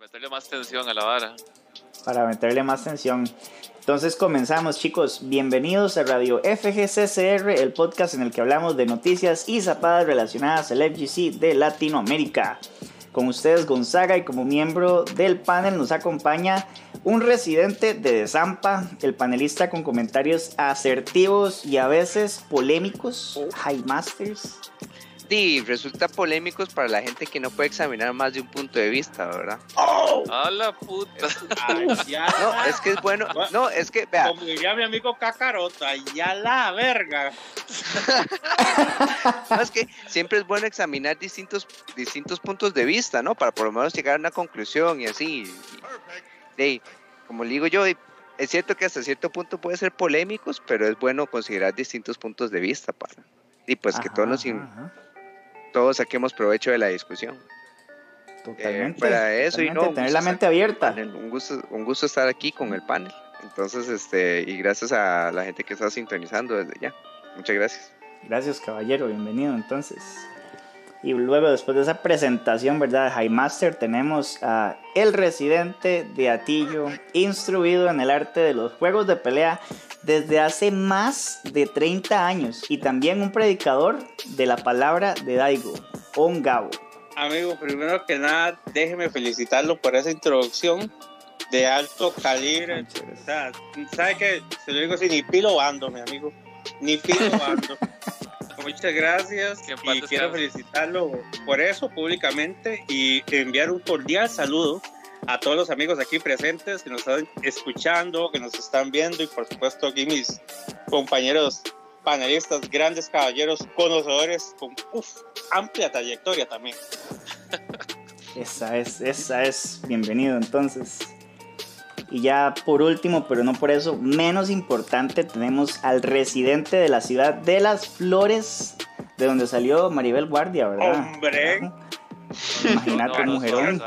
meterle más tensión a la vara. Para meterle más tensión. Entonces comenzamos, chicos. Bienvenidos a Radio FGCCR, el podcast en el que hablamos de noticias y zapadas relacionadas al FGC de Latinoamérica. Con ustedes Gonzaga, y como miembro del panel nos acompaña un residente de Zampa, el panelista con comentarios asertivos y a veces polémicos, High Masters. Sí, resulta polémicos para la gente que no puede examinar más de un punto de vista, ¿verdad? ¡Oh! ¡A la puta! Ay, no, es que es bueno. No, es que, vea. Como diría mi amigo Cacarota, ya la verga. No, es que siempre es bueno examinar distintos puntos de vista, ¿no? Para por lo menos llegar a una conclusión y así. Y, como le digo yo, es cierto que hasta cierto punto puede ser polémicos, pero es bueno considerar distintos puntos de vista para. Y pues que todos saquemos provecho de la discusión. Totalmente. Para eso totalmente, y no tener la mente abierta. Un gusto estar aquí con el panel. Entonces, y gracias a la gente que está sintonizando desde ya. Muchas gracias. Gracias, caballero, bienvenido entonces. Y luego, después de esa presentación, ¿verdad? High Master, tenemos a el residente de Atillo, instruido en el arte de los juegos de pelea desde hace más de 30 años y también un predicador de la palabra de Daigo, Gabo. Amigo, primero que nada, déjeme felicitarlo por esa introducción de alto calibre. O sea, ¿sabe qué? Se lo digo así, ni pilo bando, mi amigo. Ni pilo bando. Muchas gracias y quiero felicitarlo por eso públicamente y enviar un cordial saludo a todos los amigos aquí presentes que nos están escuchando, que nos están viendo y por supuesto aquí mis compañeros panelistas, grandes caballeros, conocedores con amplia trayectoria también. Esa es, bienvenido entonces. Y ya por último, pero no por eso menos importante, tenemos al residente de la ciudad de Las Flores, de donde salió Maribel Guardia, ¿verdad? ¡Hombre! Imagínate, mujerón.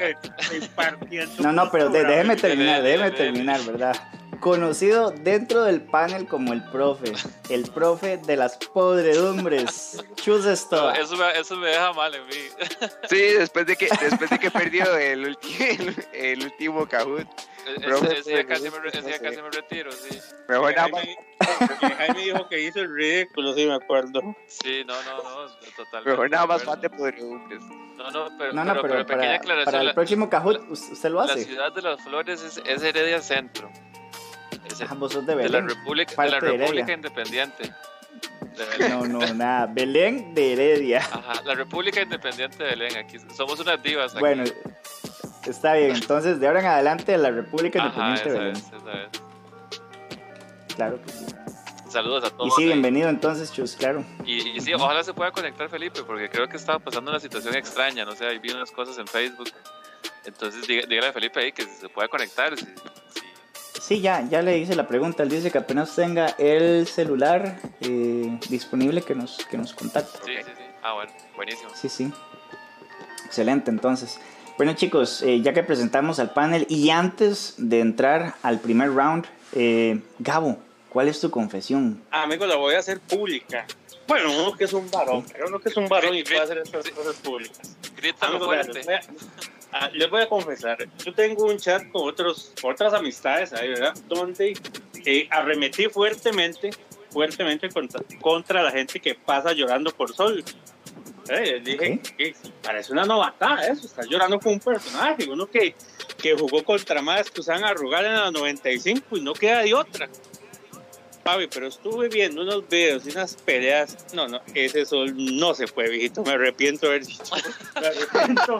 No, pero déjeme terminar, ¿verdad? Conocido dentro del panel como el profe de las podredumbres. Chusesto. Eso me deja mal en mí. Sí, después de que perdió el último Kahoot. Ese ya casi me retiro, sí. Mejor nada más. Jaime dijo que hizo el ridículo, sí me acuerdo. Sí, no, totalmente. Mejor nada más fan de podredumbres. Pero pequeña aclaración. Para el próximo Kahoot, ¿usted lo hace? La ciudad de Las Flores es Heredia Centro. Vos sos de Belén. De la República Independiente. No, nada. Belén de Heredia. Ajá, la República Independiente de Belén. Aquí somos unas divas. Aquí. Bueno, está bien. Entonces, de ahora en adelante, la República Independiente de Belén. Esa es. Claro que sí. Saludos a todos. Y sí, bienvenido entonces, Chus, claro. Y sí, ojalá se pueda conectar Felipe, porque creo que estaba pasando una situación extraña. No sé, ahí vi unas cosas en Facebook. Entonces, dígale a Felipe ahí que se pueda conectar. Sí, ya le hice la pregunta. Él dice que apenas tenga el celular disponible que nos contacte. Sí. Ah, bueno, buenísimo. Sí. Excelente, entonces. Bueno, chicos, ya que presentamos al panel y antes de entrar al primer round, Gabo, ¿cuál es tu confesión? Amigo, la voy a hacer pública. Bueno, uno que es un varón, y puede hacer estas cosas públicas. Grítalo fuerte. Les voy a confesar, yo tengo un chat con otras amistades ahí, ¿verdad? Donde arremetí fuertemente contra la gente que pasa llorando por Sol. Les dije que parece una novatada eso, está llorando con un personaje, uno que jugó contra más que usan a Rugal en la 95 y no queda de otra. Papi, pero estuve viendo unos videos y unas peleas. No, ese Sol no se fue, viejito. Me arrepiento de haber dicho. Me arrepiento.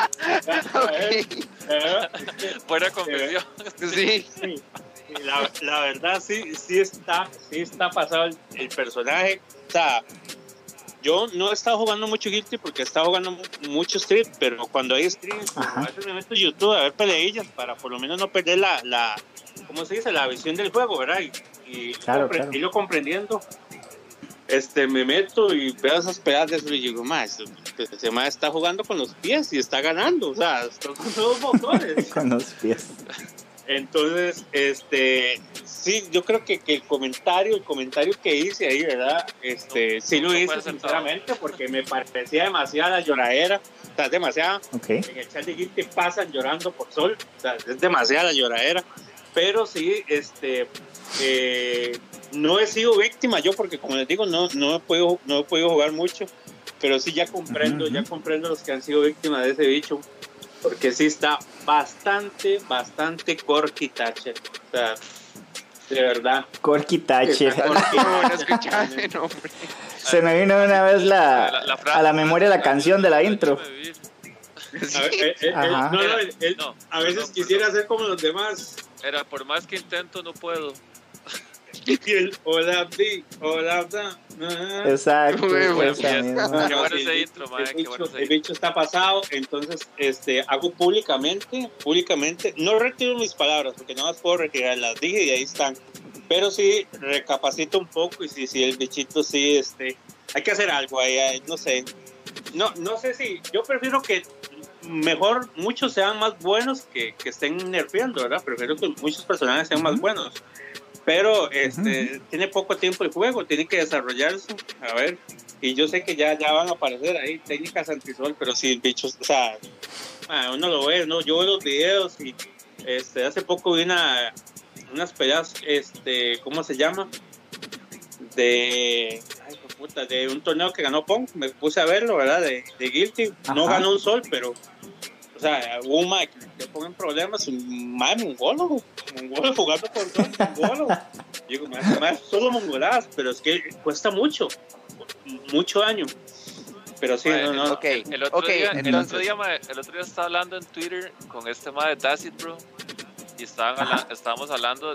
Buena confesión. Sí. La verdad, sí está pasado el personaje. O sea, yo no he estado jugando mucho Guilty porque he estado jugando mucho Street, pero cuando hay Street, a veces me meto en YouTube a ver peleillas para por lo menos no perder ¿cómo se dice? La visión del juego, ¿verdad? Y claro. Irlo comprendiendo, me meto y veo esas pedazos y digo, ese más está jugando con los pies y está ganando, o sea, está con dos motores. Con los pies. Entonces, sí, yo creo que el comentario que hice ahí, ¿verdad? Sí lo hice sinceramente porque me parecía demasiada lloradera, o sea, demasiada. Okay. En el chat de Guilty pasan llorando por Sol, o sea, es demasiada lloradera, pero sí, no he sido víctima yo porque, como les digo, no he podido jugar mucho, pero sí ya comprendo los que han sido víctimas de ese bicho. Porque sí está bastante Corky Thatcher. O sea, de verdad. Corky Thatcher. No escuchaba ese nombre. Se me vino una vez a la memoria la canción de la intro. A veces quisiera ser como los demás. Era, por más que intento, no puedo. Y el hola, Exacto. El bicho está pasado, entonces hago públicamente, no retiro mis palabras, porque no las puedo retirar, las dije y ahí están. Pero sí, recapacito un poco y sí, el bichito sí, hay que hacer algo ahí, no sé. No sé si, yo prefiero que mejor muchos sean más buenos que estén nerfeando, ¿verdad? Prefiero que muchos personajes sean más buenos. Pero tiene poco tiempo el juego, tiene que desarrollarse, a ver, y yo sé que ya van a aparecer ahí técnicas antisol, pero sí, bichos, o sea, uno lo ve, ¿no? Yo veo los videos y hace poco vi unas peleas, ¿cómo se llama? De un torneo que ganó Pong, me puse a verlo, ¿verdad? De Guilty, no ganó un sol, pero... O sea, hubo un Mike que le ponen problemas, un mae mongolo jugando por todo, mongolo. Digo, mae, solo mongoladas, pero es que cuesta mucho daño. Pero sí, mae, no. Okay. El otro día estaba hablando en Twitter con este mae de Dacit, bro, y estábamos hablando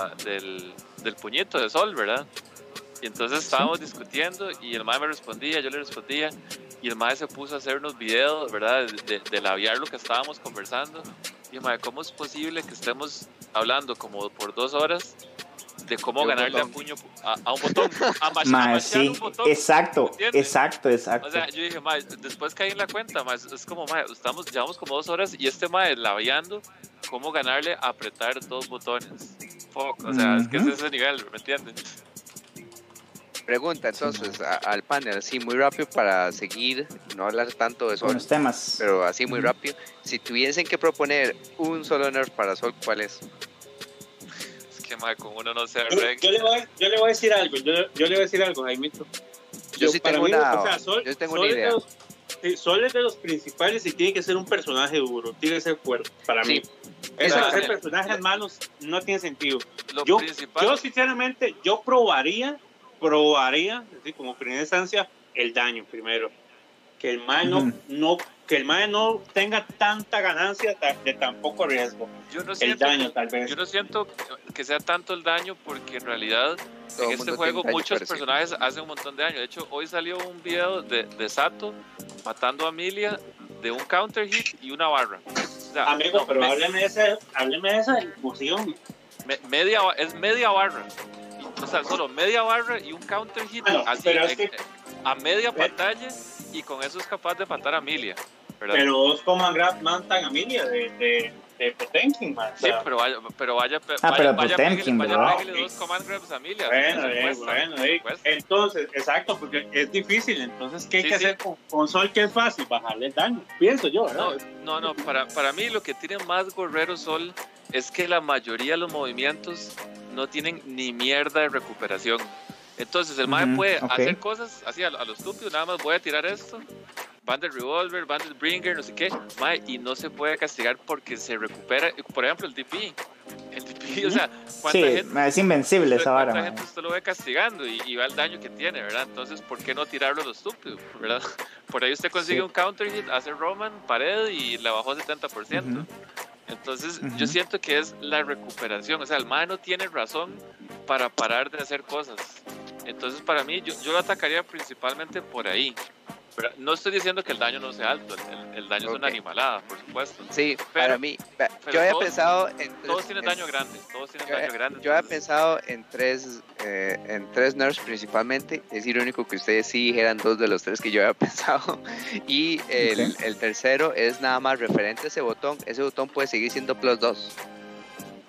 del puñito de sol, ¿verdad? Y entonces estábamos discutiendo y el mae me respondía, yo le respondía. Y el mae se puso a hacer unos videos, ¿verdad? De labiar lo que estábamos conversando. Y el mae, ¿cómo es posible que estemos hablando como por 2 horas de cómo ganarle a puño a un botón? A sí, un botón, exacto. O sea, yo dije, mae, después caí en la cuenta, mae, es como, mae, llevamos como 2 horas y este mae labiando cómo ganarle a apretar 2 botones. Fuck, o sea, es que es ese nivel, ¿me entiendes? Pregunta entonces al panel, así muy rápido para seguir y no hablar tanto de Sol. Buenos temas. Pero así muy rápido. Si tuviesen que proponer un solo nerf para Sol, ¿cuál es? Es que mae, con uno no se arregla. Yo le voy a decir algo, yo le voy a decir algo, Jaimito. Yo sí tengo una idea. Sol es de los principales y tiene que ser un personaje duro, tiene que ser fuerte para mí. Eso de hacer personajes malos no tiene sentido. Yo sinceramente, yo probaría, así como primera instancia, el daño primero. Que el mae no tenga tanta ganancia de tan poco riesgo. El daño, tal vez. Yo no siento que sea tanto el daño porque en realidad en este juego muchos personajes hacen un montón de daño. De hecho, hoy salió un video de Sato matando a Amelia de un counter hit y una barra. O sea, amigo, pero hábleme de esa ejecución. Es media barra. O sea, solo media barra y un counter hit así, a media pantalla, y con eso es capaz de matar a Amelia, ¿verdad? Pero 2 command grab matan a Amelia de Potemkin, man. Sí, pero vaya Potemkin, pégale 2 command grabs a Amelia. Bueno, entonces, exacto, porque es difícil. Entonces, ¿qué hay que hacer con Sol? Que es fácil, bajarle el daño, pienso yo, ¿verdad? No, para mí lo que tiene más gorrero Sol es que la mayoría de los movimientos no tienen ni mierda de recuperación. Entonces el mae puede hacer cosas así a lo estúpido, nada más voy a tirar esto, Bandit Revolver, Bandit Bringer, no sé qué, mae, y no se puede castigar porque se recupera. Por ejemplo, el DP, o sea, ¿cuánta gente, es invencible esa vara? ¿Cuánta gente usted lo ve castigando y va el daño que tiene, ¿verdad? Entonces, ¿por qué no tirarlo a lo estúpido, verdad? Por ahí usted consigue un counter hit, hace Roman, pared y le bajó 70%. Entonces, yo siento que es la recuperación. O sea, el mae no tiene razón para parar de hacer cosas. Entonces, para mí, yo lo atacaría principalmente por ahí. Pero no estoy diciendo que el daño no sea alto. El daño es una animalada, por supuesto. Sí, pero, para mí. Yo había pensado en... Todos tienen daño grande. Yo había pensado en tres nerfs principalmente. Es irónico que ustedes sí dijeran 2 de los 3 que yo había pensado. Y el tercero es nada más referente a ese botón. Ese botón puede seguir siendo +2.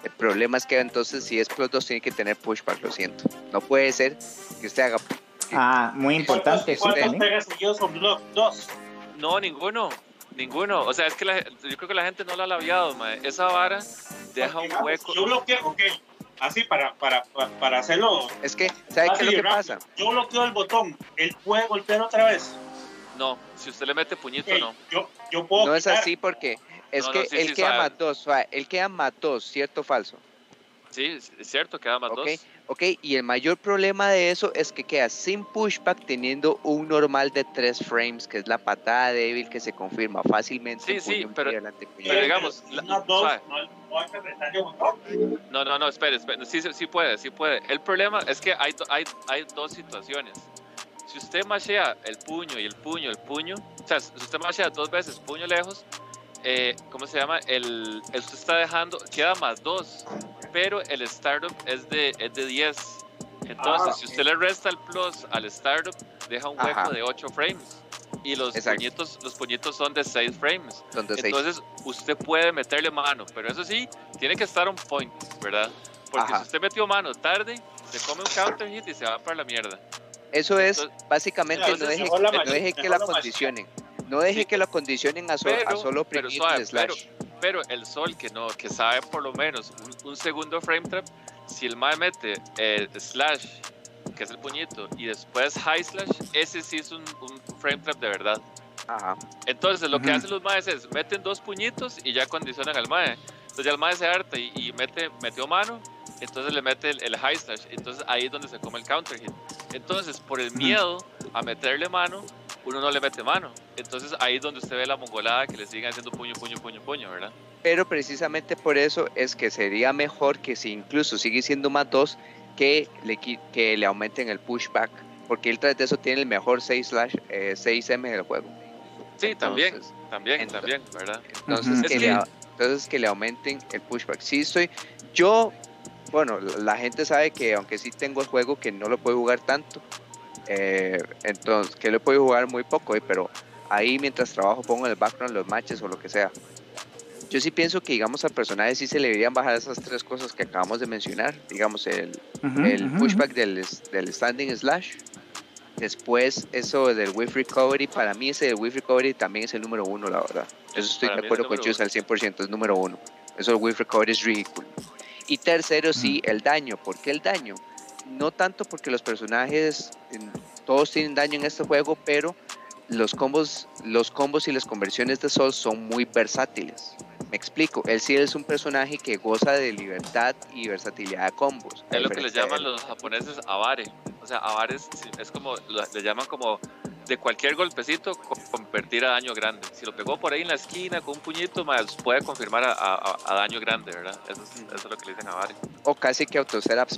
El problema es que entonces si es plus 2 tiene que tener pushback, lo siento. No puede ser que usted haga... muy importante. ¿Cuántos pegas seguidos son block? 2. No, ninguno. O sea, es que yo creo que la gente no lo ha labiado, mae. Esa vara deja un hueco. Yo bloqueo, ok. Así para hacerlo. Es que, ¿sabe qué es lo que pasa? Yo bloqueo el botón. ¿Él puede golpear otra vez? No, si usted le mete puñito, Okay, no. Yo puedo No quitar. es así porque es que sí, él queda más 2. Él queda más 2, ¿cierto o falso? Sí, es cierto, queda más 2. Ok, y el mayor problema de eso es que queda sin pushback teniendo un normal de 3 frames, que es la patada débil que se confirma fácilmente. Sí, pero digamos... No, espere. Sí puede. El problema es que hay dos situaciones. Si usted mashea el puño, o sea, si usted mashea 2 veces puño lejos, ¿cómo se llama? Usted está dejando, queda más 2, pero el startup es de 10. Entonces, si usted le resta el plus al startup, deja un hueco de 8 frames. Y los puñitos son de 6 frames. Entonces, usted puede meterle mano, pero eso sí, tiene que estar on point, ¿verdad? Porque si usted metió mano tarde, se come un counter hit y se va para la mierda. Eso es, básicamente, no deje que la condicionen. No deje que lo condicionen a solo oprimir el slash. Pero el sol que sabe por lo menos un segundo frame trap, si el mae mete slash, que es el puñito, y después high slash, ese sí es un frame trap de verdad. Ajá. Entonces lo que hacen los maes es meten 2 puñitos y ya condicionan al mae. Entonces ya el mae se harta y metió mano, entonces le mete el high slash, entonces ahí es donde se come el counter hit. Entonces por el miedo a meterle mano, uno no le mete mano. Entonces ahí es donde usted ve la mongolada que le siguen haciendo puño, ¿verdad? Pero precisamente por eso es que sería mejor que si incluso sigue siendo más 2, que le aumenten el pushback, porque él tras de eso tiene el mejor 6M del juego. Sí, entonces, también, ¿verdad? Entonces que le aumenten el pushback. Bueno, la gente sabe que aunque sí tengo el juego, que no lo puedo jugar tanto, entonces que lo puedo jugar muy poco, pero ahí mientras trabajo pongo en el background los matches o lo que sea. Yo sí pienso que, digamos, al personaje sí se le deberían bajar esas 3 cosas que acabamos de mencionar. Digamos, el pushback del standing slash. Después, eso del whiff recovery. Para mí ese del whiff recovery también es el número 1, la verdad. Eso estoy de acuerdo con Chus al 100%, es número 1. Eso del whiff recovery es ridículo. Y tercero, sí, el daño. ¿Por qué el daño? No tanto porque los personajes, todos tienen daño en este juego, pero los combos y las conversiones de Sol son muy versátiles. Me explico, él sí es un personaje que goza de libertad y versatilidad de combos. Es lo que le llaman los japoneses avare. O sea, avare es como, le llaman como de cualquier golpecito convertir a daño grande. Si lo pegó por ahí en la esquina con un puñito, más puede confirmar a daño grande, ¿verdad? Eso es lo que le dicen avare. O casi que autosetups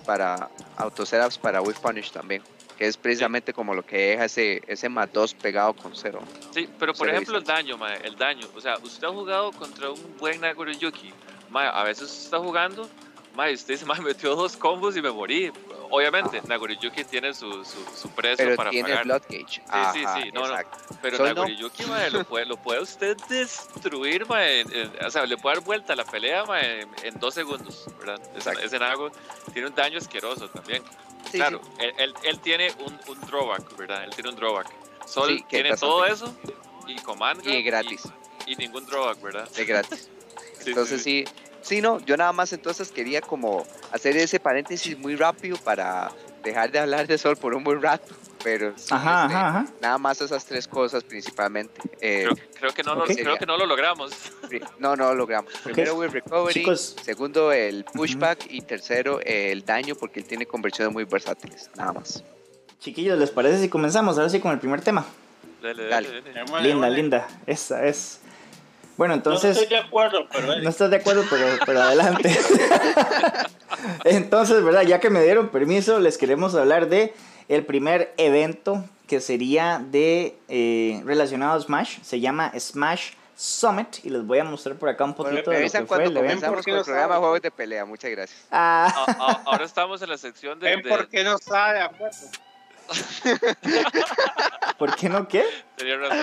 para Whiff Punish también, que es precisamente como lo que deja ese más 2 pegado con 0. Sí, pero por ejemplo el daño, o sea, usted ha jugado contra un buen Nagoriyuki, a veces usted está jugando, usted dice, metió 2 combos y me morí. Obviamente, Nagoriyuki tiene su precio pero para tiene pagar. Blood Gauge. Sí, no. Pero Nagoriyuki, lo puede usted destruir, o sea, le puede dar vuelta a la pelea, en 2 segundos, ¿verdad? Ese Nago tiene un daño asqueroso también. Sí, claro, sí. Él tiene un drawback, ¿verdad? Él tiene un drawback. Sol tiene todo eso y comanda. Y gratis. Y ningún drawback, ¿verdad? De gratis. Entonces sí, no, yo nada más entonces quería como hacer ese paréntesis muy rápido para dejar de hablar de Sol por un buen rato, pero sí, nada más esas 3 cosas principalmente. Creo que no lo logramos. No lo logramos. Primero Will Recovery, chicos. Segundo el pushback y tercero el daño, porque él tiene conversiones muy versátiles, nada más. Chiquillos, ¿les parece si comenzamos ahora sí con el primer tema? Dale. Linda, esa es. Bueno, entonces... No estoy de acuerdo, pero... No estás de acuerdo, pero adelante. Entonces, ¿verdad? Ya que me dieron permiso, les queremos hablar de el primer evento que sería relacionado a Smash. Se llama Smash Summit y les voy a mostrar por acá un poquito de lo que fue el evento. Comenzamos con el programa de Juegos de Pelea. Muchas gracias. Ahora estamos en la sección de... ¿Por qué no está de acuerdo? ¿Por qué no qué? Tenía razón.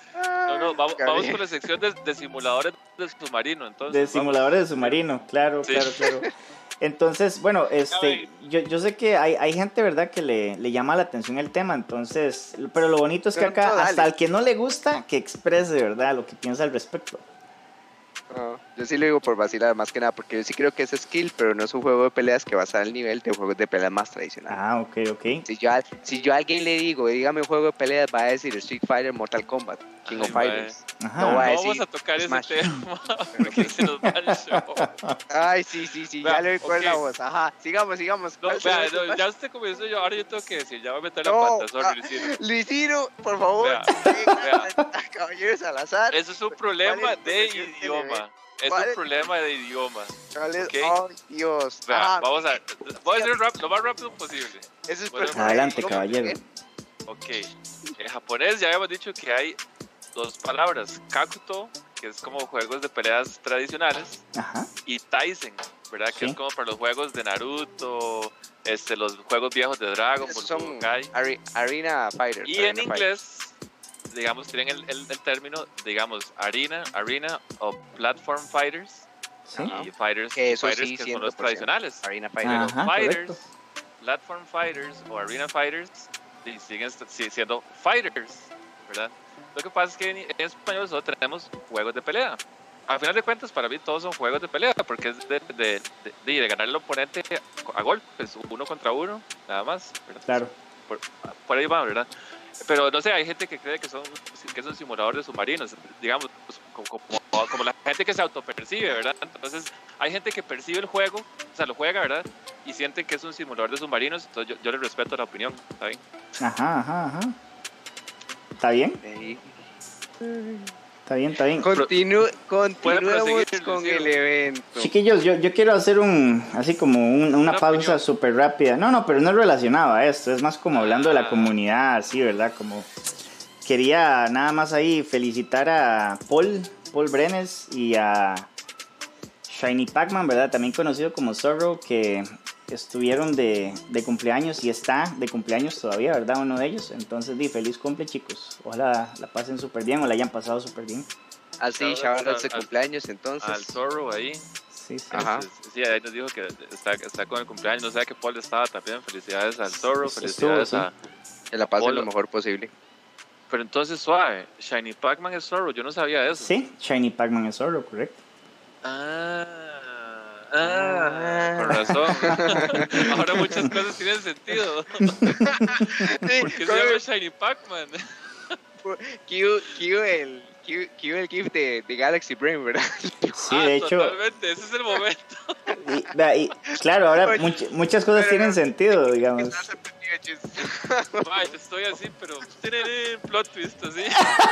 No, vamos con la sección de simuladores de submarino, entonces. De simuladores de submarino, claro, Sí. claro. Entonces, bueno, yo sé que hay gente, ¿verdad?, que le llama la atención el tema, entonces, pero lo bonito es que Pero acá, no, dale. hasta al que no le gusta, que exprese, ¿verdad?, lo que piensa al respecto. No, yo sí lo digo por vacilar, más que nada, porque yo sí creo que es skill, pero no es un juego de peleas que va a estar al nivel de juegos de peleas más tradicionales. Ah, ok. Si yo a alguien le digo, dígame un juego de peleas, va a decir Street Fighter, Mortal Kombat, King of Ay, Fighters. Ajá. No va a No decir vamos a tocar Smash. ese tema porque se nos va el show. Ay, sí, Vea, ya le recuerdo ok. la voz. Ajá, sigamos. No, ¿Cuál vea, será no, ya usted comenzó yo, ahora yo tengo que decir, ya voy a meter la No, pata, sorry, Luisino. Luisino, por favor, Vea. a Caballero Salazar. Eso es un problema ¿Cuál es de tu versión idioma. Es ¿Cuál un es? problema de idioma. ¿Cuál es? Ok. Ay, Dios. Vea, Ajá, vamos a. Voy a hacer lo más rápido posible. eso es bueno, personal. Adelante, Idioma, caballero. ¿bien? Ok. En japonés ya habíamos dicho que hay dos palabras: Kakuto, que es como juegos de peleas tradicionales, Ajá, y Taisen, ¿verdad? Que Sí. es como para los juegos de Naruto, los juegos viejos de Dragon Ball, Esos son Budokai. Arena Fighters. Y Arena en Fighters. inglés, digamos, tienen el término, digamos, arena o platform fighters. sí. Ajá. Y fighters, Que eso fighters sí, que son los 100%. tradicionales. Arena Fighters. Ajá, Fighters, correcto. platform fighters o arena fighters y siguen siendo fighters, ¿verdad? Lo que pasa es que en español solo tenemos juegos de pelea. A final de cuentas, para mí todos son juegos de pelea, porque es de ganar al oponente a golpes, 1 contra 1, nada más, ¿verdad? Claro. Por ahí va, ¿verdad? Pero no sé, hay gente que cree que es un simulador de submarinos, digamos, pues, como la gente que se autopercibe, ¿verdad? Entonces, hay gente que percibe el juego, o sea, lo juega, ¿verdad? Y siente que es un simulador de submarinos, entonces yo les respeto la opinión, ¿está bien? Ajá. ¿Está bien? Ey. Está bien. Puede Continuemos proseguir, con Luisino. el evento. Chiquillos, yo quiero hacer así como una Una pausa opinión. súper rápida. No, pero no es relacionado a esto, es más como hablando de la comunidad, así, ¿verdad? Como quería nada más ahí felicitar a Paul Brenes y a Shiny Pac-Man, ¿verdad? También conocido como Zorro, que estuvieron de cumpleaños y está de cumpleaños todavía, ¿verdad? Uno de ellos. Entonces, feliz cumple, chicos. Ojalá la pasen súper bien o la hayan pasado súper bien. Así, Shout out chavales de al- cumpleaños, entonces. Al Zorro ahí, Sí. Ajá. entonces, sí, ahí nos dijo que está con el cumpleaños, no sé que Paul estaba también, felicidades al Zorro, Estuvo, felicidades sí. a... Que la pasen Polo. lo mejor posible. Pero entonces, suave, Shiny Pac-Man es Zorro, yo no sabía eso. Sí, Shiny Pac-Man es Zorro, correcto. Con razón. Ahora muchas cosas tienen sentido. ¿Por qué se llama Shiny Pac-Man? Q el GIF de Galaxy Brain, ¿verdad? Sí, de hecho, Totalmente, ese es el momento. y claro, ahora Oye, muchas cosas pero tienen no, sentido, digamos. Estás sorprendido, chis. Ay, estoy así, pero tiene plot twist así.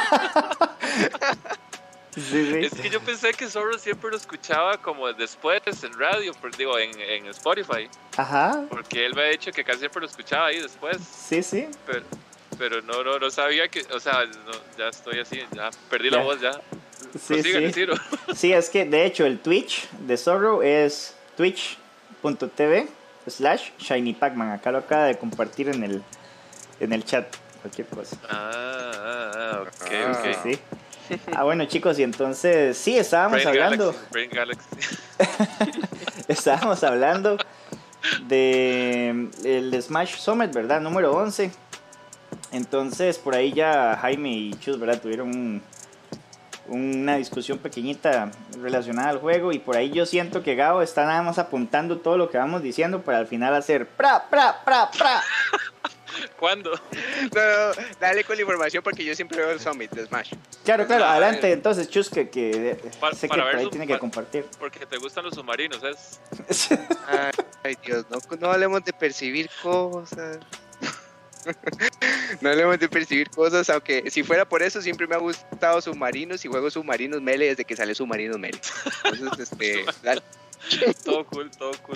Sí. Es que yo pensé que Zorro siempre lo escuchaba como después en radio, digo, en Spotify. Ajá, Porque él me ha dicho que casi siempre lo escuchaba ahí después. sí. Pero no sabía que, o sea, ya estoy así, ya perdí la Ya. voz ya. Sí, Prosigue, Ciro. Sí, es que de hecho el Twitch de Zorro es twitch.tv/Shiny Pac-Man. Acá lo acaba de compartir en el chat, cualquier cosa. Ok. Sí. Bueno, chicos, y entonces sí, estábamos hablando de el Smash Summit, ¿verdad? Número 11. Entonces, por ahí ya Jaime y Chus, ¿verdad? Tuvieron una discusión pequeñita relacionada al juego. Y por ahí yo siento que Gabo está nada más apuntando todo lo que vamos diciendo para al final hacer pra. ¿Cuándo? No, dale con la información porque yo siempre veo el Summit de Smash. Claro, adelante. Entonces, Chus, que sé que para por ver ahí su- tiene que compartir. Porque te gustan los submarinos, ¿es? Ay, Dios, no hablemos de percibir cosas. No hablemos de percibir cosas, aunque si fuera por eso siempre me ha gustado Submarinos y juego Submarinos Melee desde que sale Submarinos Melee. Entonces, dale. Todo cool.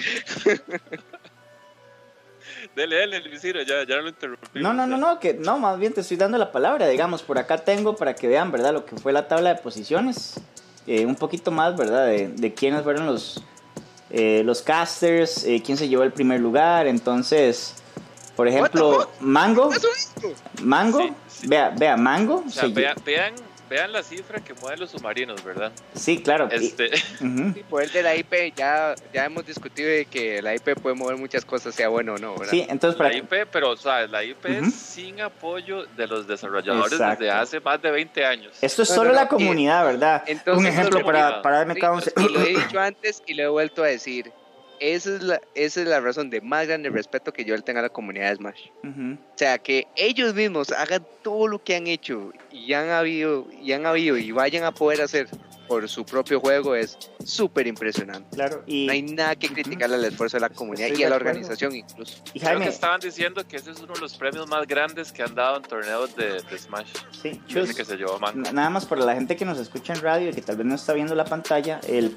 Dele, Luisiro, ya no lo interrumpí. No, más bien te estoy dando la palabra, digamos, por acá tengo para que vean, ¿verdad? Lo que fue la tabla de posiciones, un poquito más, ¿verdad? De quiénes fueron los casters, quién se llevó el primer lugar, entonces, por ejemplo, Mango, Sí. vea, Mango, O sea, vean vean la cifra que mueven los submarinos, ¿verdad? Sí, claro. El poder de la IP, ya hemos discutido de que la IP puede mover muchas cosas, sea bueno o no, ¿verdad? Sí, entonces la IP, pero o sea, la IP es sin apoyo de los desarrolladores. Exacto. Desde hace más de 20 años. Esto es solo la comunidad, ¿verdad? Entonces, un ejemplo para darme cada un... Y lo he dicho antes y lo he vuelto a decir. Esa es la razón de más grande respeto que yo le tengo a la comunidad de Smash. O sea, que ellos mismos hagan todo lo que han hecho y han habido y vayan a poder hacer por su propio juego es súper impresionante. Claro, y no hay nada que criticarle al esfuerzo de la comunidad y a la organización incluso. Y Jaime, creo que estaban diciendo que ese es uno de los premios más grandes que han dado en torneos de Smash. Sí, Chus, que se llevó Mango. Nada más para la gente que nos escucha en radio y que tal vez no está viendo la pantalla,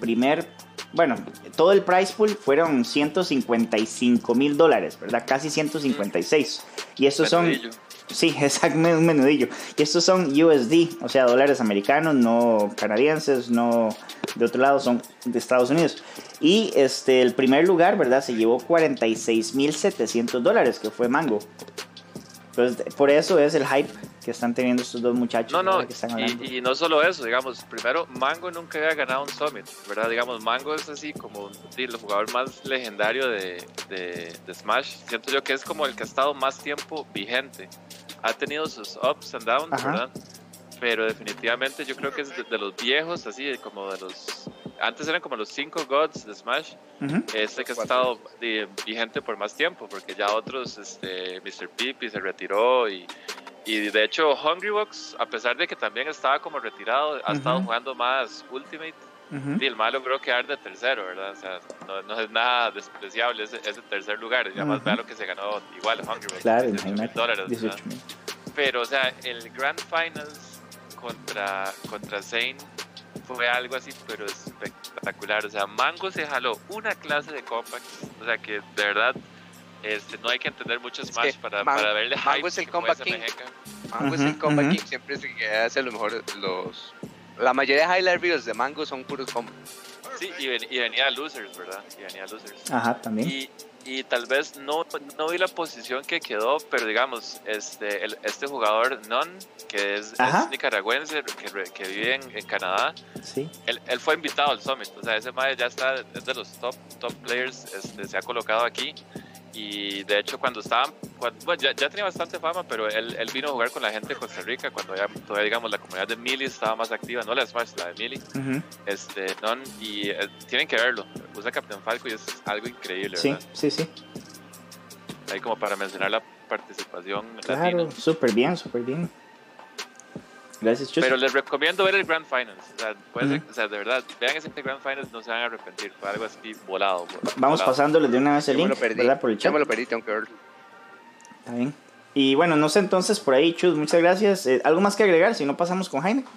todo el prize pool fueron $155,000, ¿verdad? Casi 156. Y estos son... Sí, exacto, un menudillo. Y estos son USD, o sea, dólares americanos, no canadienses, no de otro lado, son de Estados Unidos. Y el primer lugar, ¿verdad? Se llevó $46,700, que fue Mango. Entonces, por eso es el hype que están teniendo estos dos muchachos. No, que están hablando. Y no solo eso, digamos, primero, Mango nunca había ganado un Summit, ¿verdad? Digamos, Mango es así como el jugador más legendario de Smash. Siento yo que es como el que ha estado más tiempo vigente. Ha tenido sus ups and downs, ¿verdad? Pero definitivamente yo creo que es de los viejos, así como de los... Antes eran como los 5 gods de Smash. Que ha estado vigente por más tiempo, porque ya otros, Mr. Pipi se retiró y de hecho Hungrybox, a pesar de que también estaba como retirado, ha estado jugando más Ultimate. Y el malo logró quedar de tercero, ¿verdad? O sea, no es nada despreciable ese tercer lugar. Y además vea lo que se ganó igual Hungrybox. Claro, $18,000. Pero, o sea, el Grand Finals contra Zane fue algo así, pero espectacular. O sea, Mango se jaló una clase de compacts. O sea, que de verdad no hay que entender mucho Smash para verle hype. Mango es el Combat King. Mango es el Combat King. Siempre se hace lo mejor. La mayoría de highlight reels de Mango son puros combos. Sí, y venía Losers, ¿verdad? Ajá, también. Y tal vez no vi la posición que quedó, pero digamos, este jugador Non, que es nicaragüense, que vive en Canadá, sí. Él fue invitado al Summit. O sea, ese mae ya está, es de los top players, se ha colocado aquí. Y de hecho cuando ya tenía bastante fama, pero él vino a jugar con la gente de Costa Rica cuando todavía digamos la comunidad de Melee estaba más activa, no la Smash, la de Melee. Y tienen que verlo, usa Captain Falco y es algo increíble, ¿verdad? Sí. Ahí como para mencionar la participación latina. Claro, súper bien. Gracias, Chus. Pero les recomiendo ver el Grand Finals. O sea, de verdad, vean ese Grand Finals, no se van a arrepentir. Fue algo así volado. Vamos pasándoles de una vez el link, ¿verdad? Por el chat. Ya me lo perdí, tengo que verlo. Está bien. Y bueno, no sé entonces, por ahí, Chus, muchas gracias. ¿Algo más que agregar? Si no, pasamos con Jaime.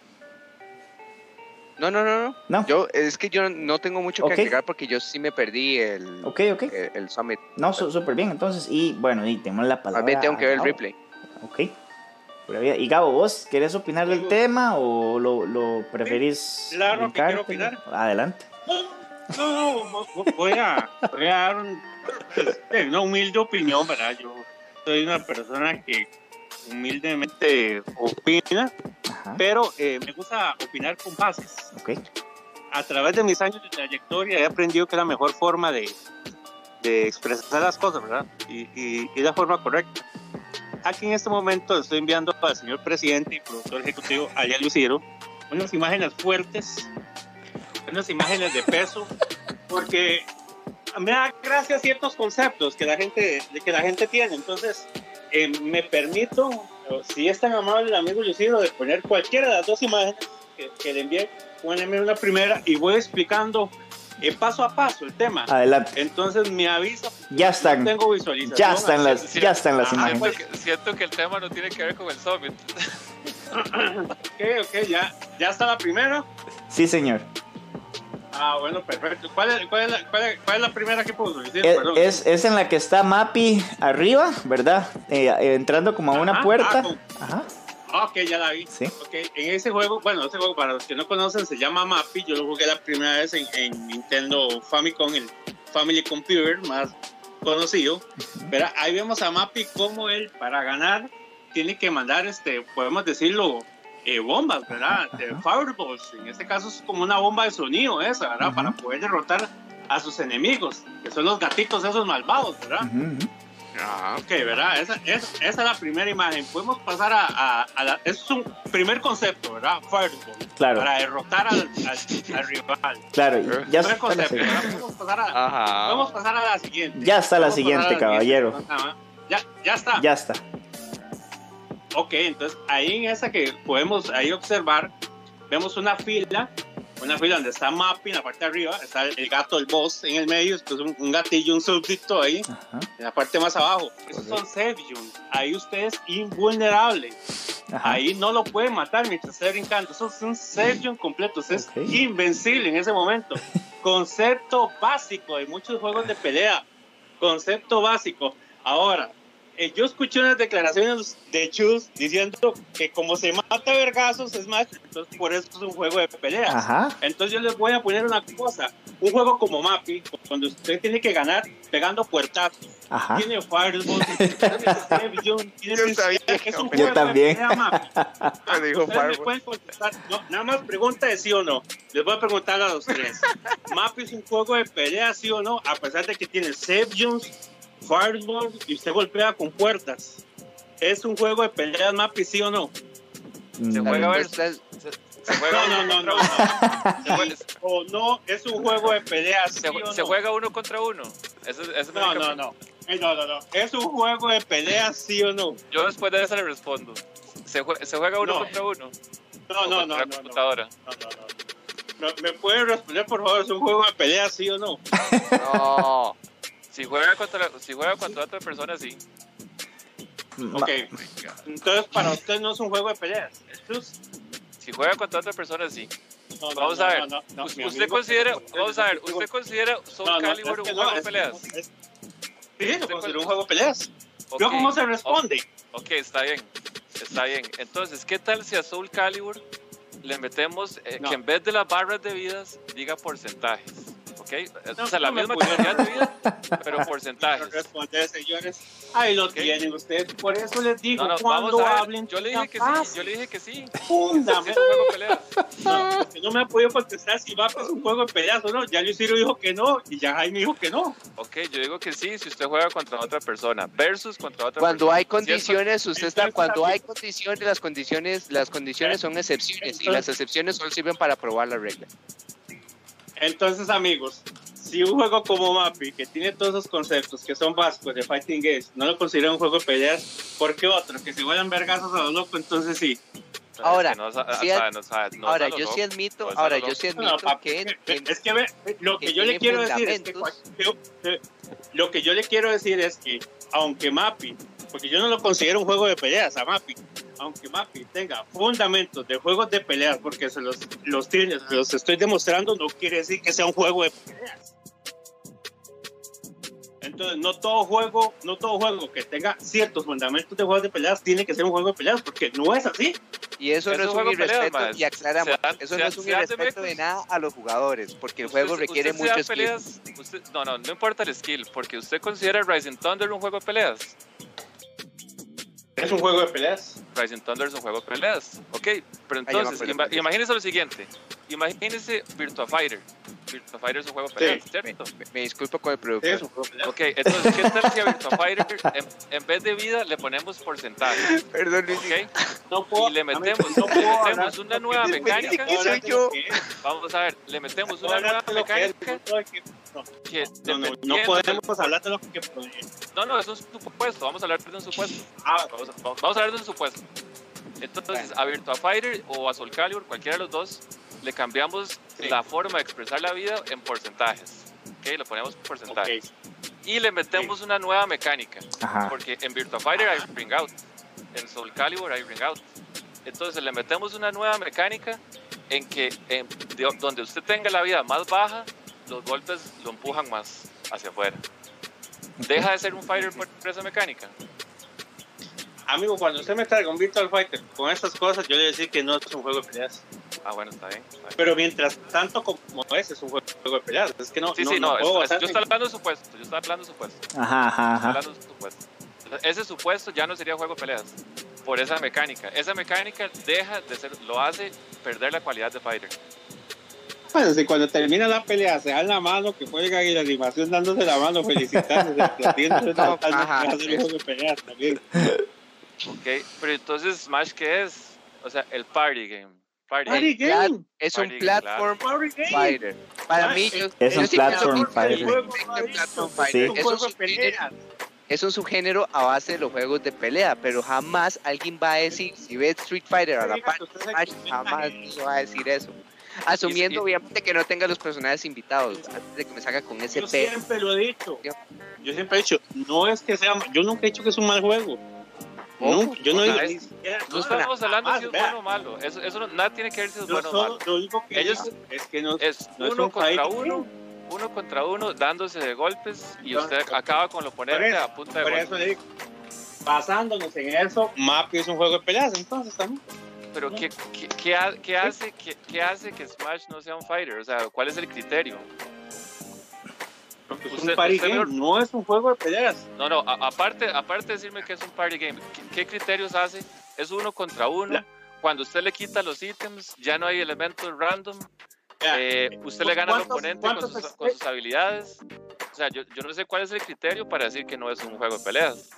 No. Es que yo no tengo mucho que agregar porque yo sí me perdí el Summit. No, súper bien, entonces. Y bueno, y tenemos la palabra. A ver, tengo que ver el replay. Ok. Y Gabo, ¿vos querés opinar del tema o lo preferís? Claro que quiero opinar. Adelante. No, voy a dar una humilde opinión, ¿verdad? Yo soy una persona que humildemente opina, pero me gusta opinar con bases. Okay. A través de mis años de trayectoria he aprendido que es la mejor forma de expresar las cosas, ¿verdad? Y la forma correcta. Aquí en este momento estoy enviando al señor presidente y productor ejecutivo, Ariel Lucero, unas imágenes fuertes, unas imágenes de peso, porque me da gracia ciertos conceptos que la gente tiene. Entonces, me permito, si es tan amable el amigo Lucero, de poner cualquiera de las dos imágenes que le envié, pónganme una primera y voy explicando paso a paso el tema. Adelante. Entonces me avisa. Ya están. No tengo visualización. Ya están las imágenes. Siento que el tema no tiene que ver con el Summit. Ok, ya está la primera. Sí, señor. Bueno, perfecto. ¿Cuál es la primera que puedo decir? Es en la que está Mappy arriba, ¿verdad? Entrando como a una puerta. Ok, ya la vi. Sí. Okay. En ese juego, para los que no conocen, se llama Mappy. Yo lo jugué la primera vez en Nintendo Famicom, el Family Computer más conocido. Pero ahí vemos a Mappy como él, para ganar, tiene que mandar, podemos decirlo, bombas, ¿verdad? Fireballs. En este caso es como una bomba de sonido esa, ¿verdad? Para poder derrotar a sus enemigos, que son los gatitos esos malvados, ¿verdad? Ok, ¿verdad? Esa es la primera imagen. Podemos pasar a la... Eso es un primer concepto, ¿verdad? Fireball. Claro. Para derrotar al rival. Claro, ya Primer está la concepto, siguiente. ¿verdad? Podemos pasar a la siguiente. Ya está la Podemos siguiente, pasar a la caballero. siguiente. Ya está. Ya está. Ok, entonces ahí en esa que podemos ahí observar, vemos una fila donde está Mappy en la parte de arriba, está el gato, el boss en el medio, después un gatillo, un súbdito ahí, en la parte más abajo. Esos son save zones. Ahí usted es invulnerable. Ahí no lo pueden matar mientras esté brincando. Eso es un save zone completo. Usted es invencible en ese momento. Concepto básico de muchos juegos de pelea. Concepto básico. Ahora, yo escuché unas declaraciones de Chus diciendo que como se mata a vergazos es macho, entonces por eso es un juego de peleas. Entonces yo les voy a poner una cosa, un juego como Mappy, cuando usted tiene que ganar pegando puertazos, tiene Fireball, es un juego de pelea Mappy. Ustedes me pueden contestar, nada más pregunta de sí o no, les voy a preguntar a los tres. Mappy es un juego de pelea, sí o no, a pesar de que tiene save zones, Fireball y usted golpea con puertas. ¿Es un juego de peleas Mappy, sí o no? Se juega versus. No. O no, es un juego de peleas. ¿Sí o no? Se juega uno contra uno. No. ¿Es un juego de peleas, sí o no? Yo después de eso le respondo. ¿Se juega uno contra uno? No. Computadora. No. ¿Me puede responder, por favor? ¿Es un juego de peleas, sí o no? No. Si juega contra otra persona, sí. Ok. Entonces, para usted no es un juego de peleas. Si juega contra otra persona, sí. Vamos a ver. ¿Usted considera Soul Calibur un juego de peleas? Sí, lo considero un juego de peleas. ¿Pero cómo se responde? Ok, está bien. Entonces, ¿qué tal si a Soul Calibur le metemos que en vez de las barras de vidas diga porcentajes? O sea, la misma cantidad de vida, pero porcentajes. No responde, señores. Ahí lo tienen ustedes. Por eso les digo, cuando hablen. Yo le dije que sí. Fundamente. Es un juego de peleas. No, porque no me ha podido contestar si va a ser un juego de peleas o no. Ya Lucero dijo que no y ya Jaime dijo que no. Ok, yo digo que sí, si usted juega contra otra persona versus contra otra cuando persona. Hay condiciones, cuando hay condiciones, las condiciones son excepciones y las excepciones solo sirven para probar la regla. Entonces, amigos, si un juego como Mappy, que tiene todos esos conceptos que son básicos de Fighting Games, no lo considera un juego de peleas, ¿por qué otro? Que se vuelan vergazos a los locos, entonces sí. Ahora, yo sí admito que es que lo que yo le quiero decir es que aunque Mappy, porque yo no lo considero un juego de peleas a Mappy, aunque Mappy tenga fundamentos de juegos de peleas, porque se los estoy demostrando, no quiere decir que sea un juego de peleas. Entonces, no todo juego que tenga ciertos fundamentos de juegos de peleas tiene que ser un juego de peleas, porque no es así. Y eso no es un irrespeto, y aclaramos, eso no es un irrespeto de nada a los jugadores, porque el juego requiere mucho skill. No importa el skill, porque usted considera Rising Thunder un juego de peleas. ¿Es un juego de peleas? Rising Thunder es un juego de peleas. Ok, pero entonces, imagínese lo siguiente. Imagínese Virtua Fighter. Virtua Fighter es un juego de peleas, ¿cierto? Me disculpo con el productor. Es un juego de peleas. Ok, entonces, ¿qué tal si a Virtua Fighter en vez de vida le ponemos porcentaje? Perdón, Luis. Okay. No puedo, y le metemos una nueva mecánica. Vamos a ver, le metemos una nueva mecánica. No podemos hablar de lo que... No, es un supuesto. Vamos a hablar de un supuesto. Vamos a hablar de un supuesto. Entonces, a Virtua Fighter o a Soul Calibur, cualquiera de los dos, le cambiamos la forma de expresar la vida en porcentajes. Ok, lo ponemos en porcentajes. Y le metemos una nueva mecánica. Porque en Virtua Fighter hay Ring Out. En Soul Calibur hay Ring Out. Entonces, le metemos una nueva mecánica en que donde usted tenga la vida más baja, los golpes lo empujan más hacia afuera. Deja de ser un fighter por esa mecánica. Amigo, cuando usted me traiga un Virtual Fighter con estas cosas, yo le voy a decir que no es un juego de peleas. Bueno, está bien. Pero mientras tanto como es un juego de peleas. Es que no. Yo estaba hablando de supuesto. Ajá. Ese supuesto ya no sería juego de peleas. por esa mecánica. Esa mecánica deja de ser, lo hace perder la cualidad de fighter. Bueno, si cuando termina la pelea se dan la mano, que juegan y la animación dándose la mano, felicitándose, aplaudiéndose, hacer un juego de peleas también. Ok, pero entonces Smash, ¿qué es? O sea, el party game. Party game. Es Party un game, platform Party game. fighter. Para mí, Es un yo sí platform pienso que fighter. es un platform fighter. Sí. Es un subgénero- es un subgénero a base de los juegos de pelea, pero jamás alguien va a decir, si ve Street Fighter a la par de Smash, jamás va a decir eso. Asumiendo, obviamente, que no tenga los personajes invitados, antes de que me salga con ese Yo P. siempre lo he dicho. Yo siempre he dicho, no es que sea, yo nunca he dicho que es un mal juego. Nunca, yo no digo ni siquiera. No estamos hablando si es bueno o malo. Eso nada tiene que ver si es bueno o malo. Lo único que Ellos digo es que no es no es uno un contra fighting uno, game. uno contra uno, dándose de golpes y Entonces, usted acaba con el oponente a punta de Por golpes. eso le digo, basándonos en eso, Mappy es un juego de peleas, entonces también. Pero ¿qué hace que Smash no sea un fighter? O sea, ¿cuál es el criterio? Porque es Usted- un party usted game, no es un juego de peleas. No, aparte de decirme que es un party game, ¿qué criterios hace? ¿Es uno contra uno? Cuando usted le quita los ítems, ya no hay elementos random. Usted le gana al oponente con sus habilidades. O sea, yo no sé cuál es el criterio para decir que no es un juego de peleas.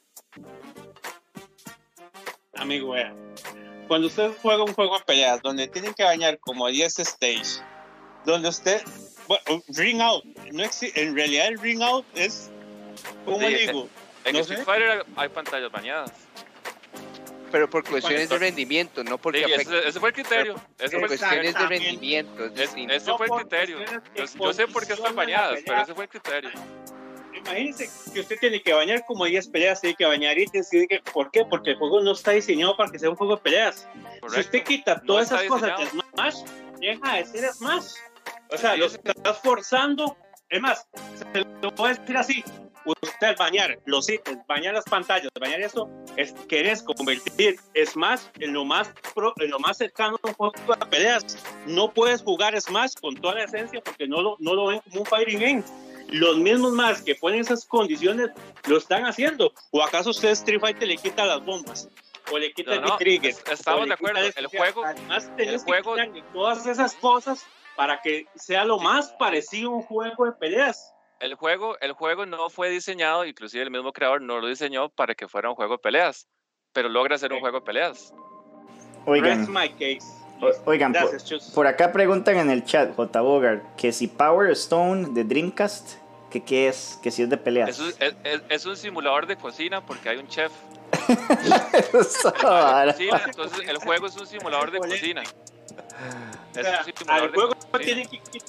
Amigo, vea. Cuando usted juega un juego de peleas donde tienen que bañar como 10 stage, donde usted, bueno, ring out, no existe, en realidad el ring out es, ¿cómo Sí, digo? En No Street sé. Fighter hay pantallas bañadas. Pero por cuestiones de rendimiento, no porque Sí, afecten ese fue el criterio. Ese fue el cuestiones de criterio. rendimiento. Es distinto. Ese fue el por criterio. cuestiones de Yo sé por qué están condiciones de la bañadas, pelea. pero ese fue el criterio. Imagínense que usted tiene que bañar como 10 peleas, tiene que bañar ítems, ¿por qué? Porque el juego no está diseñado para que sea un juego de peleas. Correcto. Si usted quita No todas está esas cosas de diseñado. Smash, deja de ser Smash. O sea, Sí, lo sí. estás forzando. Es más, se lo voy a decir así. Usted bañar los ítems, bañar las pantallas, bañar eso, querés convertir Smash en lo más cercano a un juego de peleas. No puedes jugar Smash con toda la esencia porque no lo ven como un fighting game. Los mismos más que ponen esas condiciones lo están haciendo. ¿O acaso usted Street Fighter le quita las bombas? ¿O le quita No, el trigger? estamos ¿O le de acuerdo. quita El esto? juego- Además, el tenés juego- que quitarle todas esas cosas para que sea lo más parecido a un juego de peleas. El juego no fue diseñado, inclusive el mismo creador no lo diseñó para que fuera un juego de peleas, pero logra ser un juego de peleas. Rest Oigan, my case. oigan, Gracias, Chus. por acá preguntan en el chat, J. Bogart, que si Power Stone de Dreamcast, que qué es, que si es de peleas. Es un simulador de cocina porque hay un chef. Esa en la vara. cocina, entonces el juego es un simulador de cocina. O Es sea, un simulador al de juego cocina. tienen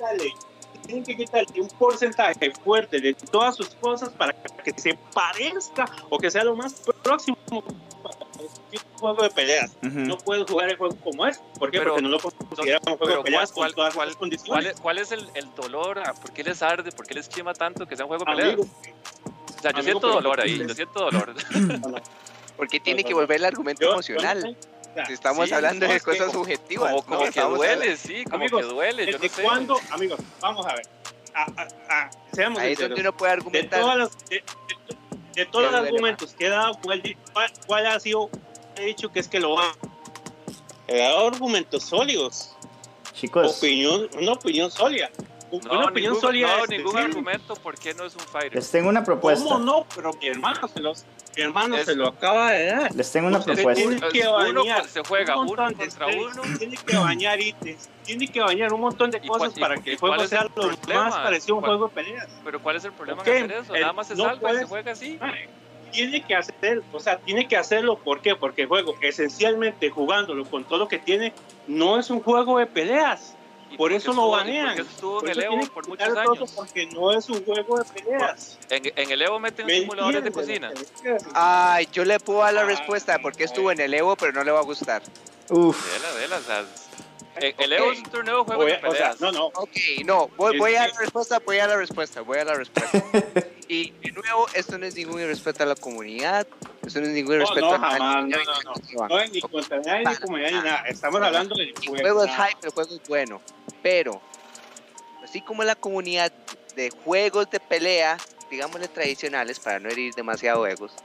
que quitarle un porcentaje fuerte de todas sus cosas para que se parezca o que sea lo más próximo para un juego de peleas. Ujú. No puedes jugar el juego como es. ¿Por qué? Pero- Porque no lo consideran un juego Pero de peleas ¿cuál- con todas cuál- esas condiciones. ¿Cuál es el dolor? ¿Por qué les arde? ¿Por qué les quema tanto que sea un juego de peleas? Amigo, O sea, yo amigo, siento pero- dolor ahí, yo siento dolor. Porque tiene que volver el argumento emocional. Si estamos Sí, hablando no, de es que cosas como- subjetivas. Como no, que estamos duele, sí, como Amigos, que duele, yo no ¿desde sé. cuándo, amigos? Vamos a ver. Seamos Ahí es sinceros. donde uno puede De argumentar. todos los duele argumentos que he dado, ¿cuál ha sido? He dicho que es que lo va. He dado argumentos sólidos. Chicos, Una opinión sólida. Una opinión sólida. es ningún decir, argumento por qué no es un fighter. les tengo una propuesta. ¿Cómo no? Pero mi hermano se lo acaba de dar. Les tengo una Usted propuesta. tiene que Uno bañar se juega un uno montón de contra stakes, uno. tiene que bañar ítems, tiene que bañar un montón de ¿Y cosas cuál- para y que el cuál juego es sea el lo problema? más parecido a un ¿Cuál- juego de peleas. Pero ¿cuál es el problema Ok, de hacer eso? el- Nada más se no salva y puedes- se juega así. Tiene que hacer, o sea, tiene que hacerlo. ¿Por qué? Porque el juego, esencialmente jugándolo con todo lo que tiene, no es un juego de peleas. Y Por porque eso lo estuvo- y banean. porque estuvo Por en eso el Evo tiene que por quitar muchos todo años. porque no es un juego de peleas. En el Evo meten ¿Me simuladores de cocina. entiendes? Ay, yo le puedo dar la respuesta de por qué estuvo en el Evo, pero no le va a gustar. Uf, Vela, o sea, el Evo es un torneo de juegos de O sea, peleas. no. Ok, no, voy a dar Es la respuesta, voy a dar la respuesta. Y de nuevo, esto no es ningún irrespeto a la comunidad, esto no es ningún irrespeto a jamás, nadie. No es ni contra nadie, ni comunidad, ni nada. Estamos hablando del El juego. juego es hype, el juego es bueno, pero así como la comunidad de juegos de pelea, digámosle tradicionales, para no herir demasiado egos,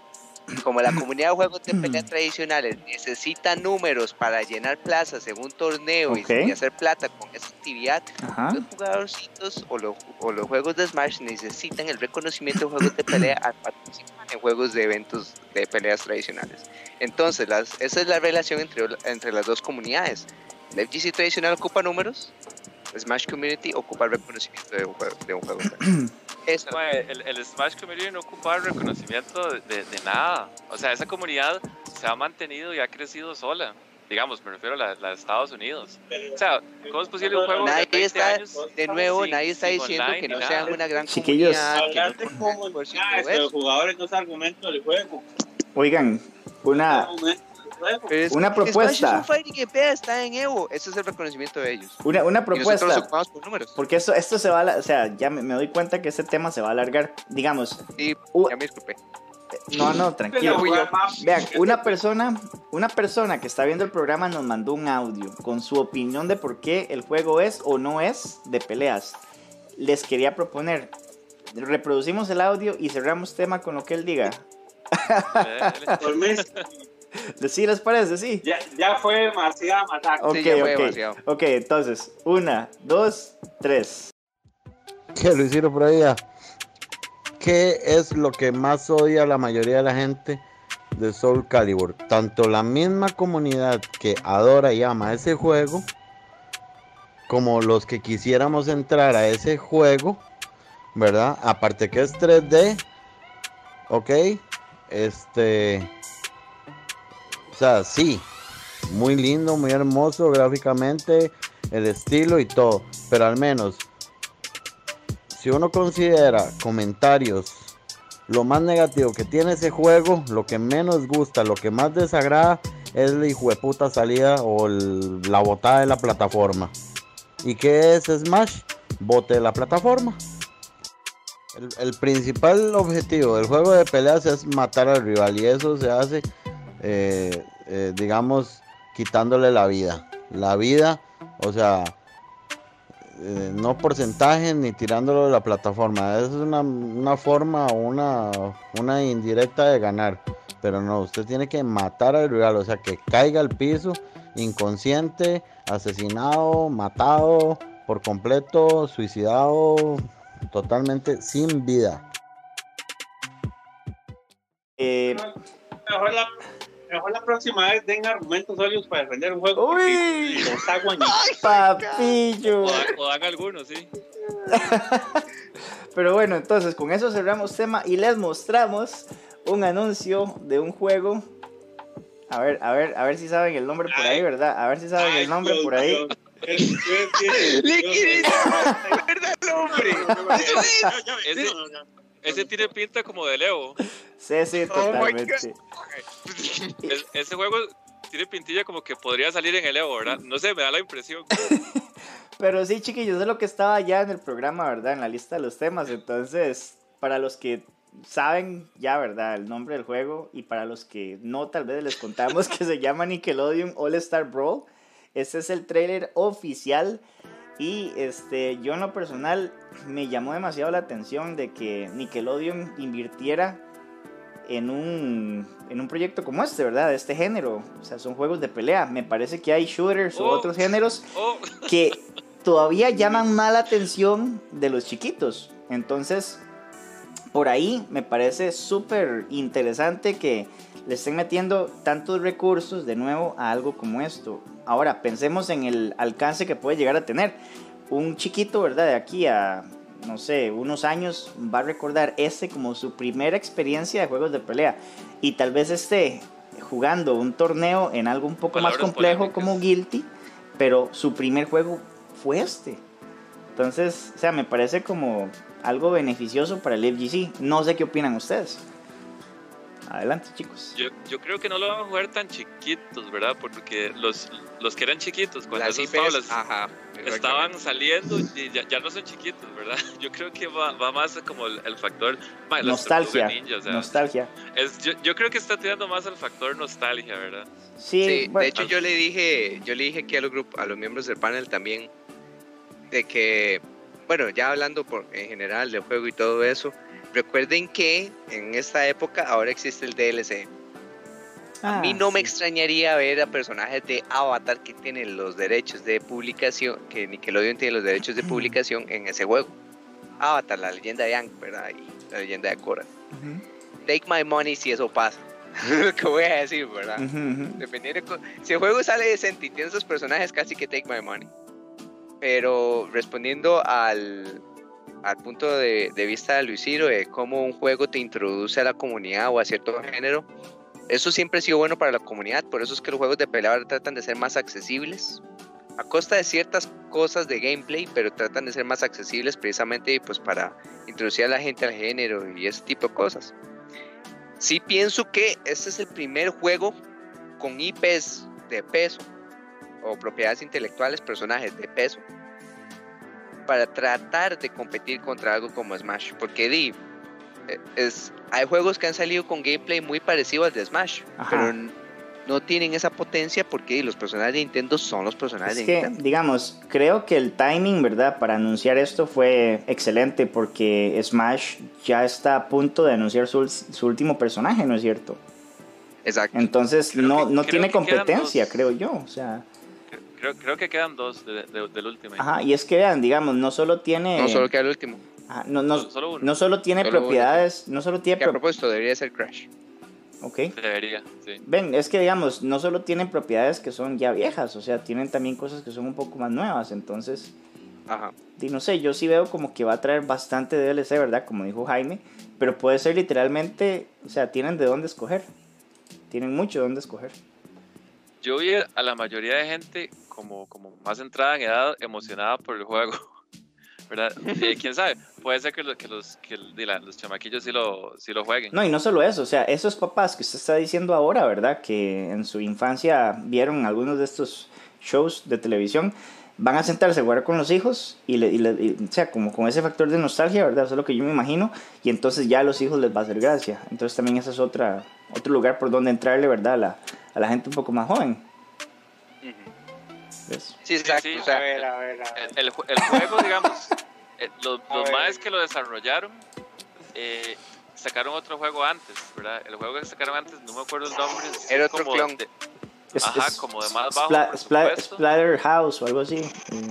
como la comunidad de juegos de pelea tradicionales necesita números para llenar plazas en un torneo y hacer plata con esa actividad, los jugadorcitos o los juegos de Smash necesitan el reconocimiento de juegos de pelea al participar en juegos de eventos de peleas tradicionales. Entonces, esa es la relación entre las dos comunidades. El FGC tradicional ocupa números, Smash Community ocupa el reconocimiento de un juego. Eso. El Smash Community no ocupa el reconocimiento de nada. O sea, esa comunidad se ha mantenido y ha crecido sola. Digamos, me refiero a la de Estados Unidos. O sea, ¿cómo es posible un juego de 20 años? De nuevo, nadie está diciendo que no sean una gran chiquillos, comunidad. Hablar de comunidades, pero los jugadores no es argumento del juego. Oigan, una propuesta. Smash es un fighting que está en Evo. Ese es el reconocimiento de ellos. Una propuesta. Y nosotros lo ocupamos por números. Porque esto se va o sea, ya me doy cuenta que este tema se va a alargar. Digamos. Sí, ya me disculpé. No, tranquilo. Vean, una persona que está viendo el programa nos mandó un audio con su opinión de por qué el juego es o no es de peleas. Les quería proponer, reproducimos el audio y cerramos tema con lo que él diga. Por mes. ¿Sí les parece? Sí. Ya fue demasiada masacre. Ok, entonces, 1, 2, 3. ¿Qué lo hicieron por ahí? ¿Qué es lo que más odia la mayoría de la gente de Soul Calibur? Tanto la misma comunidad que adora y ama ese juego, como los que quisiéramos entrar a ese juego, ¿verdad? Aparte que es 3D, ¿ok? O sea, sí, muy lindo, muy hermoso gráficamente, el estilo y todo, pero al menos si uno considera comentarios lo más negativo que tiene ese juego, lo que menos gusta, lo que más desagrada es la hijueputa salida o la botada de la plataforma. ¿Y qué es Smash? Bote de la plataforma. El principal objetivo del juego de peleas es matar al rival, y eso se hace digamos quitándole la vida, o sea, no porcentaje ni tirándolo de la plataforma. Es una forma o una indirecta de ganar, pero no, usted tiene que matar al rival, o sea, que caiga al piso inconsciente, asesinado, matado por completo, suicidado, totalmente sin vida. Mejor la próxima vez den argumentos sólidos para defender un juego. ¡Uy! Los hago ¡Papillo! O dan algunos, sí. Pero bueno, entonces con eso cerramos tema y les mostramos un anuncio de un juego. A ver si saben el nombre por ahí, ¿verdad? A ver si saben el nombre por ahí. ¿Verdad el nombre? Ese tiene pinta como de Leo. Sí, totalmente. Ese juego tiene pintilla como que podría salir en el Evo, ¿verdad? No sé, me da la impresión. Pero sí, chiquillos, es lo que estaba ya en el programa, ¿verdad? En la lista de los temas. Entonces, para los que saben ya, ¿verdad? El nombre del juego, y para los que no, tal vez les contamos que se llama Nickelodeon All Star Brawl. Este es el tráiler oficial. Y yo en lo personal me llamó demasiado la atención de que Nickelodeon invirtiera en un proyecto como este, ¿verdad? De este género. O sea, son juegos de pelea. Me parece que hay shooters o otros géneros que todavía llaman más la atención de los chiquitos. Entonces, por ahí me parece súper interesante que le estén metiendo tantos recursos de nuevo a algo como esto. Ahora, pensemos en el alcance que puede llegar a tener. Un chiquito, ¿verdad? De aquí a, no sé, unos años va a recordar como su primera experiencia de juegos de pelea. Y tal vez esté jugando un torneo en algo un poco más complejo como Guilty, pero su primer juego fue este. Entonces, o sea, me parece como algo beneficioso para el FGC. No sé qué opinan ustedes. Adelante, chicos. Yo creo que no lo van a jugar tan chiquitos, ¿verdad? Porque los que eran chiquitos cuando las esos IPs, faulas estaban saliendo y ya no son chiquitos, ¿verdad? Yo creo que va más como el factor nostalgia. Ninja, o sea, nostalgia. Yo creo que está tirando más al factor nostalgia, ¿verdad? Sí, bueno. De hecho yo le dije aquí a los miembros del panel también de que, bueno, ya hablando en general del juego y todo eso, recuerden que en esta época ahora existe el DLC. A mí no me extrañaría ver a personajes de Avatar que tienen los derechos de publicación, que Nickelodeon tiene los derechos de publicación en ese juego. Avatar, la leyenda de Aang, ¿verdad? Y la leyenda de Korra. Take my money si eso pasa. Lo que voy a decir, ¿verdad? Dependiendo si el juego sale decente y tiene esos personajes, casi que take my money. Pero respondiendo al punto de vista de Luis Ciro, de cómo un juego te introduce a la comunidad o a cierto género, eso siempre ha sido bueno para la comunidad. Por eso es que los juegos de pelea ahora tratan de ser más accesibles, a costa de ciertas cosas de gameplay, pero tratan de ser más accesibles precisamente pues para introducir a la gente al género y ese tipo de cosas. Sí pienso que este es el primer juego con IPs de peso o propiedades intelectuales, personajes de peso, para tratar de competir contra algo como Smash, porque hay juegos que han salido con gameplay muy parecido al de Smash, pero no tienen esa potencia porque los personajes de Nintendo son los personajes de Nintendo. Digamos, creo que el timing, ¿verdad?, para anunciar esto fue excelente, porque Smash ya está a punto de anunciar su último personaje, ¿no es cierto? Exacto. Entonces no tiene competencia, creo yo, o sea... Creo que quedan 2 del último. Ajá, y es que vean, digamos, no solo tiene... No solo queda el último. Ajá, no solo tiene propiedades, no solo tiene... Que a propósito, debería ser Crash. Ok. Debería, sí. Ven, es que digamos, no solo tienen propiedades que son ya viejas, o sea, tienen también cosas que son un poco más nuevas, entonces... Ajá. Y no sé, yo sí veo como que va a traer bastante DLC, ¿verdad? Como dijo Jaime, pero puede ser literalmente, o sea, tienen de dónde escoger. Tienen mucho de dónde escoger. Yo vi a la mayoría de gente como más entrada en edad, emocionada por el juego, ¿verdad? ¿Quién sabe? Puede ser que los chamaquillos sí lo jueguen. No, y no solo eso, o sea, esos papás que usted está diciendo ahora, ¿verdad? Que en su infancia vieron algunos de estos shows de televisión, van a sentarse a jugar con los hijos y o sea, como con ese factor de nostalgia, ¿verdad? Eso es lo que yo me imagino, y entonces ya a los hijos les va a hacer gracia. Entonces también ese es otro lugar por donde entrarle, ¿verdad? A la gente un poco más joven. ¿Ves? Sí, exacto. Sí, o sea, a ver. El juego, digamos, los maes que lo desarrollaron sacaron otro juego antes, ¿verdad? El juego que sacaron antes, no me acuerdo el nombre. Era otro clon. Como de más bajo presupuesto. Splatterhouse o algo así.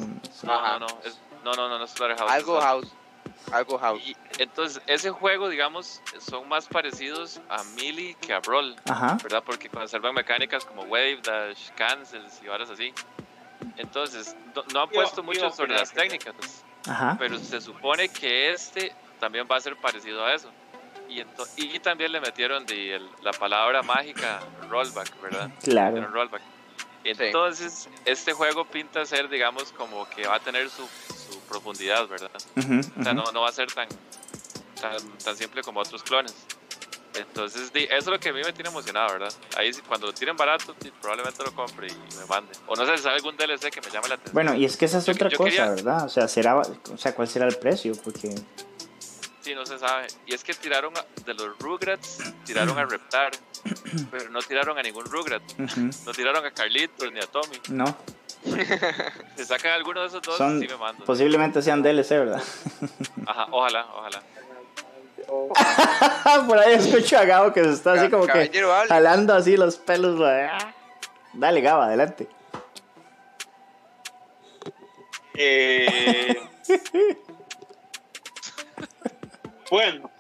No es Splatterhouse. Algo House. Y entonces, ese juego, digamos, son más parecidos a Melee que a Brawl, ¿verdad? Porque conservan mecánicas como Wave, Dash, Cancels y varas así. Entonces, no han puesto mucho sobre las técnicas, pero se supone que este también va a ser parecido a eso. Y también le metieron la palabra mágica rollback, ¿verdad? Claro. Rollback. Entonces, este juego pinta ser, digamos, como que va a tener su profundidad, ¿verdad? O sea, no va a ser tan simple como otros clones. Entonces, eso es lo que a mí me tiene emocionado, ¿verdad? Ahí, cuando lo tiren barato, probablemente lo compre y me mande. O no sé si sabe algún DLC que me llame la atención. Bueno, y es que esa es otra cosa, ¿verdad? O sea, ¿cuál será el precio? Porque... Sí, no se sabe. Y es que tiraron de los Rugrats, tiraron a Reptar, pero no tiraron a ningún Rugrat. No tiraron a Carlitos ni a Tommy. No. Si sacan alguno de esos dos, sí me mando. Posiblemente sean DLC, ¿verdad? Ajá, ojalá. Por ahí escucho a Gabo que se está así como que jalando así los pelos. Dale, Gabo, adelante. Bueno,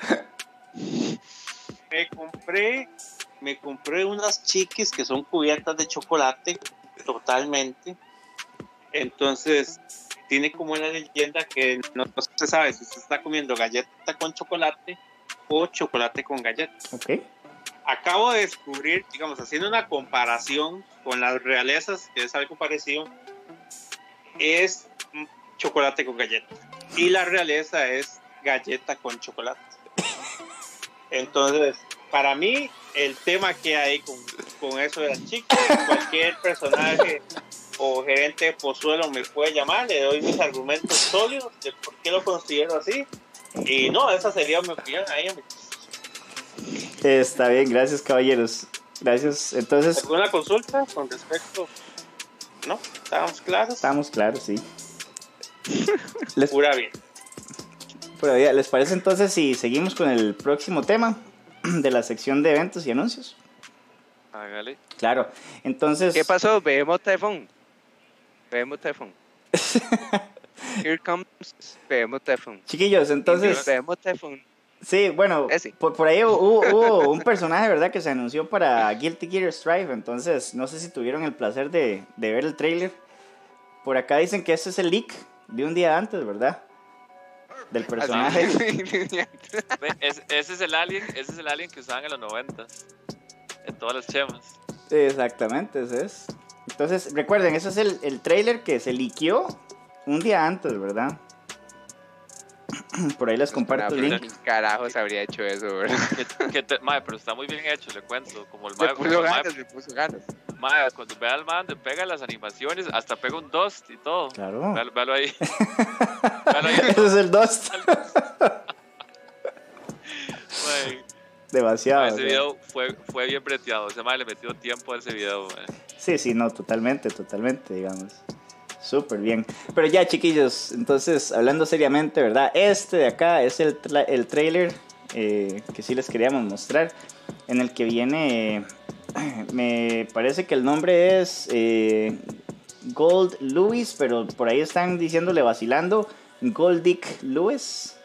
me compré unas chiquis que son cubiertas de chocolate totalmente. Entonces tiene como una leyenda que no se sabe si se está comiendo galleta con chocolate o chocolate con galleta. Okay. Acabo de descubrir, digamos, haciendo una comparación con las realezas, que es algo parecido, es chocolate con galleta. Y la realeza es galleta con chocolate. Entonces, para mí, el tema que hay con eso de las chicas, cualquier personaje o gerente de Pozuelo me puede llamar, le doy mis argumentos sólidos de por qué lo considero así. Y no, esa sería mi opinión ahí, amigos. Está bien, gracias, caballeros. Gracias. Entonces, ¿alguna consulta con respecto? ¿No? ¿Estamos claros? Estamos claros, sí. Pura bien. Pero ya, ¿les parece entonces si seguimos con el próximo tema de la sección de eventos y anuncios? Hágale. Claro, entonces... ¿Qué pasó? Behemoth Typhoon. Here comes Behemoth Typhoon. Chiquillos, entonces... Behemoth Typhoon. Sí, bueno, Ese. por ahí hubo un personaje, ¿verdad? Que se anunció para Guilty Gear Strive. Entonces, no sé si tuvieron el placer de ver el trailer. Por acá dicen que este es el leak de un día antes, ¿verdad? Del personaje. Ese es el alien que usaban en los 90 en todas las chemas. Exactamente, ese es. Entonces, recuerden, ese es el trailer que se liqueó un día antes, ¿verdad? Por ahí les comparto el link. ¿Quién carajos habría hecho eso, verdad? Mae, pero está muy bien hecho, le cuento. Como el Me mae, puso ganas. Mae, cuando ve al man, le pega las animaciones, hasta pega un dust y todo. Claro. Véalo ahí. Ese es el Dust. Mae, Demasiado. ese video fue bien breteado. Ese mae le metió tiempo a ese video, mae. Sí, no, totalmente, digamos. Súper bien. Pero ya, chiquillos, entonces, hablando seriamente, ¿verdad? Este de acá es el trailer que sí les queríamos mostrar, en el que viene, me parece que el nombre es Gold Lewis, pero por ahí están diciéndole vacilando, Gold Dick Lewis.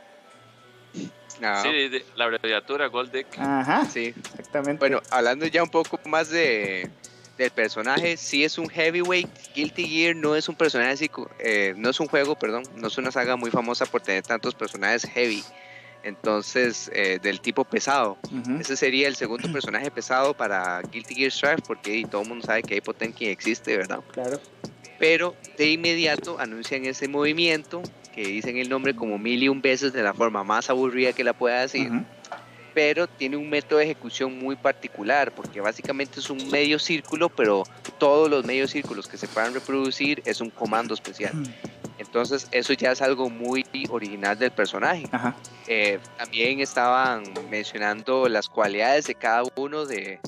No. Sí, la abreviatura Gold Dick. Ajá, Sí. exactamente. Bueno, hablando ya un poco más del personaje, sí es un heavyweight. Guilty Gear no es un personaje así, no es un juego, perdón, no es una saga muy famosa por tener tantos personajes heavy. Entonces, del tipo pesado. Uh-huh. Ese sería el segundo personaje pesado para Guilty Gear Strive, porque todo el mundo sabe que Potemkin existe, ¿verdad? Claro. Pero de inmediato anuncian ese movimiento, que dicen el nombre como 1001 veces de la forma más aburrida que la pueda decir. Uh-huh. Pero tiene un método de ejecución muy particular, porque básicamente es un medio círculo, pero todos los medios círculos que se puedan reproducir es un comando especial. Entonces eso ya es algo muy original del personaje. Ajá. También estaban mencionando las cualidades de cada uno de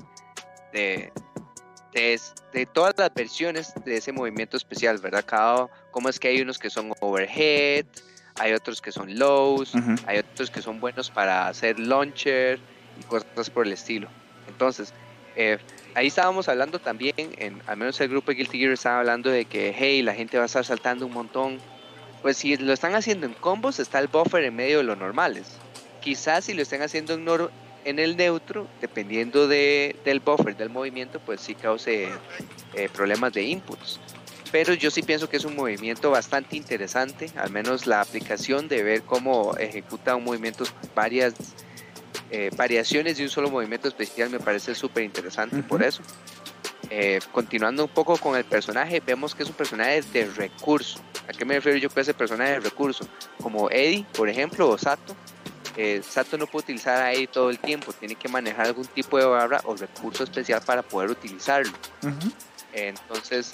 todas las versiones de ese movimiento especial, ¿verdad? Cómo es que hay unos que son overhead, hay otros que son lows, Uh-huh. hay otros que son buenos para hacer launcher y cosas por el estilo. Entonces, ahí estábamos hablando también, al menos el grupo de Guilty Gear estaba hablando de que, hey, la gente va a estar saltando un montón. Pues si lo están haciendo en combos, está el buffer en medio de los normales. Quizás si lo están haciendo en el neutro, dependiendo del buffer, del movimiento, pues sí cause problemas de inputs. Pero yo sí pienso que es un movimiento bastante interesante, al menos la aplicación de ver cómo ejecuta un movimiento, varias variaciones de un solo movimiento especial me parece súper interesante. Uh-huh. Por eso. Continuando un poco con el personaje, vemos que es un personaje de recurso. ¿A qué me refiero yo con ese personaje de recurso? Como Eddie, por ejemplo, o Sato. Sato no puede utilizar a Eddie todo el tiempo, tiene que manejar algún tipo de barra o recurso especial para poder utilizarlo. Uh-huh. Entonces,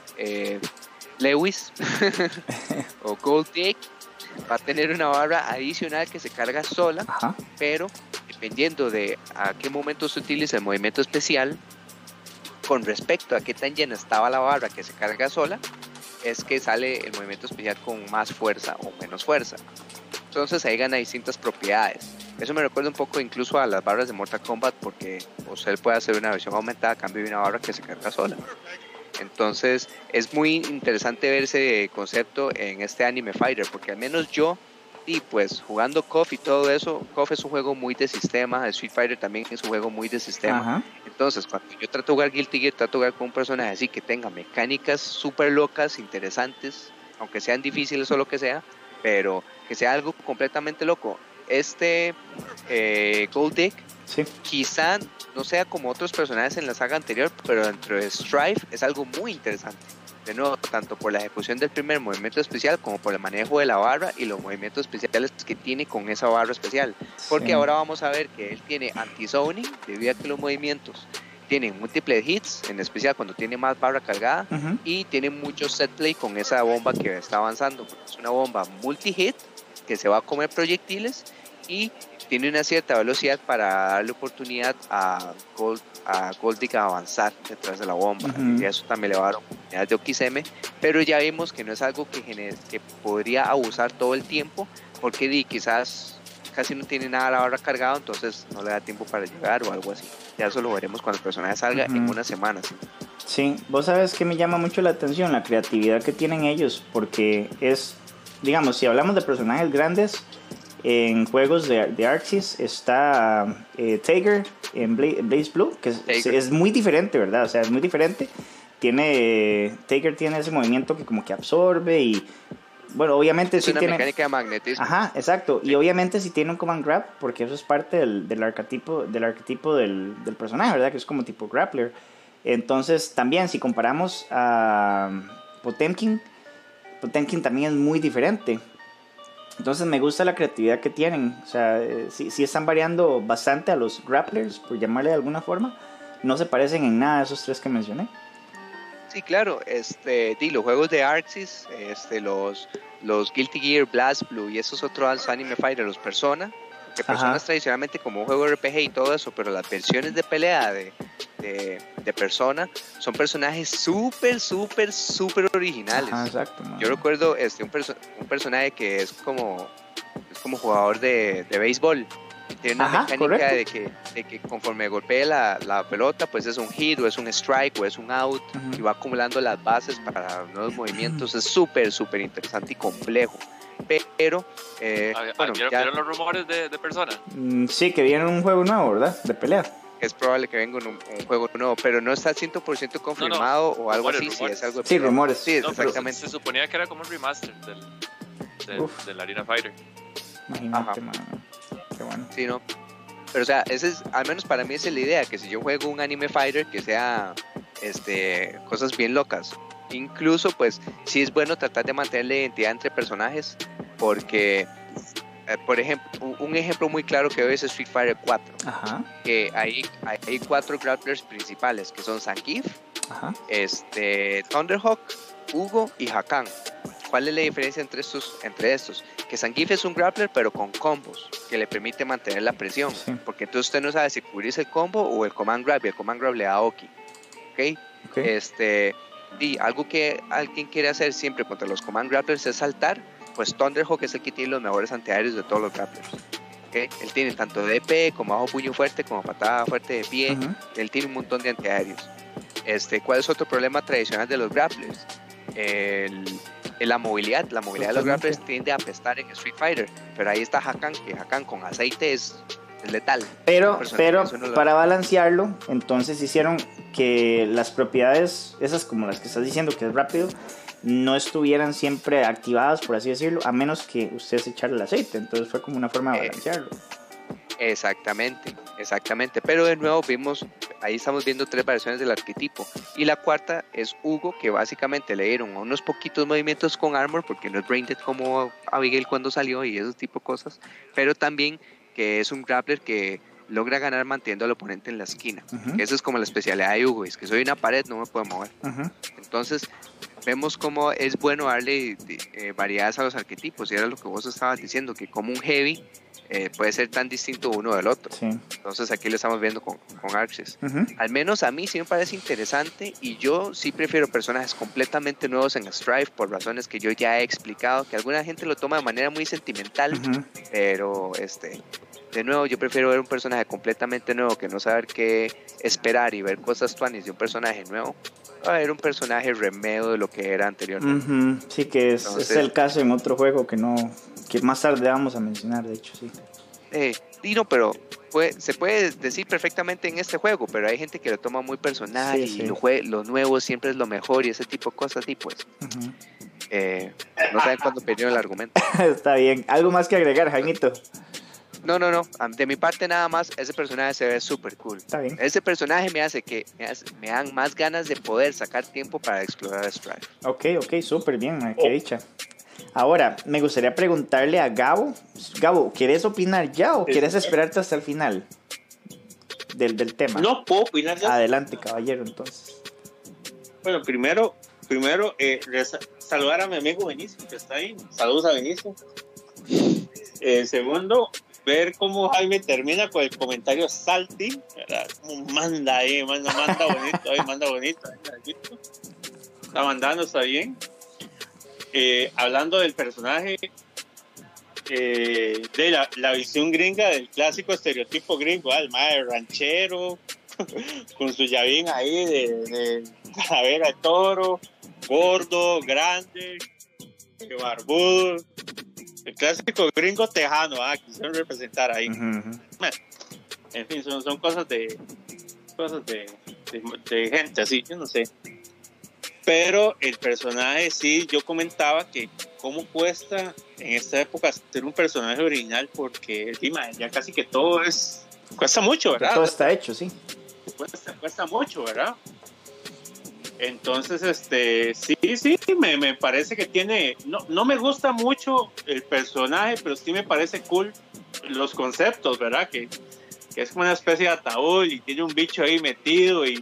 Lewis o Gold Dick va a tener una barra adicional que se carga sola, uh-huh. Pero dependiendo de a qué momento se utiliza el movimiento especial, con respecto a qué tan llena estaba la barra que se carga sola, es que sale el movimiento especial con más fuerza o menos fuerza. Entonces ahí gana distintas propiedades. Eso me recuerda un poco incluso a las barras de Mortal Kombat, porque usted puede hacer una versión aumentada a cambio de una barra que se carga sola. Entonces es muy interesante ver ese concepto en este Anime Fighter, porque al menos yo, y pues jugando KOF y todo eso, KOF es un juego muy de sistema, Street Fighter también es un juego muy de sistema. Uh-huh. Entonces cuando yo trato de jugar Guilty Gear, trato de jugar con un personaje así que tenga mecánicas súper locas, interesantes, aunque sean difíciles o lo que sea, pero que sea algo completamente loco. Gold Dick, sí, quizá no sea como otros personajes en la saga anterior, pero dentro de Strife es algo muy interesante. De nuevo, tanto por la ejecución del primer movimiento especial como por el manejo de la barra y los movimientos especiales que tiene con esa barra especial. Porque sí, ahora vamos a ver que él tiene anti-zoning, debido a que los movimientos tienen múltiples hits, en especial cuando tiene más barra cargada, uh-huh. Y tiene mucho set play con esa bomba que está avanzando. Es una bomba multi-hit que se va a comer proyectiles y tiene una cierta velocidad para darle oportunidad a Gold Dick a avanzar detrás de la bomba. Uh-huh. Y eso también le va a dar oportunidad de OXM pero ya vimos que no es algo que podría abusar todo el tiempo, porque quizás casi no tiene nada a la hora cargado, entonces no le da tiempo para llegar o algo así. Ya eso lo veremos cuando el personaje salga en unas semanas. Sí, vos sabes que me llama mucho la atención la creatividad que tienen ellos, porque es, digamos, si hablamos de personajes grandes, en juegos de Arxis está Tiger en Blaze Blue, que es muy diferente, ¿verdad? O sea, es muy diferente. Tiger tiene ese movimiento que como que absorbe y, bueno, obviamente es una mecánica de magnetismo. Ajá, exacto. Sí. Y obviamente sí tiene un command grab, porque eso es parte del arquetipo del personaje, ¿verdad? Que es como tipo grappler. Entonces, también, si comparamos a Potemkin también es muy diferente. Entonces, me gusta la creatividad que tienen. O sea, sí están variando bastante a los grapplers, por llamarle de alguna forma. No se parecen en nada a esos tres que mencioné. Sí, claro. Los juegos de Arxis, los Guilty Gear, Blast Blue y esos otros Anime Fighter, los Persona, que Persona es tradicionalmente como un juego RPG y todo eso, pero las versiones de pelea de Persona son personajes súper originales. Ajá, exacto, yo recuerdo un personaje que es como jugador de béisbol. Tiene una mecánica de que conforme golpee la pelota, pues es un hit o es un strike o es un out, y va acumulando las bases para nuevos movimientos. Es súper interesante y complejo. Pero ¿vieron los rumores de Persona? Sí, que viene un juego nuevo, ¿verdad? De pelea. Es probable que venga un juego nuevo, pero no está 100% confirmado o algo así. Rumores. Si es algo sí, rumores. Sí, exactamente. Se suponía que era como un remaster del Arena Fighter. Imagínate, mano. Qué bueno. Sí, no. Pero o sea, al menos para mí esa es la idea, que si yo juego un Anime Fighter, que sea cosas bien locas. Incluso, pues, sí es bueno tratar de mantener la identidad entre personajes, porque, por ejemplo, un ejemplo muy claro que veo es Street Fighter 4. Ajá. Que hay 4 grapplers principales, que son Zangief, Thunderhawk, Hugo y Hakan. ¿Cuál es la diferencia entre estos? Que Zangief es un grappler pero con combos, que le permite mantener la presión, porque entonces usted no sabe si cubrirse el combo o el command grab, y el command grab le da Oki. ¿Ok? Y algo que alguien quiere hacer siempre contra los command grapplers es saltar, pues Thunderhawk es el que tiene los mejores antiaéreos de todos los grapplers. ¿Okay? Él tiene tanto DP como bajo puño fuerte, como patada fuerte de pie. Él tiene un montón de antiaéreos. ¿Cuál es otro problema tradicional de los grapplers? La movilidad de los grapplers tiende a apestar en Street Fighter, pero ahí está Hakan, que Hakan con aceite es letal. Pero para balancearlo, entonces hicieron que las propiedades, esas como las que estás diciendo que es rápido, no estuvieran siempre activadas, por así decirlo, a menos que usted se echara el aceite. Entonces fue como una forma de balancearlo. Exactamente. Pero de nuevo ahí estamos viendo 3 variaciones del arquetipo. Y la cuarta es Hugo, que básicamente le dieron unos poquitos movimientos con armor, porque no es brain dead como Abigail cuando salió y ese tipo de cosas. Pero también que es un grappler que logra ganar manteniendo al oponente en la esquina. Que esa es como la especialidad de Hugo, es que soy una pared, no me puedo mover. Entonces vemos cómo es bueno darle variedades a los arquetipos, y era lo que vos estabas diciendo, que como un heavy puede ser tan distinto uno del otro. Entonces aquí lo estamos viendo con Arxis. Al menos a mí sí me parece interesante, y yo sí prefiero personajes completamente nuevos en Strife por razones que yo ya he explicado, que alguna gente lo toma de manera muy sentimental, pero de nuevo yo prefiero ver un personaje completamente nuevo, que no saber qué esperar y ver cosas tuanis de un personaje nuevo, a ver un personaje remedio de lo que era anteriormente. Sí, que es el caso en otro juego que más tarde vamos a mencionar, de hecho, sí. Pero se puede decir perfectamente en este juego, pero hay gente que lo toma muy personal, lo nuevo siempre es lo mejor y ese tipo de cosas, y pues no saben cuándo perdieron el argumento. Está bien. ¿Algo más que agregar, Jaimito? No. De mi parte nada más, ese personaje se ve súper cool. Está bien. Ese personaje me dan más ganas de poder sacar tiempo para explorar Strife. Ok, súper bien, qué dicha. Ahora, me gustaría preguntarle a Gabo. Gabo, ¿quieres opinar ya o quieres esperarte hasta el final del tema? No puedo opinar ya. Adelante, caballero, entonces. Bueno, primero saludar a mi amigo Benicio, que está ahí. Saludos a Benicio. Segundo, ver cómo Jaime termina con el comentario salty, ¿verdad? Manda bonito. Está mandando, está bien. hablando del personaje, de la visión gringa del clásico estereotipo gringo, el mae ranchero, con su llavín ahí de calavera de toro, gordo, grande, barbudo, el clásico gringo tejano, quisieron representar ahí. En fin, son cosas de gente así, yo no sé. Pero el personaje sí, yo comentaba que cómo cuesta en esta época ser un personaje original, porque ya casi que todo cuesta mucho, ¿verdad? Todo está hecho, sí. Cuesta mucho, ¿verdad? Entonces, sí, me parece que tiene, no me gusta mucho el personaje, pero sí me parece cool los conceptos, ¿verdad? Que es como una especie de ataúd y tiene un bicho ahí metido y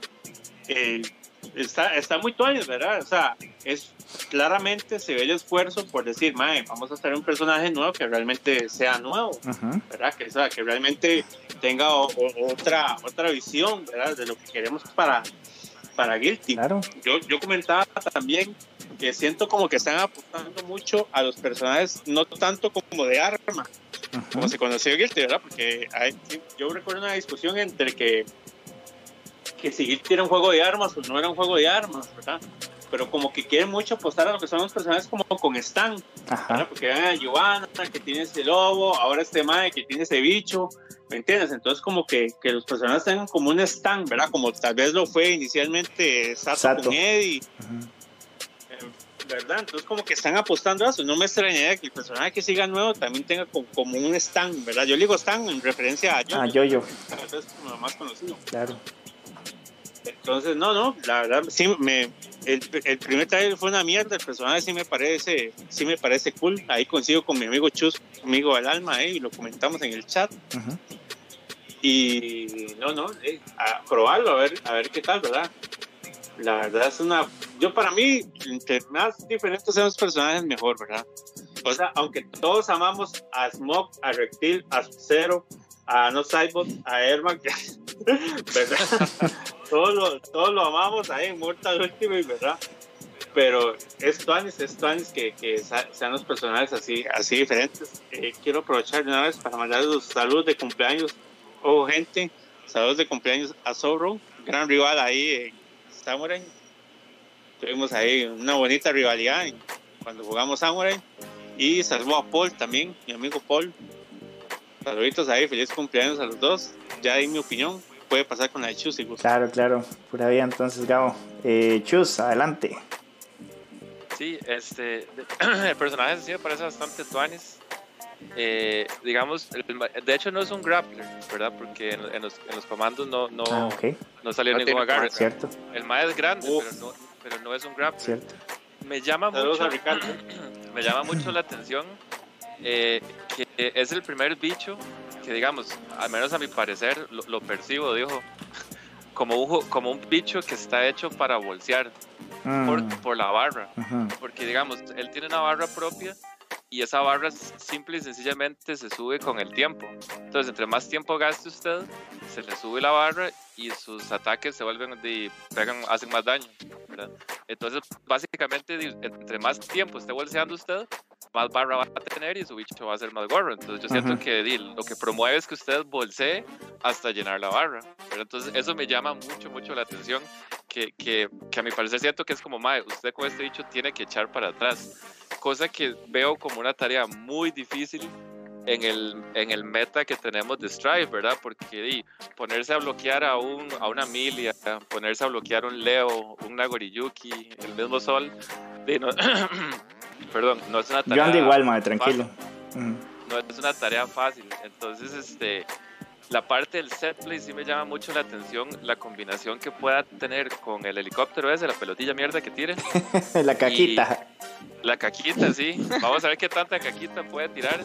está muy tuanis, ¿verdad? O sea, claramente se ve el esfuerzo por decir, vamos a hacer un personaje nuevo que realmente sea nuevo, ¿verdad? Que realmente tenga otra visión, ¿verdad? De lo que queremos para Guilty. Claro. Yo comentaba también que siento como que están apostando mucho a los personajes, no tanto como de arma, como se conoció Guilty, ¿verdad? Porque yo recuerdo una discusión entre que si Guilty era un juego de armas o no era un juego de armas, ¿verdad? Pero como que quieren mucho apostar a lo que son los personajes como con Stan, ¿verdad? Porque vean a Giovanna que tiene ese lobo, ahora mae que tiene ese bicho, ¿me entiendes? Entonces como que los personajes tengan como un Stan, ¿verdad? Como tal vez lo fue inicialmente Sato. Con Eddie, ¿verdad? Entonces como que están apostando a eso. No me extrañaría que el personaje que siga nuevo también tenga como un Stan, ¿verdad? Yo digo Stan en referencia a Yo-Yo. Tal vez como lo más conocido. Claro. Entonces, no, la verdad, sí, el primer trailer fue una mierda, el personaje sí me parece cool. Ahí coincido con mi amigo Chus, amigo del alma, y lo comentamos en el chat. Y a probarlo, a ver qué tal, ¿verdad? La verdad para mí, entre más diferentes sean los personajes, mejor, ¿verdad? O sea, aunque todos amamos a Smoke, a Reptil, a Zero, a No Sidebot, a Airman, ¿verdad? todos lo amamos ahí en Mortal Ultimate, ¿verdad? Pero es tuanis que sean los personajes así diferentes. Quiero aprovechar de una vez para mandar los saludos de cumpleaños. Gente, saludos de cumpleaños a Zorro, gran rival ahí en Samurai. Tuvimos ahí una bonita rivalidad cuando jugamos Samurai. Y saludo a Paul también, mi amigo Paul. Saluditos ahí, feliz cumpleaños a los dos. Ya di mi opinión, puede pasar con la de Chus si gusta. Claro, pura vida entonces, Gabo. Chus, adelante. Sí, el personaje sí me parece bastante tuanis. Digamos, de hecho no es un grappler, ¿verdad? Porque en los comandos no salió ningún agarre. Cierto. El mae es grande, pero no es un grappler. Cierto. Me llama mucho la atención que es el primer bicho que, digamos, al menos a mi parecer lo percibo, dijo, como un bicho que está hecho para bolsear por la barra, porque, digamos, él tiene una barra propia y esa barra simple y sencillamente se sube con el tiempo. Entonces, entre más tiempo gaste usted, se le sube la barra y sus ataques se vuelven hacen más daño, ¿verdad? Entonces, básicamente, entre más tiempo esté bolseando usted, más barra va a tener y su bicho va a ser más gorro. Entonces yo siento que lo que promueve es que usted bolsee hasta llenar la barra, ¿verdad? Entonces eso me llama mucho la atención, que a mi parecer siento que es como, usted con este bicho tiene que echar para atrás, cosa que veo como una tarea muy difícil en el meta que tenemos de Strive, ¿verdad? Porque ponerse a bloquear a una Milia, ponerse a bloquear un Leo, un Nagoriyuki, el mismo Sol, perdón, no es una tarea. Yo ando igual, madre, tranquilo. No es una tarea fácil. Entonces, la parte del set play sí me llama mucho la atención, la combinación que pueda tener con el helicóptero ese, la pelotilla mierda que tire. La caquita. La caquita, sí. Vamos a ver qué tanta caquita puede tirar.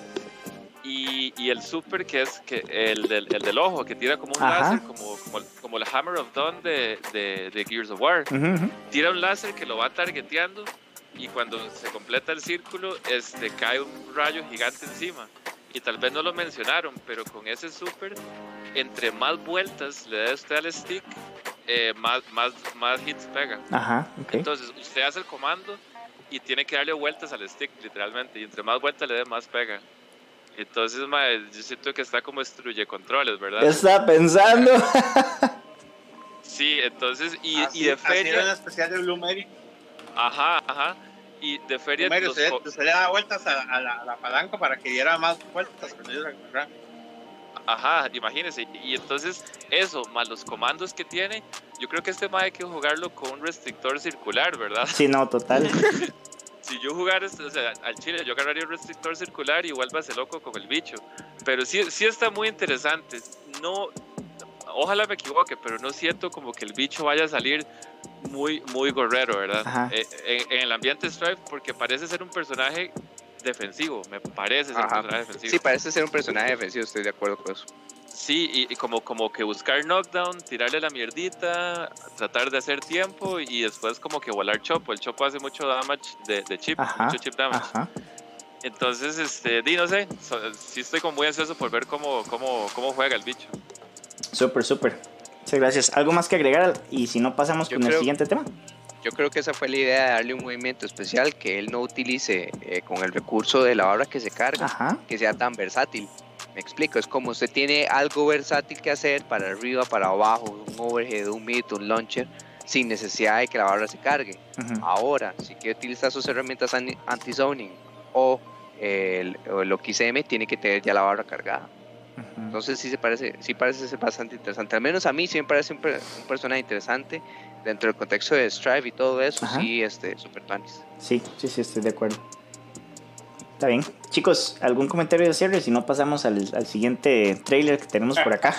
Y el super que es el del ojo, que tira como un láser, como el Hammer of Dawn de Gears of War. Tira un láser que lo va targeteando y cuando se completa el círculo cae un rayo gigante encima. Y tal vez no lo mencionaron, pero con ese super, entre más vueltas le dé usted al stick, más hits pega. Ajá, okay. Entonces usted hace el comando y tiene que darle vueltas al stick, literalmente, y entre más vueltas le dé, más pega. Entonces, mae, yo siento que está como destruye controles, ¿verdad? Está pensando. Sí, entonces, y Así, de así feria... era en especial de Blue Mary. Ajá, y de feria... Blue Mary, usted le daba vueltas a la palanca para que diera más vueltas cuando yo la agarraba. Ajá, imagínense, y entonces eso, más los comandos que tiene, yo creo que este mae hay que jugarlo con un restrictor circular, ¿verdad? Sí, no, total. Si yo jugara, o sea, al chile, yo agarraría un restrictor circular y vuélvase loco con el bicho. Pero sí está muy interesante. No, ojalá me equivoque, pero no siento como que el bicho vaya a salir muy gorrero, ¿verdad? En el ambiente Strife, porque parece ser un personaje defensivo, me parece ser un personaje defensivo. Sí, parece ser un personaje defensivo, estoy de acuerdo con eso. Sí, y como que buscar knockdown, tirarle la mierdita, tratar de hacer tiempo y después como que volar Chopo. El Chopo hace mucho damage de chip, mucho chip damage. Ajá. Entonces, no sé, sí estoy como muy ansioso por ver cómo juega el bicho. Súper. Muchas gracias. ¿Algo más que agregar? Y si no, pasamos con el siguiente tema. Yo creo que esa fue la idea de darle un movimiento especial que él no utilice con el recurso de la barra que se carga, que sea tan versátil. Me explico, es como usted tiene algo versátil que hacer para arriba, para abajo, un overhead, un mid, un launcher, sin necesidad de que la barra se cargue. Ahora, si quiere utilizar sus herramientas anti-zoning o el XM, tiene que tener ya la barra cargada. Entonces sí parece ser bastante interesante. Al menos a mí sí me parece un personaje interesante dentro del contexto de Strife y todo eso. Sí, super tuanis. Sí, estoy de acuerdo. Está bien. Chicos, ¿algún comentario de cierre? Si no, pasamos al siguiente trailer que tenemos por acá.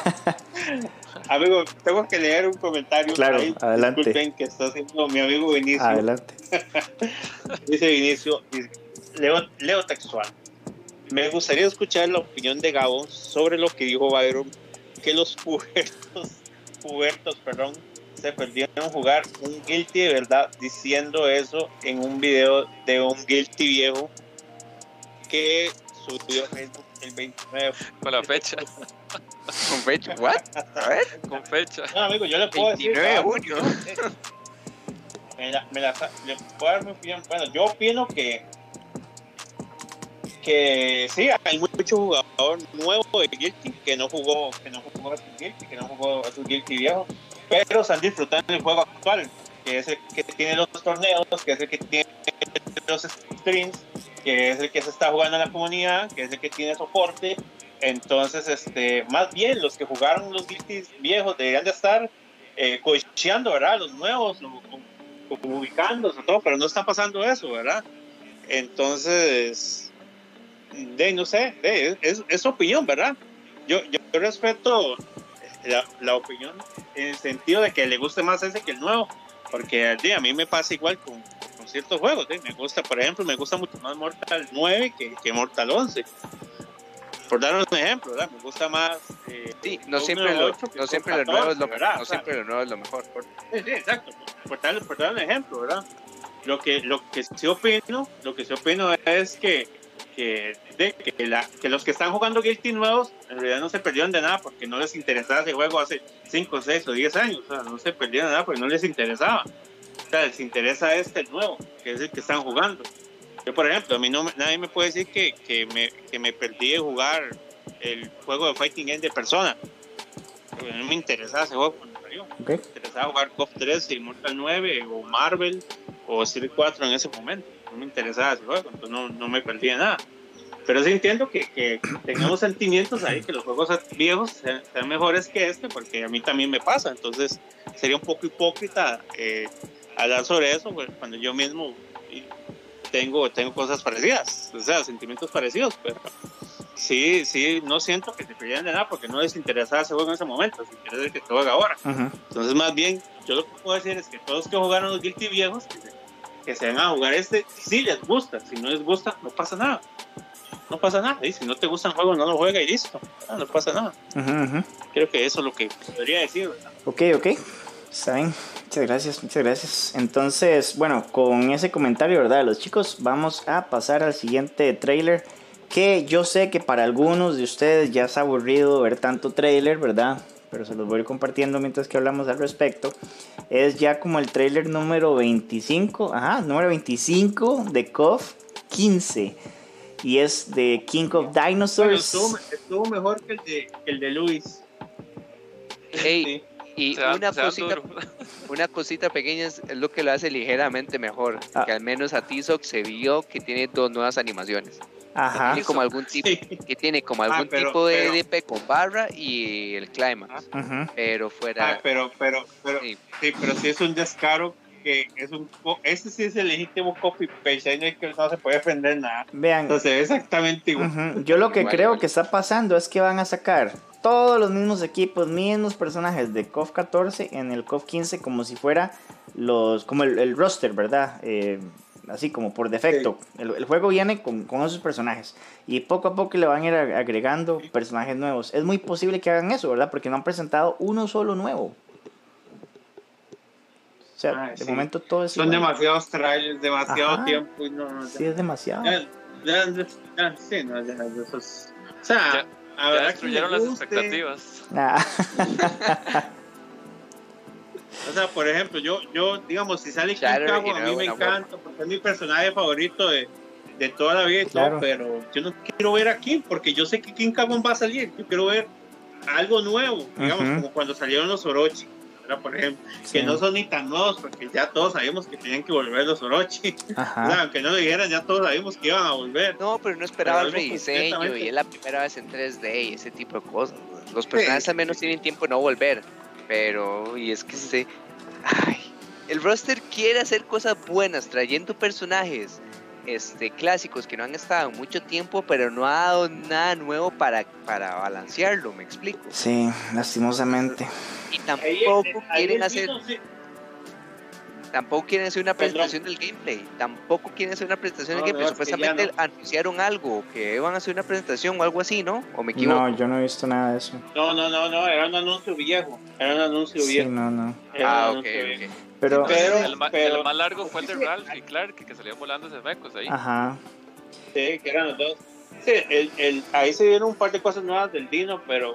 Amigo, tengo que leer un comentario. Claro, ahí. adelante. Disculpen que está haciendo mi amigo Vinicio. Adelante. Dice Vinicio, leo textual. Me gustaría escuchar la opinión de Gabo sobre lo que dijo Byron, que los pubertos, se perdieron jugar un Guilty de verdad, diciendo eso en un video de un Guilty viejo que subió el 29. Con la fecha. ¿Con fecha? ¿What? A ver. Con fecha. No, amigo, yo le puedo 29 de junio. Le puedo dar mi opinión. Bueno, yo opino que sí, hay mucho jugador nuevo de Guilty que no jugó a su Guilty viejo, pero están disfrutando del juego actual, que es el que tiene los torneos, que es el que tiene los streams, que es el que se está jugando en la comunidad, que es el que tiene soporte. Entonces, más bien los que jugaron los Guilty viejos deberían de estar coacheando, ¿verdad? Los nuevos, ubicándose, todo, pero no está pasando eso, ¿verdad? Entonces, no sé, es opinión, ¿verdad? Yo respeto la opinión en el sentido de que le guste más ese que el nuevo, porque a mí me pasa igual con ciertos juegos. Me gusta, por ejemplo, mucho más Mortal 9 que Mortal 11, por dar un ejemplo, ¿verdad? Me gusta más sí, no siempre lo nuevo es lo mejor, no siempre lo nuevo es lo mejor. Sí, exacto, por dar un ejemplo, ¿verdad? Lo que sí opino es que los que están jugando Guilty nuevos en realidad no se perdieron de nada porque no les interesaba ese juego hace 5, 6 o 10 años. O sea, no se perdieron de nada porque no les interesaba. O sea, les interesa el nuevo, que es el que están jugando. Yo, por ejemplo, a mí nadie me puede decir que me perdí de jugar el juego de Fighting Game de Persona. Porque no me interesaba ese juego cuando salió. Me interesaba jugar KOF 3 y Mortal 9 o Marvel o Street 4 en ese momento. No me interesaba ese juego, entonces no me perdí de nada. Pero sí entiendo que tengamos sentimientos ahí, que los juegos viejos sean mejores que porque a mí también me pasa. Entonces sería un poco hipócrita hablar sobre eso, pues, cuando yo mismo tengo cosas parecidas, o sea, sentimientos parecidos, pero sí, no siento que se perdieran de nada porque no les interesaba ese juego en ese momento, les interesa el que se juega ahora. Entonces, más bien, yo lo que puedo decir es que todos los que jugaron los Guilty viejos, que se van a jugar si les gusta. Si no les gusta, no pasa nada. No pasa nada. Y si no te gusta el juego, no lo juega y listo. No pasa nada. Creo que eso es lo que podría decir, ¿verdad? Ok. Está bien. Muchas gracias. Entonces, bueno, con ese comentario, ¿verdad? Los chicos, vamos a pasar al siguiente trailer. Que yo sé que para algunos de ustedes ya es aburrido ver tanto trailer, ¿verdad? pero se los voy a ir compartiendo mientras que hablamos al respecto. Es ya como el trailer número 25, número 25 de KOF 15. Y es de King of Dinosaurs. Bueno, estuvo mejor que el de Luis. Hey, y una cosita pequeña es lo que lo hace ligeramente mejor. Que al menos a T-Sock se vio que tiene 2 nuevas animaciones. Ajá. Tiene como algún tipo, que tiene como algún tipo de EDP con barra y el climax. Pero fuera. Pero sí es un descaro. Que es ese sí es el legítimo copy paste, ahí no se puede defender nada. Vean, entonces exactamente igual. Yo lo que creo que está pasando es que van a sacar todos los mismos equipos, mismos personajes de KOF 14 en el KOF 15 como si fuera como el roster, ¿verdad? Así como por defecto. Sí. El juego viene con esos personajes y poco a poco le van a ir agregando personajes nuevos. Es muy posible que hagan eso, ¿verdad? Porque no han presentado uno solo nuevo. O sea, de momento todo es son igual. Demasiados trailers, demasiado tiempo y sí, es demasiado. Sí, no, ya eso es, o sea, ya destruyeron las expectativas. O sea, por ejemplo, yo digamos, si sale King Kong, a mí me encanta porque es mi personaje favorito de toda la vida y todo, pero yo no quiero ver a King porque yo sé que King Kong va a salir. Yo quiero ver algo nuevo, digamos, como cuando salieron los Orochi, por ejemplo, que no son ni tan nuevos porque ya todos sabíamos que tenían que volver los Orochi. O sea, aunque no lo dijeran, ya todos sabíamos que iban a volver. No, pero no esperaba el rediseño y es la primera vez en 3D y ese tipo de cosas. Los personajes al menos tienen tiempo de no volver, pero y es que el roster quiere hacer cosas buenas trayendo personajes clásicos que no han estado mucho tiempo, pero no ha dado nada nuevo para balancearlo, ¿me explico? Sí, lastimosamente. Y tampoco quieren hacer una presentación del gameplay. Supuestamente anunciaron algo, que iban a hacer una presentación o algo así, ¿no? ¿O me equivoco? No, yo no he visto nada de eso. No, era un anuncio viejo. Sí, no. Ok. Pero el más largo fue el de Ralph y Clark, que salían volando esos mecos ahí. Ajá. Sí, que eran los dos. Sí, ahí se vieron un par de cosas nuevas del Dino, pero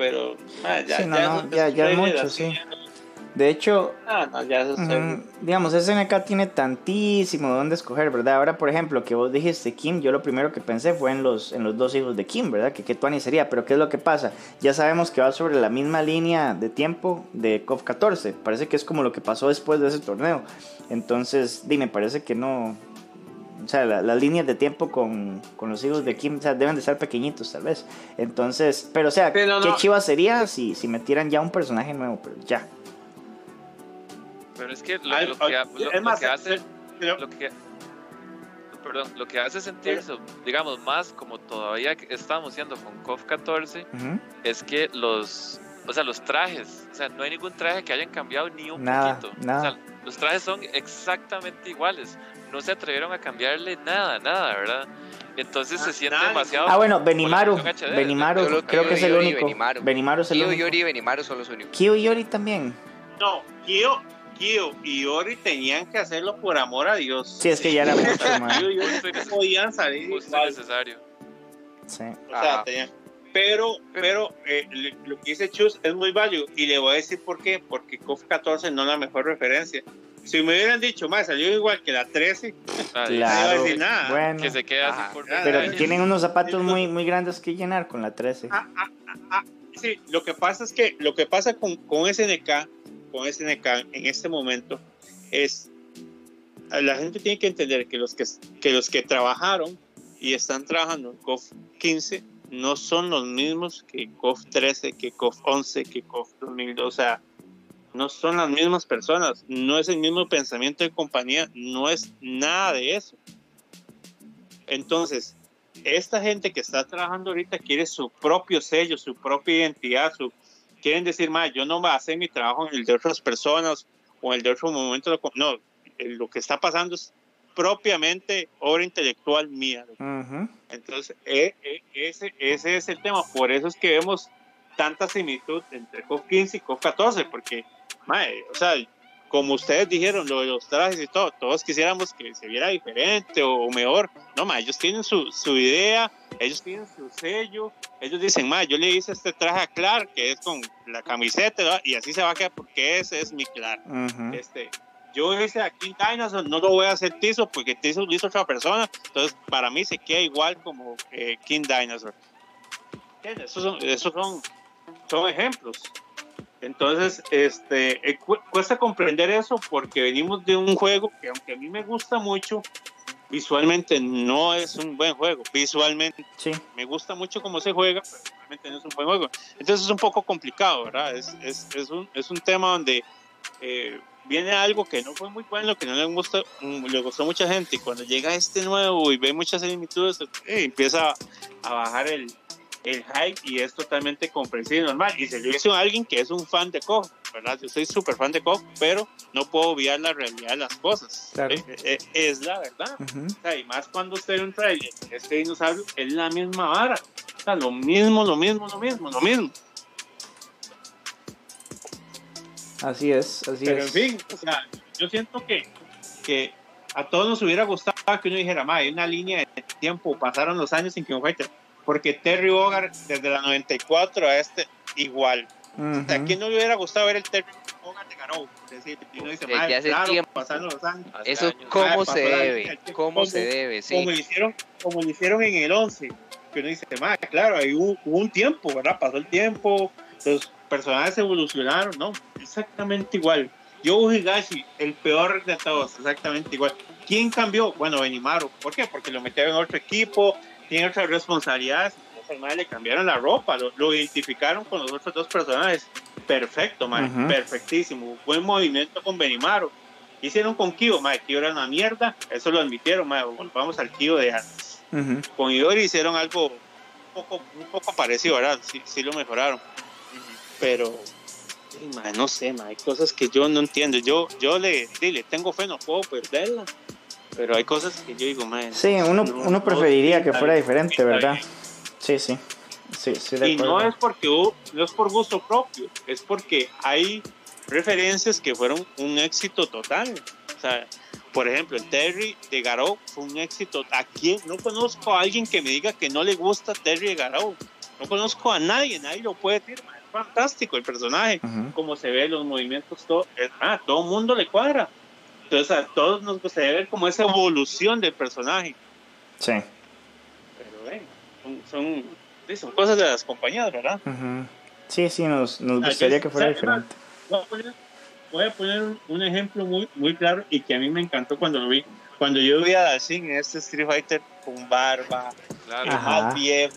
ya es mucho, sí. De hecho, digamos, SNK tiene tantísimo donde escoger, ¿verdad? Ahora, por ejemplo, que vos dijiste Kim, yo lo primero que pensé fue en los 2 hijos de Kim, ¿verdad? Que Tuani sería, pero ¿qué es lo que pasa? Ya sabemos que va sobre la misma línea de tiempo de KOF 14, parece que es como lo que pasó después de ese torneo. Entonces, me parece que no... O sea, las líneas de tiempo con los hijos de Kim, o sea, deben de estar pequeñitos tal vez. Entonces, pero o sea, ¿qué chiva sería si metieran ya un personaje nuevo? Pero ya. Pero es que lo que hace sentirse, digamos, más como todavía estamos siendo con KOF 14, es que los trajes, o sea, no hay ningún traje que hayan cambiado ni un poquito. O sea, los trajes son exactamente iguales. No se atrevieron a cambiarle nada, ¿verdad? Entonces se siente demasiado. Bueno, Benimaru creo que es el único. Benimaru es el único. Kyo, Yori y Benimaru son los únicos. Kyo y Yori también. No, Kyo y Yori tenían que hacerlo por amor a Dios. Sí, es que ya era mucho, man. Kyo y Yori no podían salir. Justo necesario. Sí. O sea, tenían. Pero lo que dice Chus es muy válido y le voy a decir por qué. Porque KOF 14 no es la mejor referencia. Si me hubieran dicho, salió igual que la 13, claro, no iba a decir nada. Bueno, que se queda así por pero tienen unos zapatos muy, muy grandes que llenar con la 13. Sí, lo que pasa con SNK en este momento es, la gente tiene que entender que los que trabajaron y están trabajando en KOF 15 no son los mismos que KOF 13, que KOF 11, que KOF 2002, o sea, no son las mismas personas, no es el mismo pensamiento de compañía, no es nada de eso. Entonces, esta gente que está trabajando ahorita quiere su propio sello, su propia identidad, quieren decir, yo no voy a hacer mi trabajo en el de otras personas o en el de otro momento. No, lo que está pasando es propiamente obra intelectual mía. Entonces, ese es el tema. Por eso es que vemos tanta similitud entre KOF 15 y KOF 14, porque o sea, como ustedes dijeron, lo de los trajes y todo, todos quisiéramos que se viera diferente o mejor. No, ma, ellos tienen su idea, ellos tienen su sello, ellos dicen, ma, yo le hice este traje a Clark, que es con la camiseta, ¿verdad? Y así se va a quedar porque ese es mi Clark. Yo hice a King Dinosaur, no lo voy a hacer Tizo porque Tizo lo hizo otra persona, entonces para mí se queda igual como King Dinosaur. Esos son ejemplos. Entonces, cuesta comprender eso porque venimos de un juego que, aunque a mí me gusta mucho, visualmente no es un buen juego. Visualmente me gusta mucho cómo se juega, pero visualmente no es un buen juego. Entonces es un poco complicado, ¿verdad? Es un tema donde viene algo que no fue muy bueno, que no le gustó a mucha gente, y cuando llega este nuevo y ve muchas similitudes, empieza a bajar el hype, y es totalmente comprensible y normal. Y se lo hizo a alguien que es un fan de KOF, ¿verdad? Yo soy súper fan de KOF, pero no puedo obviar la realidad de las cosas. Claro. Es la verdad. O sea, y más cuando usted ve un trailer, este dinosaurio es la misma vara. O sea, lo mismo. Así es. Pero en fin, o sea, yo siento que a todos nos hubiera gustado que uno dijera, hay una línea de tiempo, pasaron los años sin King of Fighters, porque Terry Bogard desde la 94 a igual. O sea, ¿a quién no le hubiera gustado ver el Terry Bogard de Garou? Es decir, uno dice, claro, pasaron los años. Eso, ¿cómo se debe? ¿Cómo se debe? Sí. Como lo hicieron en el 11, que uno dice, claro, ahí hubo un tiempo, ¿verdad? Pasó el tiempo, los personajes evolucionaron, ¿no? Exactamente igual. Yogo Higashi, el peor de todos, exactamente igual. ¿Quién cambió? Bueno, Benimaru. ¿Por qué? Porque lo metieron en otro equipo, tiene otras responsabilidades. Entonces, le cambiaron la ropa, lo identificaron con los otros dos personajes. Perfecto, perfectísimo. Buen movimiento con Benimaru. Hicieron con Kyo, Kyo era una mierda, eso lo admitieron, volvamos al Kyo de antes. Con Iori hicieron algo un poco parecido, ¿verdad? Sí lo mejoraron. Pero no sé, hay cosas que yo no entiendo. Yo le tengo fe, no puedo perderla. Pero hay cosas que yo digo, sí, uno preferiría que fuera diferente, ¿verdad? Sí, de y no es por gusto propio, es porque hay referencias que fueron un éxito total. O sea, por ejemplo, el Terry de Garou fue un éxito. Aquí no conozco a alguien que me diga que no le gusta Terry de Garou. No conozco a nadie lo puede decir. Es fantástico el personaje, como se ve, los movimientos, todo el mundo le cuadra. Entonces a todos nos gustaría ver como esa evolución del personaje. Sí. Pero son cosas de las compañías, ¿verdad? Sí, nos gustaría que fuera diferente. Voy a poner un ejemplo muy, muy claro y que a mí me encantó cuando lo vi. Cuando yo vi a Dalsin en este Street Fighter con barba, más viejo,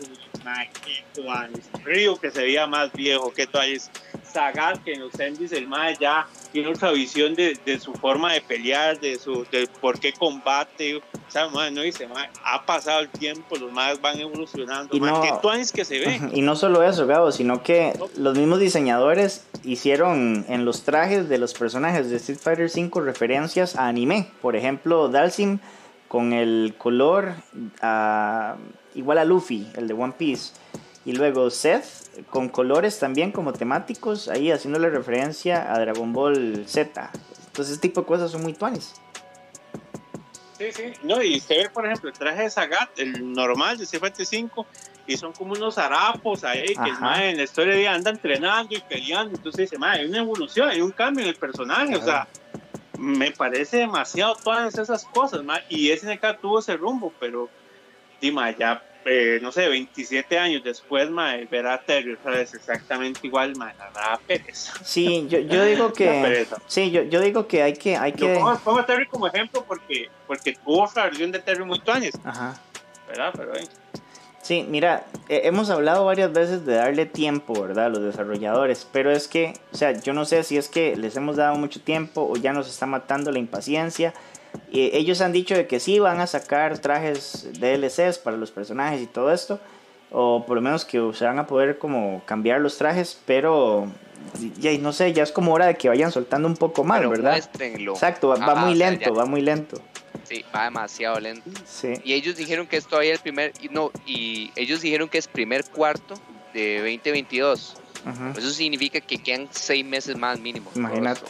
Ryu que se veía más viejo que Toys, Sagat que en los Endis el mae ya tiene otra visión de su forma de pelear, de por qué combate. O sea, no dice, ha pasado el tiempo, los maes van evolucionando, que Toys que se ve. Y no solo eso, Gabo, sino que los mismos diseñadores hicieron en los trajes de los personajes de Street Fighter V referencias a anime. Por ejemplo, Dalsim con el color igual a Luffy, el de One Piece, y luego Seth con colores también como temáticos, ahí haciéndole referencia a Dragon Ball Z. Entonces ese tipo de cosas son muy tuanes. Sí, no, y usted ve por ejemplo el traje de Sagat, el normal de Street Fighter 5, y son como unos harapos ahí que en la historia de anda entrenando y peleando. Entonces dice, hay una evolución, hay un cambio en el personaje. O sea, me parece demasiado todas esas cosas, y SNK tuvo ese rumbo, pero ya no sé, 27 años después, ver a Terry otra vez exactamente igual, la da pereza. Sí, yo digo que sí, yo digo que hay que pongo a Terry como ejemplo porque tuvo otra versión de Terry muy tuanes. ¿Verdad? Pero sí, mira, hemos hablado varias veces de darle tiempo, ¿verdad?, a los desarrolladores, pero es que, o sea, yo no sé si es que les hemos dado mucho tiempo o ya nos está matando la impaciencia. Ellos han dicho de que sí van a sacar trajes DLCs para los personajes y todo esto, o por lo menos que se van a poder como cambiar los trajes, pero ya no sé, ya es como hora de que vayan soltando un poco más, pero ¿verdad? Muéstrenlo. Exacto, va muy lento, va muy lento. Sí, va demasiado lento. Sí. Y ellos dijeron que es todavía y ellos dijeron que es primer cuarto de 2022. Eso significa que quedan 6 meses más mínimo. Imagínate.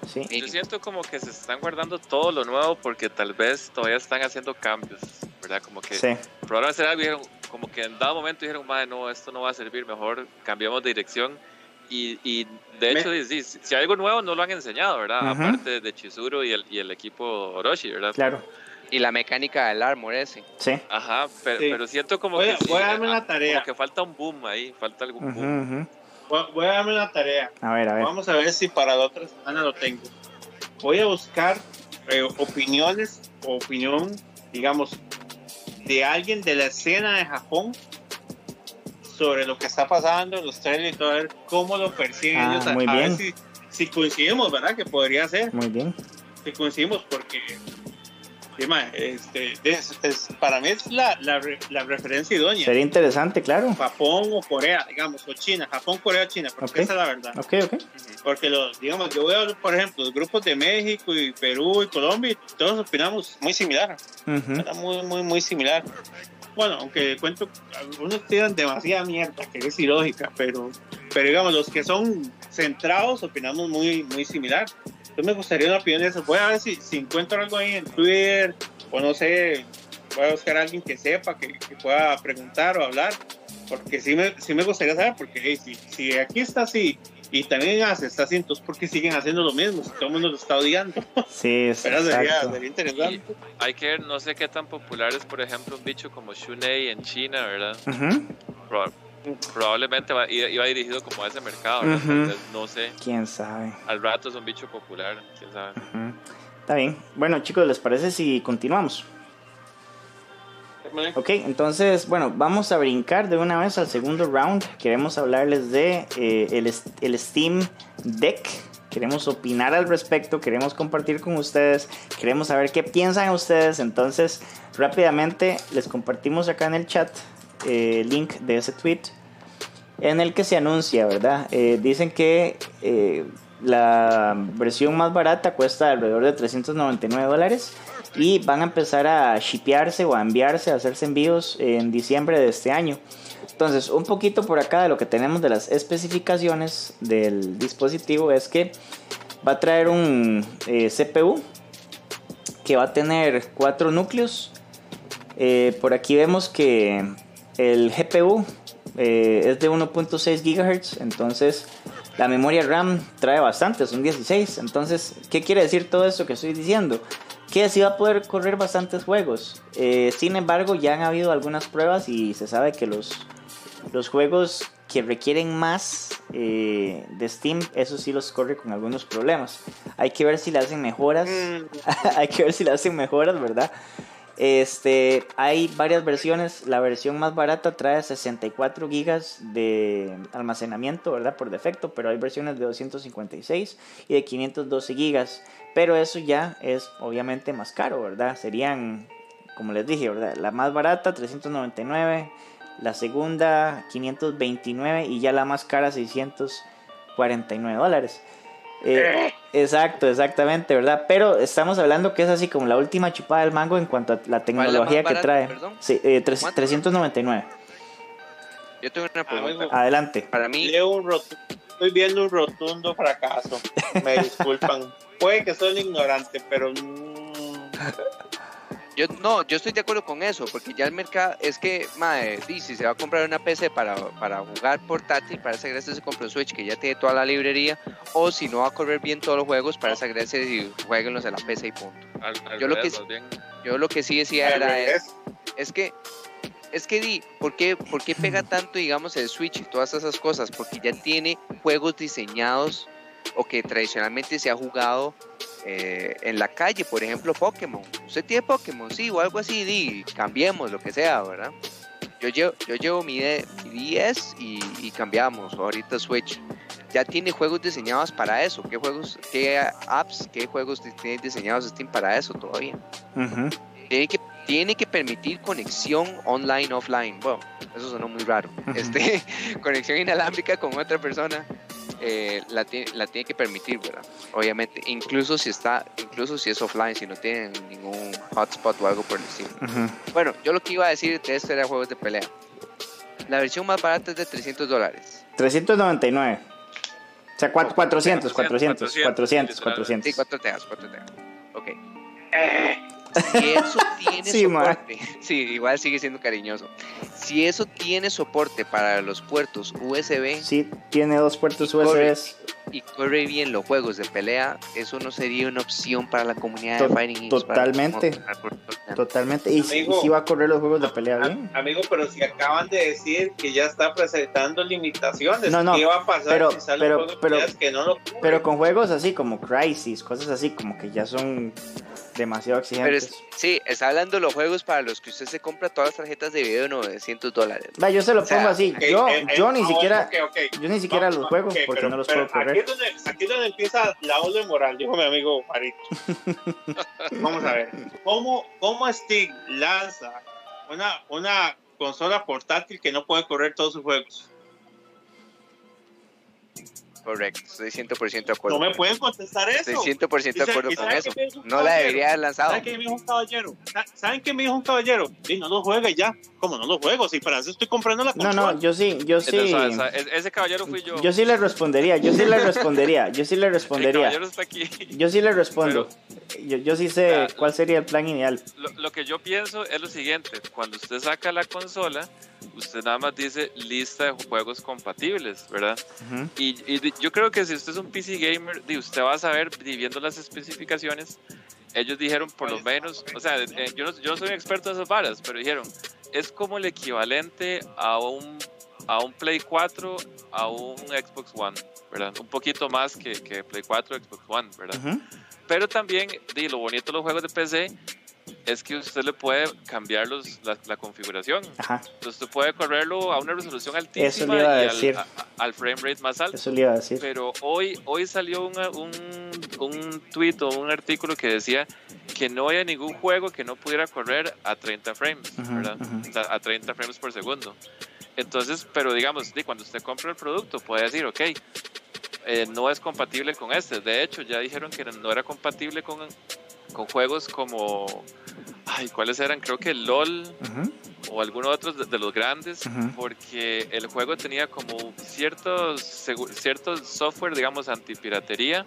Sí. Yo siento como que se están guardando todo lo nuevo porque tal vez todavía están haciendo cambios, ¿verdad? Como que Sí. probablemente dijeron, como que en dado momento dijeron, madre, no, esto no va a servir, mejor cambiamos de dirección. Y de hecho, si hay algo nuevo no lo han enseñado, ¿verdad? Ujú. Aparte de Chizuru y el equipo Orochi, ¿verdad? Claro. Y la mecánica del armor ese. Sí. Ajá, pero, Sí. pero siento como Voy que a- voy a darme una tarea. como que falta un boom ahí, falta algún Ujú, boom. ujú. Voy a darme una tarea. A ver. Vamos a ver si para la otra semana lo tengo. Voy a buscar opinión, digamos, de alguien de la escena de Japón sobre lo que está pasando en los trailers y todo, a ver cómo lo perciben Ah, ellos, muy a ver bien. si coincidimos, ¿verdad? Que podría ser, Muy bien. si coincidimos, porque para mí es la referencia idónea. Sería interesante, claro. Japón o Corea, digamos, o China, Japón, Corea, China, porque Ok. esa es la verdad. Ok. Porque digamos, yo veo, por ejemplo, los grupos de México y Perú y Colombia, y todos opinamos muy similar, Ujú. ¿verdad? Muy similar. Bueno, aunque cuento, algunos tiran demasiada mierda, que es ilógica, pero digamos, los que son centrados opinamos muy similar. Entonces me gustaría una opinión de eso. Voy a ver si encuentro algo ahí en Twitter, o no sé, voy a buscar a alguien que sepa, que pueda preguntar o hablar, porque sí me gustaría saber, porque hey, si aquí está así, y también está así, entonces ¿por qué siguen haciendo lo mismo? Si todo el mundo lo está odiando. Sí, Pero sería exacto. interesante. Hay que ver, no sé qué tan popular es, por ejemplo, un bicho como Shunei en China, ¿verdad? Ujú. Probablemente iba dirigido como a ese mercado, ¿verdad? Ujú. Tal vez, no sé. Quién sabe. Al rato es un bicho popular, quién sabe. Ujú. Está bien. Bueno, chicos, ¿les parece si continuamos? Ok, entonces, bueno, vamos a brincar de una vez al segundo round. Queremos hablarles de el Steam Deck. Queremos opinar al respecto, queremos compartir con ustedes, queremos saber qué piensan ustedes. Entonces, rápidamente les compartimos acá en el chat el link de ese tweet en el que se anuncia, ¿verdad? Dicen que la versión más barata cuesta alrededor de $399 y van a empezar a shipearse o a enviarse, a hacerse envíos en diciembre de este año. Entonces, un poquito por acá de lo que tenemos de las especificaciones del dispositivo es que va a traer un CPU que va a tener 4 núcleos. Por aquí vemos que el GPU es de 1.6 GHz, entonces la memoria RAM trae bastante, son 16. Entonces, ¿qué quiere decir todo esto que estoy diciendo? Que sí va a poder correr bastantes juegos. Sin embargo, ya han habido algunas pruebas y se sabe que los juegos que requieren más de Steam, eso sí los corre con algunos problemas. Hay que ver si le hacen mejoras. Hay que ver si le hacen mejoras, ¿verdad? Hay varias versiones. La versión más barata trae 64 GB de almacenamiento, ¿verdad? Por defecto, pero hay versiones de 256 y de 512 GB. Pero eso ya es obviamente más caro, ¿verdad? Serían, como les dije, ¿verdad? La más barata, 399, la segunda, 529 y ya la más cara, $649. Exactamente, ¿verdad? Pero estamos hablando que es así como la última chupada del mango en cuanto a la tecnología que trae. Perdón? Sí, 399. Yo tengo una pregunta. Adelante. Para mí, Estoy viendo un rotundo fracaso. Me disculpan. Puede que soy un ignorante, pero yo estoy de acuerdo con eso, porque ya el mercado es que, madre, si se va a comprar una PC para jugar portátil, para esa gracia se compra un Switch que ya tiene toda la librería, o si no va a correr bien todos los juegos, para esa gracia si jueguenlos en la PC y punto. Al Yo lo revés, que- más bien. Yo lo que sí decía era es que ¿por qué pega tanto, digamos, el Switch y todas esas cosas? Porque ya tiene juegos diseñados o que tradicionalmente se ha jugado en la calle, por ejemplo Pokémon. Usted tiene Pokémon, sí, o algo así, cambiemos, lo que sea, ¿verdad? Yo llevo mi 10 y cambiamos, ahorita Switch. Ya tiene juegos diseñados para eso. ¿Qué apps, qué juegos tiene diseñados Steam para eso todavía? Uh-huh. Tiene que permitir conexión online, offline. Bueno, eso sonó muy raro. Conexión inalámbrica con otra persona. La tiene que permitir, ¿verdad? Obviamente, incluso si es offline, si no tienen ningún hotspot o algo por el estilo. Uh-huh. Bueno, yo lo que iba a decir de esto era juegos de pelea. La versión más barata es de $300. 399. O sea, 400. Sí, 4 tejas. Ok. Si eso tiene Sí, soporte, sí, igual sigue siendo cariñoso. Si eso tiene soporte para los puertos USB Sí, tiene 2 puertos Corre. USB. y corre bien los juegos de pelea, eso no sería una opción para la comunidad de Fighting Games. Totalmente. Totalmente. Y Amigo. sí va a correr los juegos de pelea bien. Amigo, pero si acaban de decir que ya está presentando limitaciones, No, ¿qué va a pasar pero- si salen pero- juegos de pero- peleas que no lo cubren? Pero con juegos así como Crysis, cosas así como que ya son demasiado Pero exigentes. sí, está hablando de los juegos para los que usted se compra todas las tarjetas de video de $900. Va, yo se lo o sea, pongo así. Ok, Yo ni siquiera, ok. yo ni siquiera los juego Ok, porque pero- no los pero puedo correr. Aquí es donde empieza la doble moral, dijo mi amigo Marito. Vamos a ver. ¿Cómo Steam lanza una consola portátil que no puede correr todos sus juegos? Correcto, estoy 100% de acuerdo. No me pueden contestar eso. Estoy 100% de acuerdo ¿Y con sabe eso. qué me dijo un No la caballero? debería haber lanzado. ¿Saben qué me dijo un caballero? ¿Saben qué me dijo un caballero? Sí, no lo juegue ya. ¿Cómo no lo juego? Si para eso estoy comprando la consola. No, yo sí. Entonces, ese caballero fui yo. Yo sí le respondería. El caballero está aquí. Yo sí le respondo. Yo sí sé cuál sería el plan ideal. Lo que yo pienso es lo siguiente: cuando usted saca la consola, usted nada más dice lista de juegos compatibles, ¿verdad? Ujú. Y yo creo que si usted es un PC gamer, usted va a saber, viendo las especificaciones, ellos dijeron por lo menos, o sea, yo no soy un experto en esas varas, pero dijeron, es como el equivalente a un Play 4, a un Xbox One, ¿verdad? Un poquito más que Play 4 o Xbox One, ¿verdad? Ujú. Pero también, lo bonito de los juegos de PC es que usted le puede cambiar la configuración. Ajá, Entonces usted puede correrlo a una resolución Eso altísima le iba a y decir. al frame rate más alto. eso le iba a decir. Pero hoy salió un tweet o un artículo que decía que no había ningún juego que no pudiera correr a 30 frames, Ujú, ¿verdad? ujú. O sea, a 30 frames por segundo. Entonces, pero digamos, cuando usted compra el producto, puede decir, ok, no es compatible con este. De hecho, ya dijeron que no era compatible con juegos como... Ay, ¿cuáles eran? Creo que LOL Ujú. o algunos otros de los grandes, Ujú. porque el juego tenía como ciertos software, digamos, antipiratería,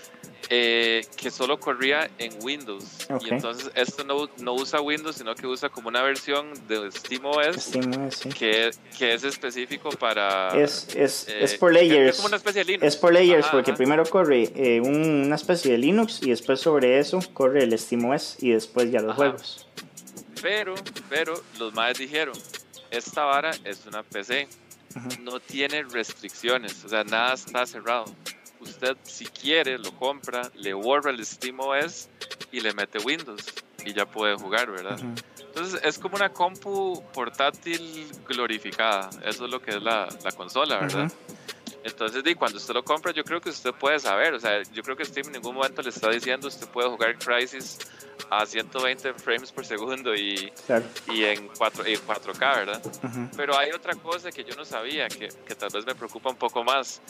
que solo corría en Windows. Ok. Y entonces esto no usa Windows, sino que usa como una versión de SteamOS Steam, sí. que es específico para... Es por Es layers. como una especie de Linux. Es por layers, Ajá, porque ajá. primero corre una especie de Linux y después sobre eso corre el SteamOS y después ya los Ajá. juegos. Pero los maes dijeron, esta vara es una PC, Ujú. no tiene restricciones, o sea, nada está cerrado. Usted, si quiere, lo compra, le borra el SteamOS y le mete Windows y ya puede jugar, ¿verdad? Ujú. Entonces es como una compu portátil glorificada, eso es lo que es la consola, ¿verdad? Ujú. Entonces, cuando usted lo compra, yo creo que usted puede saber, o sea, yo creo que Steam en ningún momento le está diciendo usted puede jugar Crysis a 120 frames por segundo y Claro. en 4K, ¿verdad? Ujú. Pero hay otra cosa que yo no sabía, que tal vez me preocupa un poco más,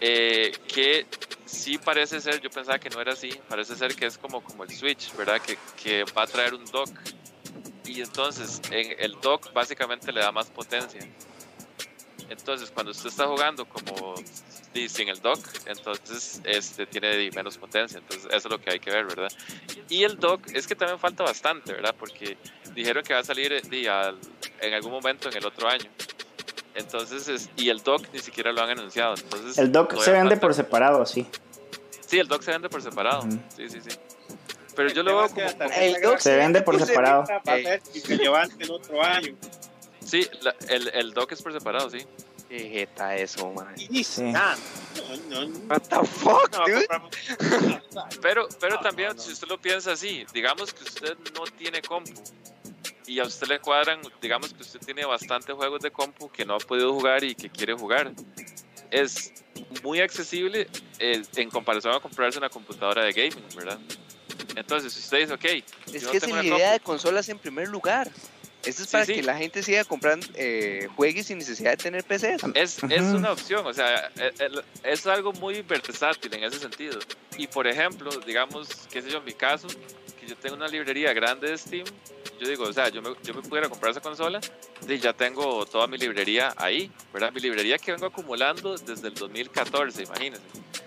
que sí parece ser, yo pensaba que no era así, parece ser que es como el Switch, ¿verdad? Que va a traer un dock, y entonces el dock básicamente le da más potencia. Entonces cuando usted está jugando como sin el dock, entonces tiene menos potencia, entonces eso es lo que hay que ver, ¿verdad? Y el dock es que también falta bastante, ¿verdad? Porque dijeron que va a salir en algún momento en el otro año. Entonces, y el dock ni siquiera lo han anunciado. Entonces, El dock se todavía vende falta. por separado, sí. Sí, el dock se vende por separado. Ujú. Sí. Pero yo lo veo como... El dock Se vende por separado. Va a ser irrelevante el otro año. Sí, el dock es por separado, sí. Qué jeta eso, man. Y Sí. no. What the fuck, No, dude? Pero también, si usted lo piensa así, digamos que usted no tiene compu y a usted le cuadran, digamos que usted tiene bastantes juegos de compu que no ha podido jugar y que quiere jugar. Es muy accesible en comparación a comprarse una computadora de gaming, ¿verdad? Entonces, si usted dice, ok, Es yo que no es tengo la una idea de compu, consolas en primer lugar. Esto es Sí, para sí. que la gente siga comprando juegues sin necesidad de tener PCs. es Ujú. una opción, o sea, es algo muy versátil en ese sentido. Y por ejemplo, digamos, qué sé yo, en mi caso, que yo tengo una librería grande de Steam yo digo, o sea, yo me pudiera comprar esa consola y ya tengo toda mi librería ahí, ¿verdad? Mi librería que vengo acumulando desde el 2014, imagínense.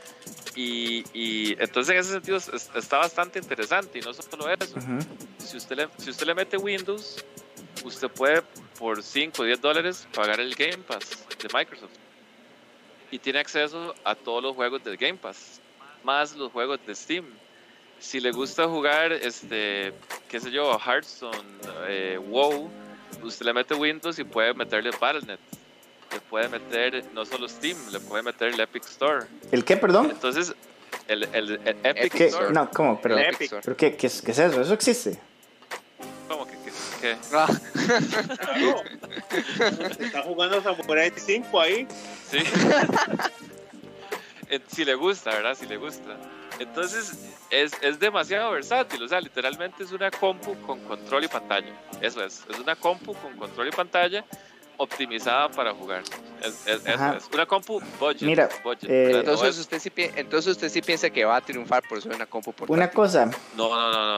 Y entonces en ese sentido está bastante interesante, y no solo eso. Si usted le mete Windows, usted puede por $5 o $10 pagar el Game Pass de Microsoft y tiene acceso a todos los juegos del Game Pass, más los juegos de Steam. Si le gusta jugar, qué sé yo, Hearthstone, WoW, usted le mete Windows y puede meterle Battle.net. Le puede meter no solo Steam, le puede meter el Epic Store. ¿El qué, perdón? Entonces, el Epic ¿Qué? Store. No, ¿cómo? Pero, ¿pero qué es eso? ¿Eso existe? ¿Cómo que qué? Claro. Está jugando Samurai 5 ahí. Sí. Si le gusta, ¿verdad? Si le gusta. Entonces, es demasiado versátil. O sea, literalmente es una compu con control y pantalla. Eso es una compu con control y pantalla optimizada para jugar. Eso es una compu budget. Mira, entonces usted sí piensa que va a triunfar por ser una compu portátil. Una cosa. No.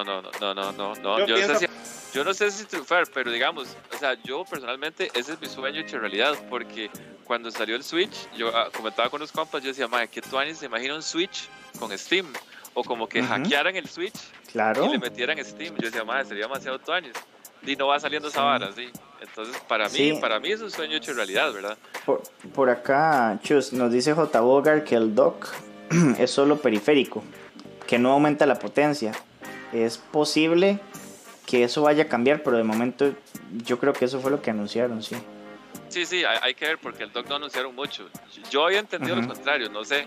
Yo no sé si triunfar, pero digamos, o sea, yo personalmente ese es mi sueño hecho realidad, porque cuando salió el Switch, yo comentaba con los compas, yo decía, madre, ¿qué tuanis se imagina un Switch con Steam? O como que hackearan el Switch y le metieran Steam. Yo decía, madre, sería demasiado tuanis. Y no va saliendo esa vara, sí. Entonces, para mí es un sueño hecho realidad, ¿verdad? Por acá, Chus, nos dice J. Bogar que el dock es solo periférico, que no aumenta la potencia. Es posible que eso vaya a cambiar, pero de momento yo creo que eso fue lo que anunciaron, sí. Sí, hay que ver, porque el dock no anunciaron mucho. Yo había entendido lo contrario, no sé,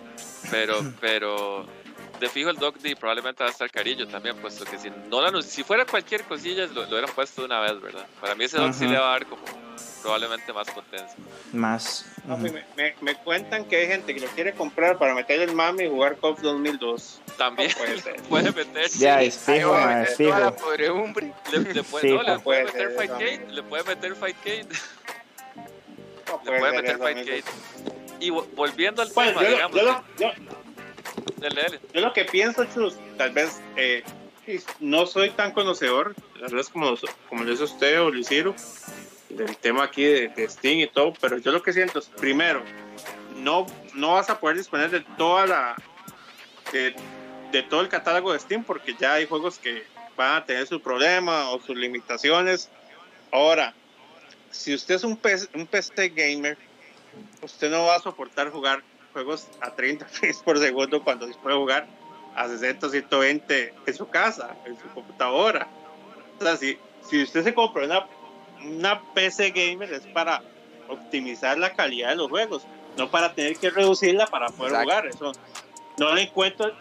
pero de fijo el dock probablemente va a estar carillo también, puesto que si fuera cualquier cosilla lo hubieran puesto de una vez, ¿verdad? Para mí ese dock sí le va a dar como probablemente más potencia. Más. Me cuentan que hay gente que lo quiere comprar para meterle el mame y jugar CoF 2002. También puede meter. Ya, es fijo, es fijo. La podredumbre. Le puede meter Fightcade. Le puede meter Fightcade. Le puede meter Fightcade. Y volviendo al tema, digamos. Dale. Yo lo que pienso, Chus, tal vez no soy tan conocedor, la verdad es como lo es usted o Luisiro, del tema aquí de Steam y todo, pero yo lo que siento es, primero, no vas a poder disponer de toda de todo el catálogo de Steam, porque ya hay juegos que van a tener su problema o sus limitaciones. Ahora, si usted es un PC gamer, usted no va a soportar jugar juegos a 30 frames por segundo cuando se puede jugar a 60 o 120 en su casa, en su computadora. O sea, si usted se compra una PC gamer, es para optimizar la calidad de los juegos, no para tener que reducirla para poder jugar. Eso no le encuentro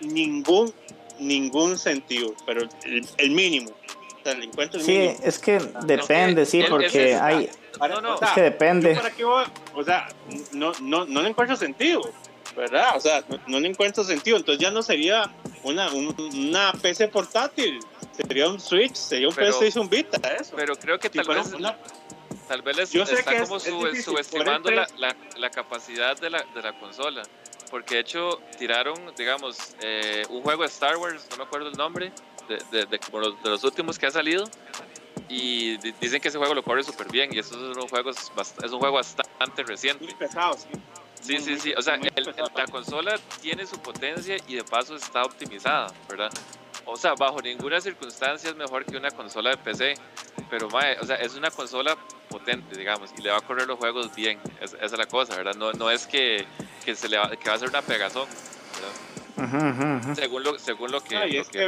ningún sentido, pero el mínimo. O sea, le encuentro el mínimo. Sí, es que depende, sí, porque hay... es que depende. ¿Para qué voy? O sea, no le encuentro sentido, ¿verdad? O sea, no le encuentro sentido. Entonces ya no sería una PC portátil, sería un Switch, sería un PlayStation Vita, eso. Pero creo que tal vez les está como subestimando la capacidad de la consola, porque de hecho tiraron, digamos, un juego de Star Wars, no me acuerdo el nombre, de los últimos que ha salido, y dicen que ese juego lo corre súper bien, y eso es un juego bastante reciente. Muy pesado, sí. Sí. O sea, la consola tiene su potencia y de paso está optimizada, ¿verdad? O sea, bajo ninguna circunstancia es mejor que una consola de PC, pero o sea, es una consola potente, digamos, y le va a correr los juegos bien. Esa es la cosa, ¿verdad? No es que va a ser una pegazón, ¿verdad? Según lo que... Y es que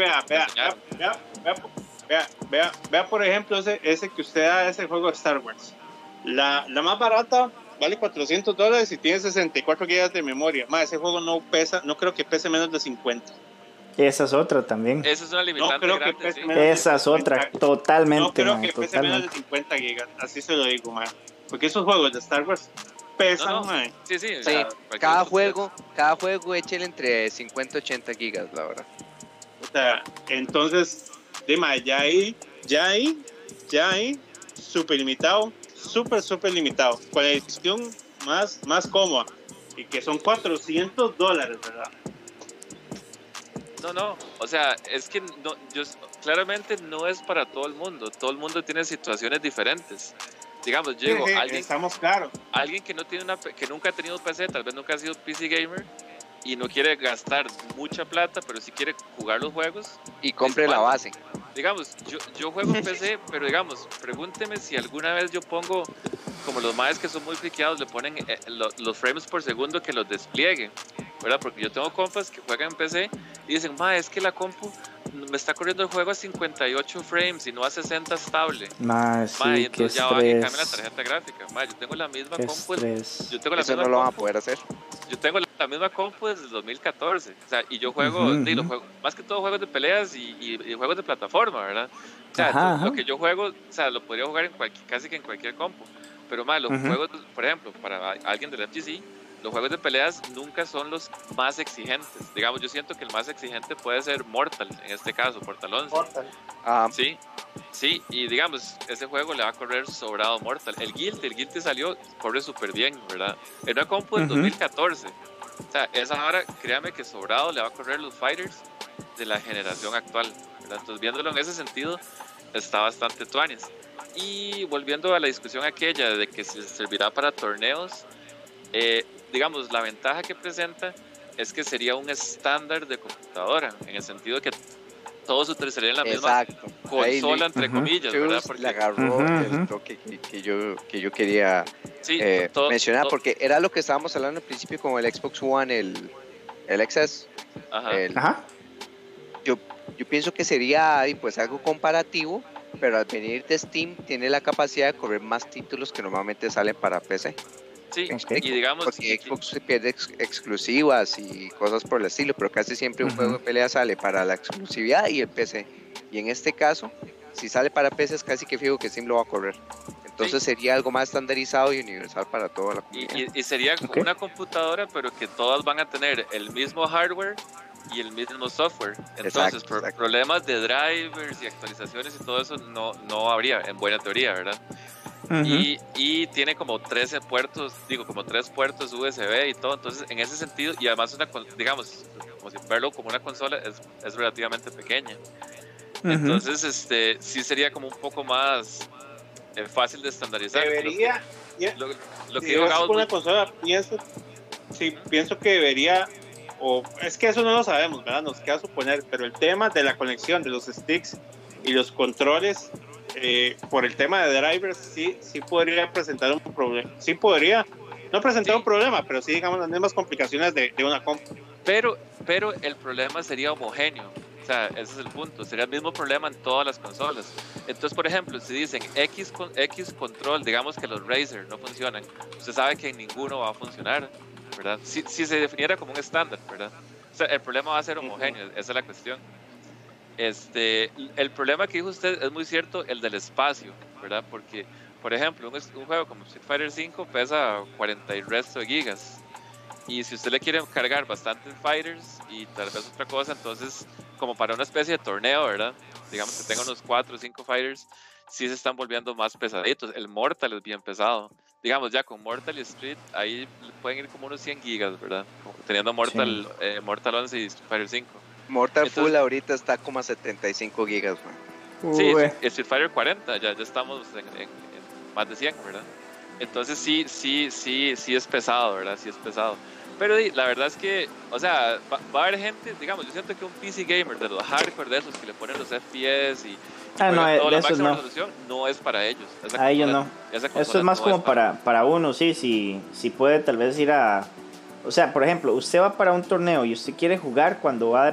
vea, por ejemplo, ese que usted da, ese juego de Star Wars. La más barata vale $400 y tiene 64 GB de memoria. Ese juego no creo que pese menos de 50. Esa es otra también. Esa es una limitante grande, sí. Esa es otra, totalmente. No creo que pese menos de 50 GB, así se lo digo, porque esos juegos de Star Wars pesan, Sí. O sea, cada juego échale entre 50 y 80 gigas, la verdad. O sea, entonces, ya ahí, súper limitado, súper limitado, con la edición más cómoda, y que son $400, ¿verdad? No, o sea, es que claramente no es para todo el mundo tiene situaciones diferentes. Digamos, yo digo, estamos claros. Alguien que que nunca ha tenido PC, tal vez nunca ha sido PC gamer y no quiere gastar mucha plata, pero sí quiere jugar los juegos y compre la base. Digamos, yo juego en PC, pero digamos, pregúnteme si alguna vez yo pongo, como los maes que son muy friqueados, le ponen los frames por segundo que los despliegue, ¿verdad? Porque yo tengo compas que juegan en PC y dicen, es que la compu me está corriendo el juego a 58 frames y no a 60 estable. Sí, y entonces ya van y cambian la tarjeta gráfica. Yo tengo la misma compu. Eso no lo van a poder hacer. Yo tengo la misma compu desde el 2014. O sea, y yo juego, más que todo juegos de peleas y juegos de plataforma, ¿verdad? O sea, lo que yo juego, o sea, lo podría jugar casi que en cualquier compu. Pero los juegos, por ejemplo, para alguien del FGC, los juegos de peleas nunca son los más exigentes. Digamos, yo siento que el más exigente puede ser Mortal, en este caso, Mortal 11. Sí, y digamos, ese juego le va a correr sobrado Mortal. El Guilty salió, corre súper bien, ¿verdad? Era una compu del 2014. O sea, esa hora, créame que sobrado le va a correr los fighters de la generación actual, ¿verdad? Entonces, viéndolo en ese sentido, está bastante tuanis. Y volviendo a la discusión aquella de que si servirá para torneos, digamos, la ventaja que presenta es que sería un estándar de computadora, en el sentido que todos utilizarían la misma consola, entre comillas, ¿verdad? Porque le agarró el toque que yo quería mencionar, porque era lo que estábamos hablando al principio con el Xbox One, el XS. Yo pienso que sería pues algo comparativo, pero al venir de Steam tiene la capacidad de correr más títulos que normalmente salen para PC. Sí, y digamos... Porque Xbox se pierde exclusivas y cosas por el estilo, pero casi siempre un juego de pelea sale para la exclusividad y el PC. Y en este caso, si sale para PC es casi que fijo que Steam lo va a correr. Entonces sería algo más estandarizado y universal para toda la comunidad. Y sería como una computadora, pero que todas van a tener el mismo hardware y el mismo software. Entonces, problemas de drivers y actualizaciones y todo eso no habría, en buena teoría, ¿verdad? Y tiene como 13 puertos, como 3 puertos USB y todo. Entonces, en ese sentido, y además digamos, como si verlo como una consola es relativamente pequeña. Entonces, sí sería como un poco más fácil de estandarizar. Debería, lo que digo, Gabo, una consola, pienso que debería, o es que eso no lo sabemos, ¿verdad? Nos queda suponer, pero el tema de la conexión de los sticks y los controles, por el tema de drivers, sí podría presentar un problema. Sí podría, no presentar un problema, pero sí, digamos, las mismas complicaciones de una compu. Pero el problema sería homogéneo. O sea, ese es el punto. Sería el mismo problema en todas las consolas. Entonces, por ejemplo, si dicen X control, digamos que los Razer no funcionan, usted sabe que en ninguno va a funcionar, ¿verdad? Si se definiera como un estándar, ¿verdad? O sea, el problema va a ser homogéneo, esa es la cuestión. El problema que dijo usted es muy cierto, el del espacio, ¿verdad? Porque, por ejemplo, un juego como Street Fighter 5 pesa 40 y resto de gigas. Y si usted le quiere cargar bastantes fighters y tal vez otra cosa, entonces, como para una especie de torneo, ¿verdad? Digamos que tenga unos 4 o 5 fighters, sí se están volviendo más pesaditos. El Mortal es bien pesado. Digamos, ya con Mortal y Street, ahí pueden ir como unos 100 gigas, ¿verdad? Teniendo Mortal 11 y Street Fighter 5. Mortal Full ahorita está como a 75 gigas, man. Sí, Street Fighter 40, ya estamos en más de 100, ¿verdad? Entonces sí es pesado, ¿verdad? Sí es pesado. Pero la verdad es que, o sea, va a haber gente, digamos, yo siento que un PC gamer de los hardcore, de esos que le ponen los FPS y toda la máxima resolución, no es para ellos. A ellos no. Eso es más como para uno, si puede tal vez ir a... O sea, por ejemplo, usted va para un torneo y usted quiere jugar cuando va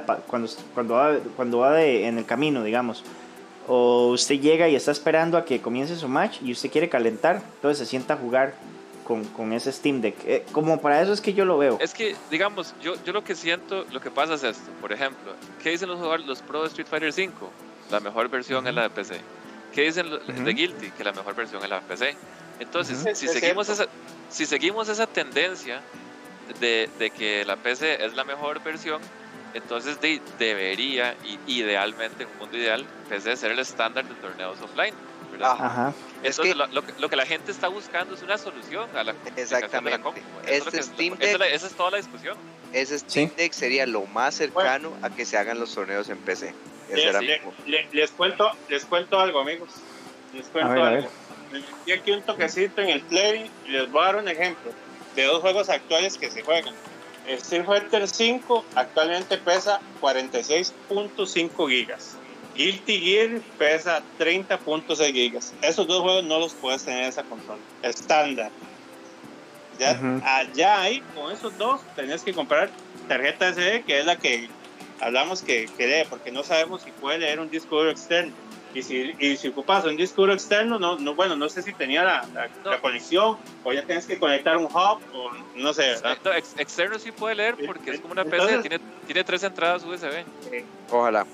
en el camino, digamos. O usted llega y está esperando a que comience su match y usted quiere calentar, entonces se sienta a jugar con ese Steam Deck. Como para eso es que yo lo veo. Es que, digamos, yo lo que siento, lo que pasa es esto. Por ejemplo, ¿qué dicen los jugadores, los pro de Street Fighter 5? La mejor versión es la de PC. ¿Qué dicen de Guilty? Que la mejor versión es la de PC. Entonces, si seguimos esa tendencia de que la PC es la mejor versión, entonces debería, y idealmente, en un mundo ideal, PC ser el estándar de torneos offline, ¿verdad? Ajá. Entonces, lo que la gente está buscando es una solución a la complicación de la compu. Esa es toda la discusión. ese Steam Deck sería lo más cercano a que se hagan los torneos en PC. Les cuento algo, amigos. Les cuento algo. Me metí aquí un toquecito en el Play y les voy a dar un ejemplo de dos juegos actuales que se juegan. Street Fighter 5 actualmente pesa 46.5 gigas. Guilty Gear pesa 30.6 gigas. Esos dos juegos no los puedes tener en esa consola estándar. Ya, allá ahí, con esos dos, tenés que comprar tarjeta SD, que es la que hablamos que lee, porque no sabemos si puede leer un disco duro externo. Y si ocupas un disco duro externo, no sé si tenía la conexión, o ya tienes que conectar un hub, o no sé, ¿verdad? No, externo sí puede leer, porque es como una PC, tiene 3 entradas USB. Ojalá.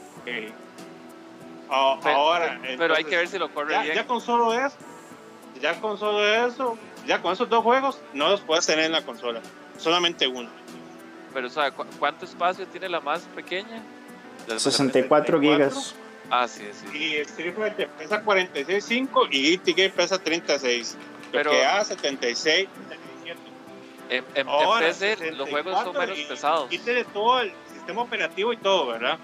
Ahora, pero entonces, hay que ver si lo corre bien. Ya con solo eso, ya con esos dos juegos, no los puedes tener en la consola, solamente uno. Pero, ¿sabe cuánto espacio tiene la más pequeña? 64 gigas. Ah, sí. Y Street Fighter pesa 46.5 y Guilty Gear pesa 36. Pero lo que da 76, 77. En PC los juegos son menos pesados. Quítale todo el sistema operativo y todo, ¿verdad?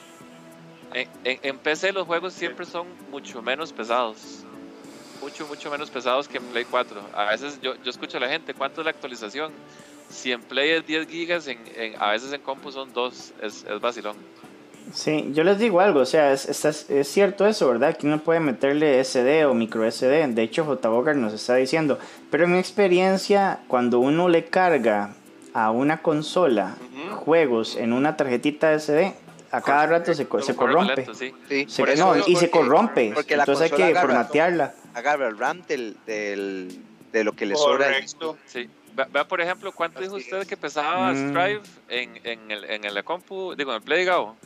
En PC los juegos siempre son mucho menos pesados. Mucho menos pesados que en Play 4. A veces yo escucho a la gente, ¿cuánto es la actualización? Si en Play es 10 gigas, a veces en compu son 2, es vacilón. Sí, yo les digo algo, o sea, es cierto eso, ¿verdad? Que uno puede meterle SD o micro SD, de hecho J. Bogart nos está diciendo, pero en mi experiencia, cuando uno le carga a una consola juegos en una tarjetita SD, a cada rato se corrompe. Lento, sí. Se corrompe, porque entonces hay que formatearla. Agarra el RAM de lo que le sobra. Correcto. Sí. Vea, por ejemplo, ¿cuánto dijo usted que pesaba Strive en la compu, digo, en el Play, Gabo?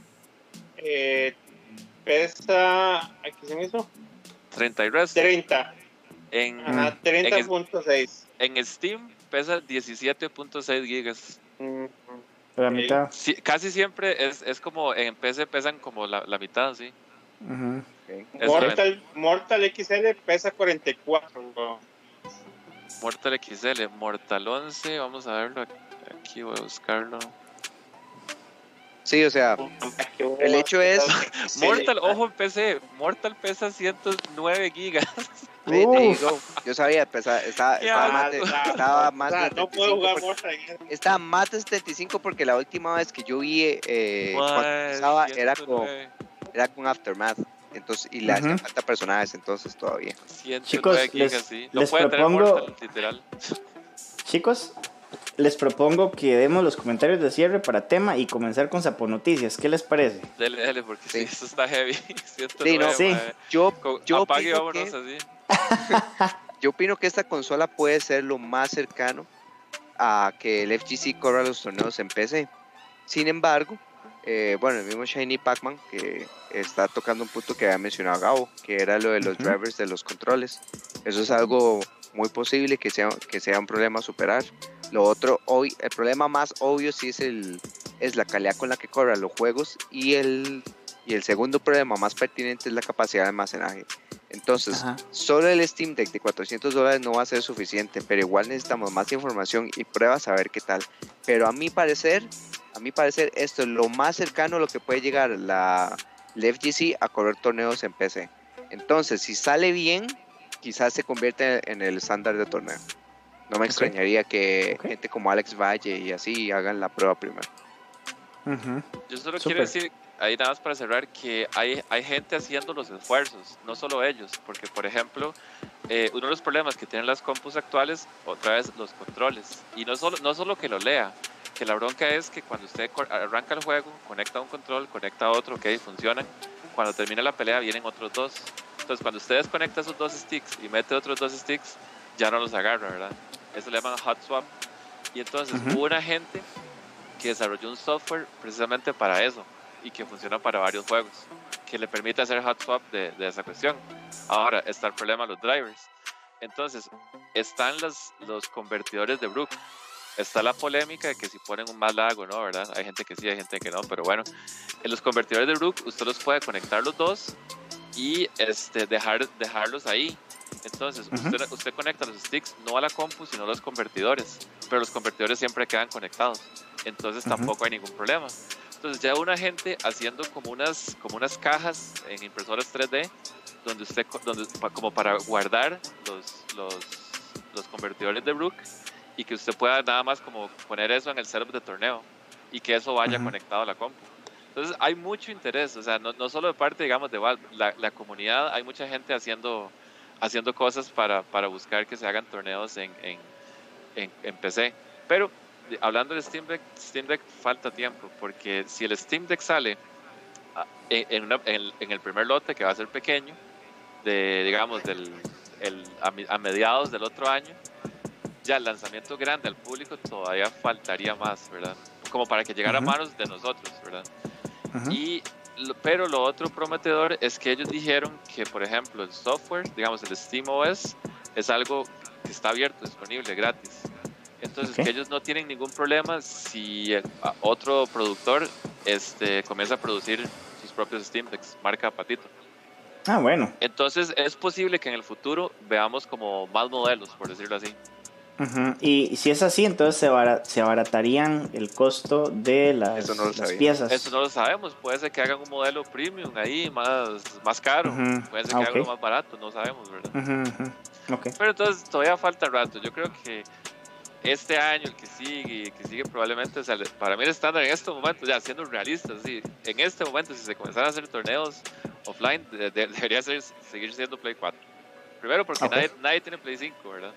Pesa, ¿aquí se me hizo? 30 y resto. 30. 30.6. En Steam pesa 17.6 gigas. La mitad. Sí, casi siempre es como en PC pesan como la mitad, sí. Mortal XL pesa 44. Mortal XL, Mortal 11, vamos a verlo aquí, voy a buscarlo. Sí, o sea, el hecho es... Mortal, ojo en PC, Mortal pesa 109 gigas. Yo sabía, estaba más de 75. No puedo jugar Mortal. Estaba más de 75 porque la última vez que yo vi cuando empezaba era con Aftermath. Entonces, y le hacían falta personajes, entonces todavía. Chicos, gigas, sí. les propongo, Mortal, literal. Chicos, les propongo que demos los comentarios de cierre para tema y comenzar con Saponoticias. ¿Qué les parece? Dele, porque sí, esto está heavy. Yo apague y opino vámonos así. Yo opino que esta consola puede ser lo más cercano a que el FGC corra los torneos en PC. Sin embargo, el mismo Shiny Pac-Man que está tocando un punto que había mencionado Gabo, que era lo de los drivers de los controles. Eso es algo muy posible que sea un problema a superar. Lo otro, el problema más obvio sí es la calidad con la que corren los juegos y el segundo problema más pertinente es la capacidad de almacenaje. Entonces, solo el Steam Deck de $400 no va a ser suficiente, pero igual necesitamos más información y pruebas a ver qué tal. Pero a mi parecer, esto es lo más cercano a lo que puede llegar la FGC a correr torneos en PC. Entonces, si sale bien, quizás se convierte en el estándar de torneo. No me extrañaría que gente como Alex Valle y así hagan la prueba primero. Yo solo quiero decir, ahí nada más para cerrar, que hay gente haciendo los esfuerzos, no solo ellos, porque por ejemplo, uno de los problemas que tienen las compus actuales, otra vez los controles, y no solo que lo lea, que la bronca es que cuando usted arranca el juego, conecta un control, conecta otro, ok, funcionan, cuando termina la pelea vienen otros dos, entonces cuando usted desconecta esos dos sticks y mete otros dos sticks, ya no los agarra, ¿verdad? Eso le llaman hot swap, y entonces hubo una gente que desarrolló un software precisamente para eso, y que funciona para varios juegos, que le permite hacer hot swap de esa cuestión. Ahora está el problema de los drivers. Entonces están los convertidores de Brook. Está la polémica de que si ponen un más largo, ¿no? ¿Verdad? Hay gente que sí, hay gente que no, pero bueno, en los convertidores de Brook usted los puede conectar los dos y dejarlos ahí. Entonces usted conecta los sticks no a la compu sino a los convertidores, pero los convertidores siempre quedan conectados. entonces tampoco hay ningún problema. Entonces ya una gente haciendo como unas cajas en impresoras 3D donde como para guardar los convertidores de Rook, y que usted pueda nada más como poner eso en el setup de torneo y que eso vaya conectado a la compu. Entonces hay mucho interés, o sea, no solo de parte, digamos, de Valve, la comunidad, hay mucha gente haciendo cosas para buscar que se hagan torneos en PC. Pero hablando del Steam Deck falta tiempo, porque si el Steam Deck sale en el primer lote, que va a ser pequeño, digamos a mediados del otro año, ya el lanzamiento grande al público todavía faltaría más, ¿verdad? Como para que llegara a manos de nosotros, ¿verdad? Pero lo otro prometedor es que ellos dijeron que, por ejemplo, el software, digamos el SteamOS, es algo que está abierto, disponible, gratis. Entonces que ellos no tienen ningún problema si otro productor comienza a producir sus propios Steam Decks, marca Patito. Ah, bueno. Entonces es posible que en el futuro veamos como más modelos, por decirlo así. Y si es así, entonces se abaratarían el costo de las piezas. Eso no lo sabemos. Puede ser que hagan un modelo premium ahí más caro. Puede ser que hagan uno más barato, no sabemos, ¿verdad? Pero entonces todavía falta rato. Yo creo que este año, el que sigue probablemente, o sea, para mí el estándar en estos momentos, ya siendo realistas, ¿sí? En este momento, si se comenzaran a hacer torneos offline, debería seguir siendo Play 4. Primero porque nadie tiene Play 5, ¿verdad?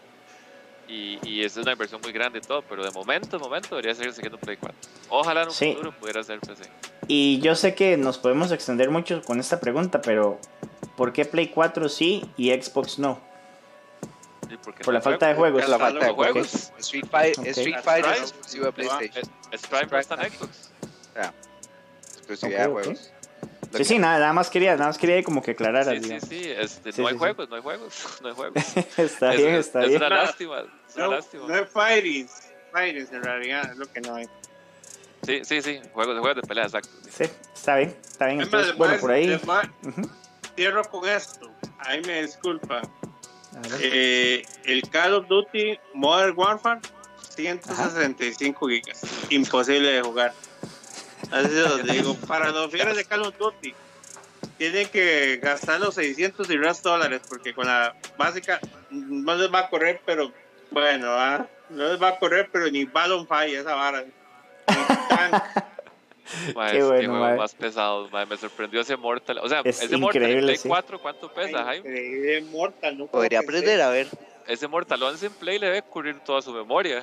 Y es una inversión muy grande y todo, pero de momento debería seguir siguiendo Play 4. Ojalá en un futuro pudiera ser PC. Y yo sé que nos podemos extender mucho con esta pregunta, pero ¿por qué Play 4 sí y Xbox no? Por la falta de juegos. La falta de juegos. Street Fighter es exclusivo de PlayStation. Stripe no está en Xbox. Exclusividad de juegos. Sí, nada más quería como que aclarar. Sí, no hay juegos. Está bien. Es una lástima. No hay fightings en realidad, es lo que no hay. Sí, juegos de pelea, exacto. Sí, está bien. Entonces, bueno, por ahí. Cierro con esto. Ahí me disculpa. El Call of Duty Modern Warfare, 165 gigas. Imposible de jugar. Así os digo, para los fieles de Call of Duty tienen que gastar los 600 y $, porque con la básica no les va a correr, pero bueno, no les va a correr, pero ni Balloon Fight esa vara, ni Tank. Qué juego más pesado, me sorprendió ese Mortal. O sea, ese Mortal en Play 4, ¿cuánto pesa, Jaime? Increíble Mortal, no podría aprender a ver. Ese Mortal 11 en Play le debe cubrir toda su memoria.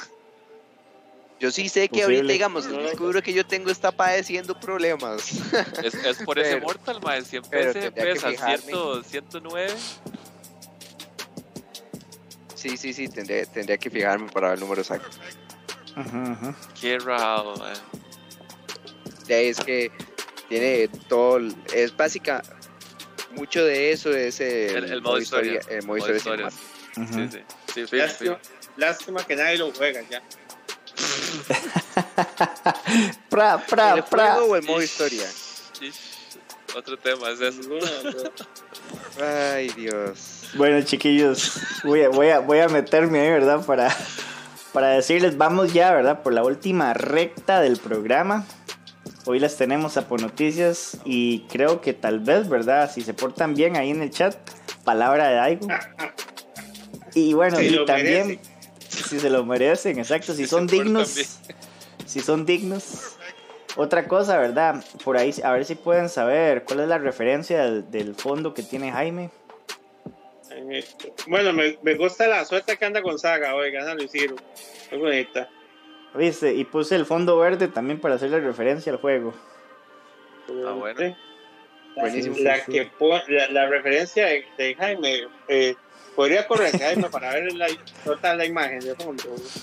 Yo sí sé que ahorita, digamos, el disco duro que yo tengo está padeciendo problemas. Es por ese Mortal, mae, 100 PS pesa 109. Sí, tendría que fijarme para ver el número exacto. Qué raro, mae. Es que tiene todo, es básica, mucho de eso es el modo historia. El modo historia. Sí. Lástima que nadie lo juega ya. ¿El juego o el modo historia? Otro tema es eso. Ay, Dios. Bueno, chiquillos, voy a meterme ahí, ¿verdad? Para decirles, vamos ya, ¿verdad? Por la última recta del programa. Hoy les tenemos a Noticias y creo que tal vez, ¿verdad? Si se portan bien ahí en el chat, palabra de Daigo. Y bueno, y también, merecen. Si se lo merecen, exacto, si son dignos. Otra cosa, ¿verdad? Por ahí, a ver si pueden saber cuál es la referencia del fondo que tiene Jaime. Bueno, me gusta la suerte que anda con Saga, oigan, lo hicieron. Muy bonita. ¿Viste? Y puse el fondo verde también para hacerle referencia al juego. Bueno. Buenísimo. La referencia de Jaime, podría correr Jaime para ver la imagen de fondo.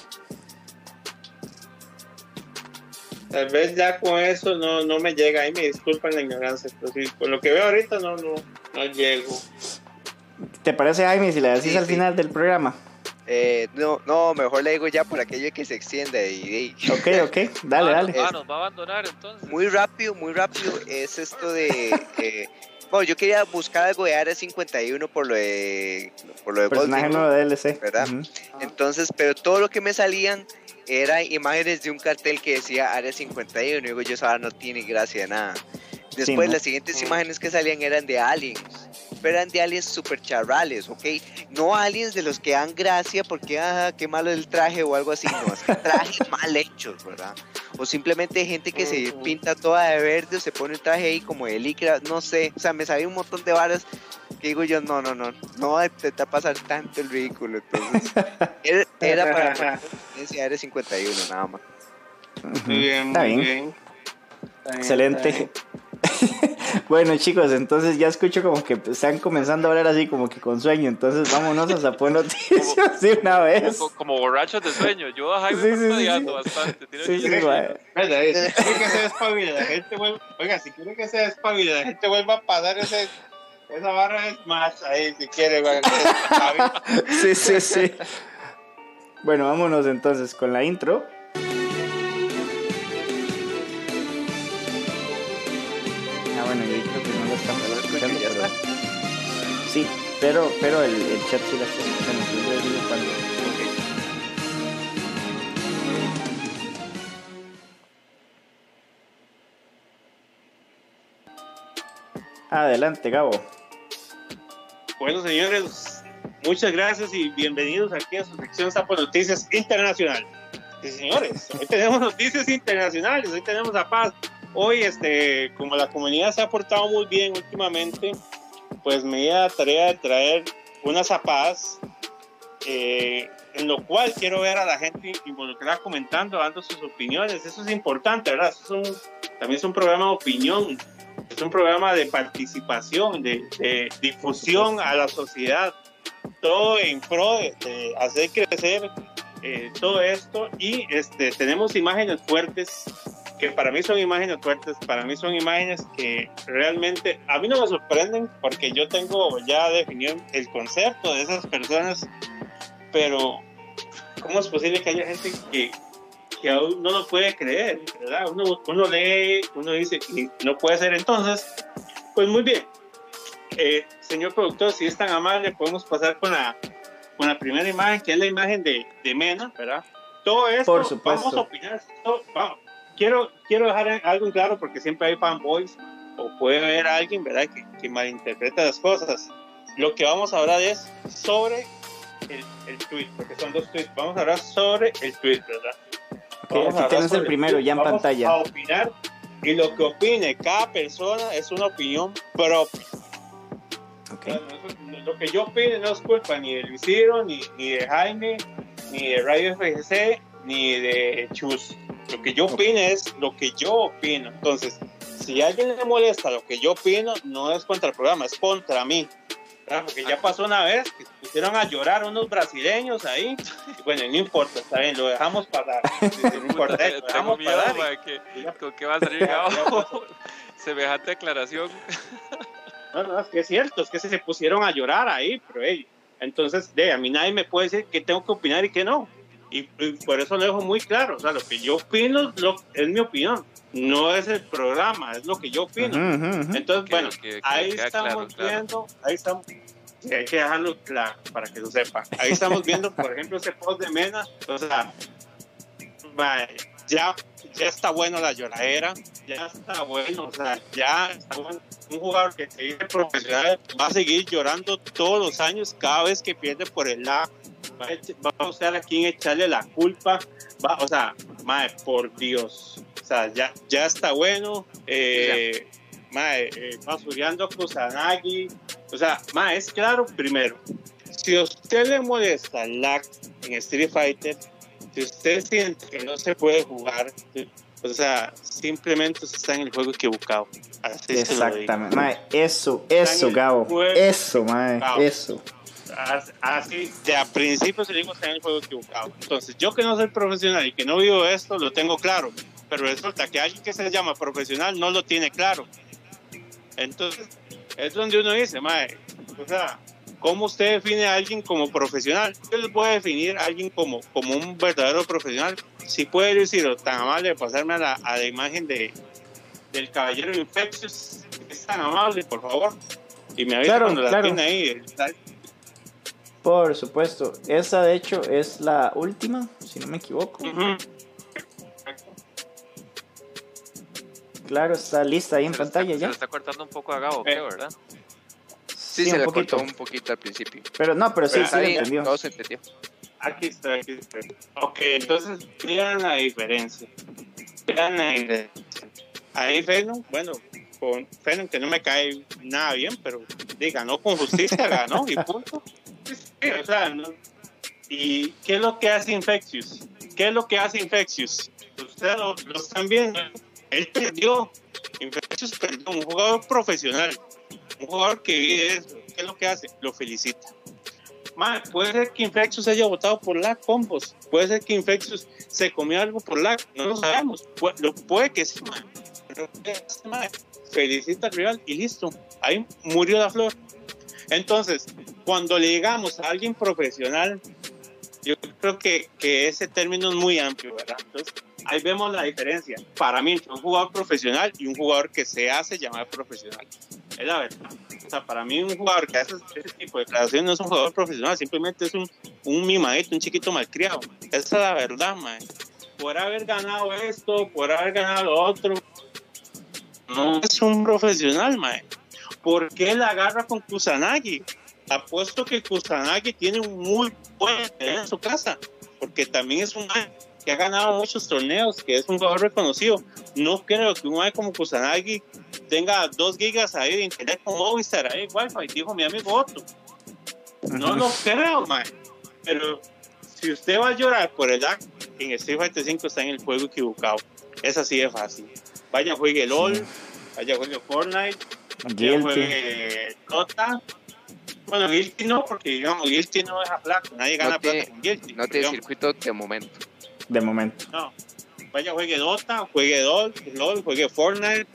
Tal vez ya con eso no me llega, ahí me disculpan la ignorancia, pero sí, con lo que veo ahorita no llego. ¿Te parece, Jaime, si le decís al final del programa? No, mejor le digo ya por aquello que se extiende. Ok, dale. Nos va a abandonar entonces. Muy rápido, es esto de... bueno, yo quería buscar algo de Área 51 por lo de personaje nuevo de DLC, ¿verdad? Entonces, pero todo lo que me salían era imágenes de un cartel que decía Área 51. Y digo, yo esa no tiene gracia de nada. Después, Sí, ¿no? las siguientes imágenes que salían eran de aliens. Pero eran de aliens super charrales, ¿ok? No aliens de los que dan gracia porque, qué malo el traje o algo así. No, es que trajes mal hechos, ¿verdad? O simplemente gente que se pinta toda de verde o se pone un traje ahí como de licra, no sé. O sea, me sabía un montón de varas que digo yo, no te va a pasar tanto el ridículo. Entonces, era para Área 51, nada más. Muy bien, Está muy bien. bien. Excelente. Bueno, chicos, entonces ya escucho como que están comenzando a hablar así como que con sueño, entonces vámonos a Zapón Noticias de una vez. Como borrachos de sueño. Yo a Jaime Sí, me sí, estoy sí, odiando sí. bastante. Tiene Sí, que- sí, mae. Si quiere que se despabile, la gente vuelva. Oiga, si quiere que se despabile, la gente vuelva a pasar esa barra es más ahí, si quiere. Sí. Bueno, vámonos entonces con la intro. Bueno, yo creo que no lo estamos escuchando, ya pero... está. Sí, pero el chat sí la está escuchando, entonces yo les digo cuando... Adelante, Gabo. Bueno, señores, muchas gracias y bienvenidos aquí a su sección Sapo Noticias Internacional. Sí, señores, hoy tenemos noticias internacionales, hoy tenemos a Paz. Hoy, como la comunidad se ha portado muy bien últimamente, pues me di a la tarea de traer unas zapadas, en lo cual quiero ver a la gente involucrada comentando, dando sus opiniones. Eso es importante, ¿verdad? También es un programa de opinión, es un programa de participación, de difusión a la sociedad, todo en pro de hacer crecer todo esto. Y tenemos imágenes fuertes, que para mí son imágenes fuertes, para mí son imágenes que realmente a mí no me sorprenden, porque yo tengo ya definido el concepto de esas personas, pero ¿cómo es posible que haya gente que aún no lo puede creer, ¿verdad? Uno lee, uno dice que no puede ser. Entonces, pues muy bien, señor productor, si es tan amable, podemos pasar con la primera imagen, que es la imagen de Mena, ¿verdad? Todo esto, Por supuesto. vamos a opinar. Quiero dejar algo en claro, porque siempre hay fanboys, o puede haber alguien, ¿verdad?, que malinterpreta las cosas. Lo que vamos a hablar es sobre el tweet, porque son dos tweets. Vamos a hablar sobre el tweet, ¿verdad? Okay, aquí tienes el primero ya en pantalla. Vamos a opinar, y lo que opine cada persona es una opinión propia. Okay. Lo que yo opine no es culpa ni de Luis Ciro, ni de Jaime, ni de Radio FGC, ni de Chus. Lo que yo opine es lo que yo opino. Entonces, si a alguien le molesta lo que yo opino, no es contra el programa, es contra mí, ¿verdad? Porque ya pasó una vez que se pusieron a llorar unos brasileños ahí, y bueno, no importa, está bien, lo dejamos pasar. No importa, lo Tengo dejamos miedo, pasar. mae, ¿con qué va a salir Gabo? Semejante declaración. No, es que es cierto, es que se pusieron a llorar ahí, pero entonces a mí nadie me puede decir qué tengo que opinar y qué no. Y por eso lo dejo muy claro, o sea, lo que yo opino es mi opinión, no es el programa, es lo que yo opino. Entonces, bueno, ahí estamos viendo, ahí estamos, hay que dejarlo claro para que lo sepa. Ahí estamos viendo, por ejemplo, ese post de Mena, o sea, ya está bueno la lloradera, ya está bueno, o sea, ya está bueno. Un jugador que se dice profesional va a seguir llorando todos los años cada vez que pierde por el lado. Va a usar a quien echarle la culpa. O sea, por Dios. O sea, ya está bueno. Basureando Kusanagi. O sea, es claro, primero, si a usted le molesta el lag en Street Fighter, si usted siente que no se puede jugar, o sea, simplemente usted está en el juego equivocado. Así exactamente, eso, Gabo, eso, eso. Así, de a principio se le digo, está en el juego equivocado. Entonces, yo que no soy profesional y que no vivo esto, lo tengo claro, pero resulta que alguien que se llama profesional no lo tiene claro. Entonces, es donde uno dice, o sea, ¿cómo usted define a alguien como profesional? Yo les voy a definir a alguien como un verdadero profesional. Si puede decir, tan amable de pasarme a la imagen del caballero Infectious, es tan amable, por favor. Y me avisa cuando la tiene ahí. Por supuesto. Esa, de hecho, es la última, si no me equivoco. Claro, está lista ahí en pantalla ya. Se le está cortando un poco a Gabo, ¿qué, verdad? Sí, se le cortó un poquito al principio. Pero no, pero sí, Pero sí lo entendió. todo se entendió. Aquí está. Ok, entonces, vean la diferencia. Ahí Venom, bueno, con Venom que no me cae nada bien, pero ganó con justicia, ganó y punto. Sí, o sea, ¿no? ¿Y qué es lo que hace Infectious? Ustedes lo están viendo. Él perdió. Infectious perdió. Un jugador profesional. Un jugador que vive eso. ¿Qué es lo que hace? Lo felicita. Puede ser que Infectious haya votado por lag combos. Puede ser que Infectious se comió algo por lag. No lo sabemos. Puede que sí, man. Pero felicita al rival y listo. Ahí murió la flor. Entonces, cuando le llegamos a alguien profesional, yo creo que ese término es muy amplio, ¿verdad? Entonces, ahí vemos la diferencia. Para mí, entre un jugador profesional y un jugador que se hace llamar profesional. Es la verdad. O sea, para mí un jugador que hace ese tipo de declaraciones no es un jugador profesional, simplemente es un mimadito, un chiquito malcriado. Esa es la verdad, man. Por haber ganado esto, por haber ganado lo otro, no es un profesional, man. ¿Por qué la agarra con Kusanagi? Apuesto que Kusanagi tiene un muy buen en su casa, porque también es un man que ha ganado muchos torneos, que es un jugador reconocido. No creo que un man como Kusanagi tenga 2 gigas ahí de internet con Movistar, ahí Wi-Fi, dijo mi amigo Otto. No lo creo, man. Pero si usted va a llorar por el lag, en Street Fighter 5 está en el juego equivocado. Es así de fácil. Vaya, juegue LOL, vaya, juegue Fortnite, vaya, juegue Dota. Bueno, Guilty no, porque digamos, Guilty no deja plata, nadie gana plata con Guilty. No tiene circuito de momento. No. Vaya, juegue Dota, juegue LOL, juegue Fortnite,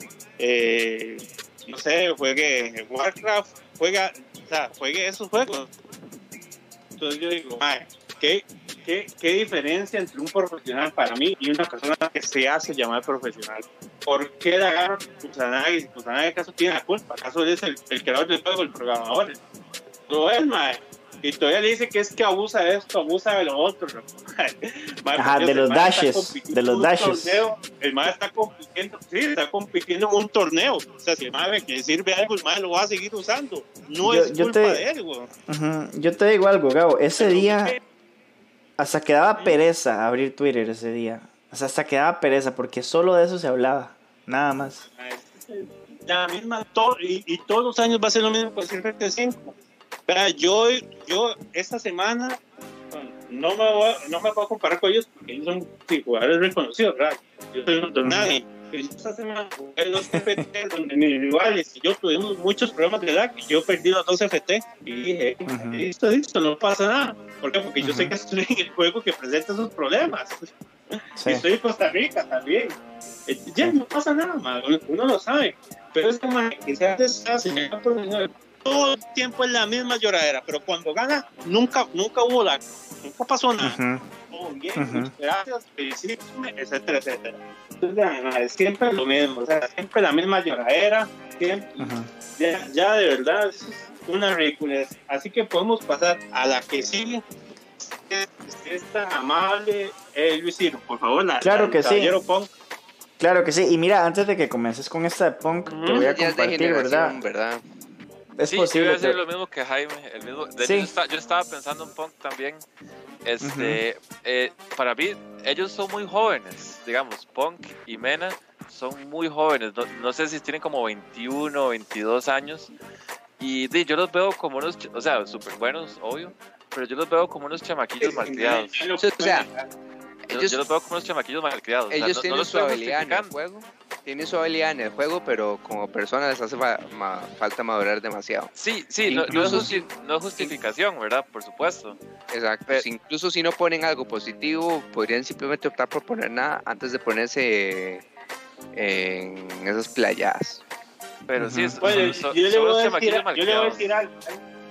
no sé, juegue Warcraft, juegue esos juegos. Entonces yo digo, ¿qué diferencia entre un profesional para mí y una persona que se hace llamar profesional? ¿Por qué la agarra Kusanagi? ¿Kusanagi acaso tiene la culpa? ¿Acaso él es el creador del juego, el programador? No es, mae. Y todavía le dice que es que abusa de esto, abusa de lo otro. Ajá, de los dashes. El mae está compitiendo en un torneo. O sea, si el mae ve que sirve algo, el mae lo va a seguir usando. No es culpa de él, güey. Yo te digo algo, Gabo. Ese día hasta quedaba pereza abrir Twitter ese día. O sea, hasta quedaba pereza porque solo de eso se hablaba. Nada más. La misma, y todos los años va a ser lo mismo con el CFT5. Yo esta semana no me puedo comparar con ellos porque ellos son jugadores reconocidos, ¿verdad? Yo soy un nadie. Esta semana jugué 2 FT donde mis rivales y yo tuvimos muchos problemas de lag y yo perdí los 2 FT y dije, listo, no pasa nada. ¿Por qué? Porque yo sé que estoy en el juego que presenta esos problemas. Sí. Y estoy en Costa Rica también. Ya no pasa nada, man. Uno lo sabe. Pero es como que se hace esa señal profesional. Todo el tiempo es la misma lloradera, pero cuando gana, nunca hubo lag, nunca pasó nada. Todo bien, gracias, felicítame, etcétera. Entonces, es siempre lo mismo, o sea, siempre la misma lloradera, siempre. Ya de verdad es una ridiculez. Así que podemos pasar a la que sigue. Es tan amable, Luis Ciro, por favor, claro que sí. Punk. Claro que sí, y mira, antes de que comiences con esta de Punk, te voy a compartir, ¿verdad? Es posible. Voy a decir lo mismo que Jaime. De hecho, yo estaba pensando en Punk también. Para mí, ellos son muy jóvenes. Digamos, Punk y Mena son muy jóvenes. No sé si tienen como 21 o 22 años. Y yo los veo como unos, o sea, súper buenos, obvio. Pero yo los veo como unos chamaquillos malcriados. O sea, yo los veo como unos chamaquillos malcriados. Ellos tienen su habilidad en el juego. Tienen su habilidad en el juego, pero como personas les hace falta madurar demasiado. Sí, no es justificación, ¿verdad? Por supuesto. Exacto. Incluso si no ponen algo positivo, podrían simplemente optar por poner nada antes de ponerse en esas playadas. Pero sí, yo le voy a decir algo.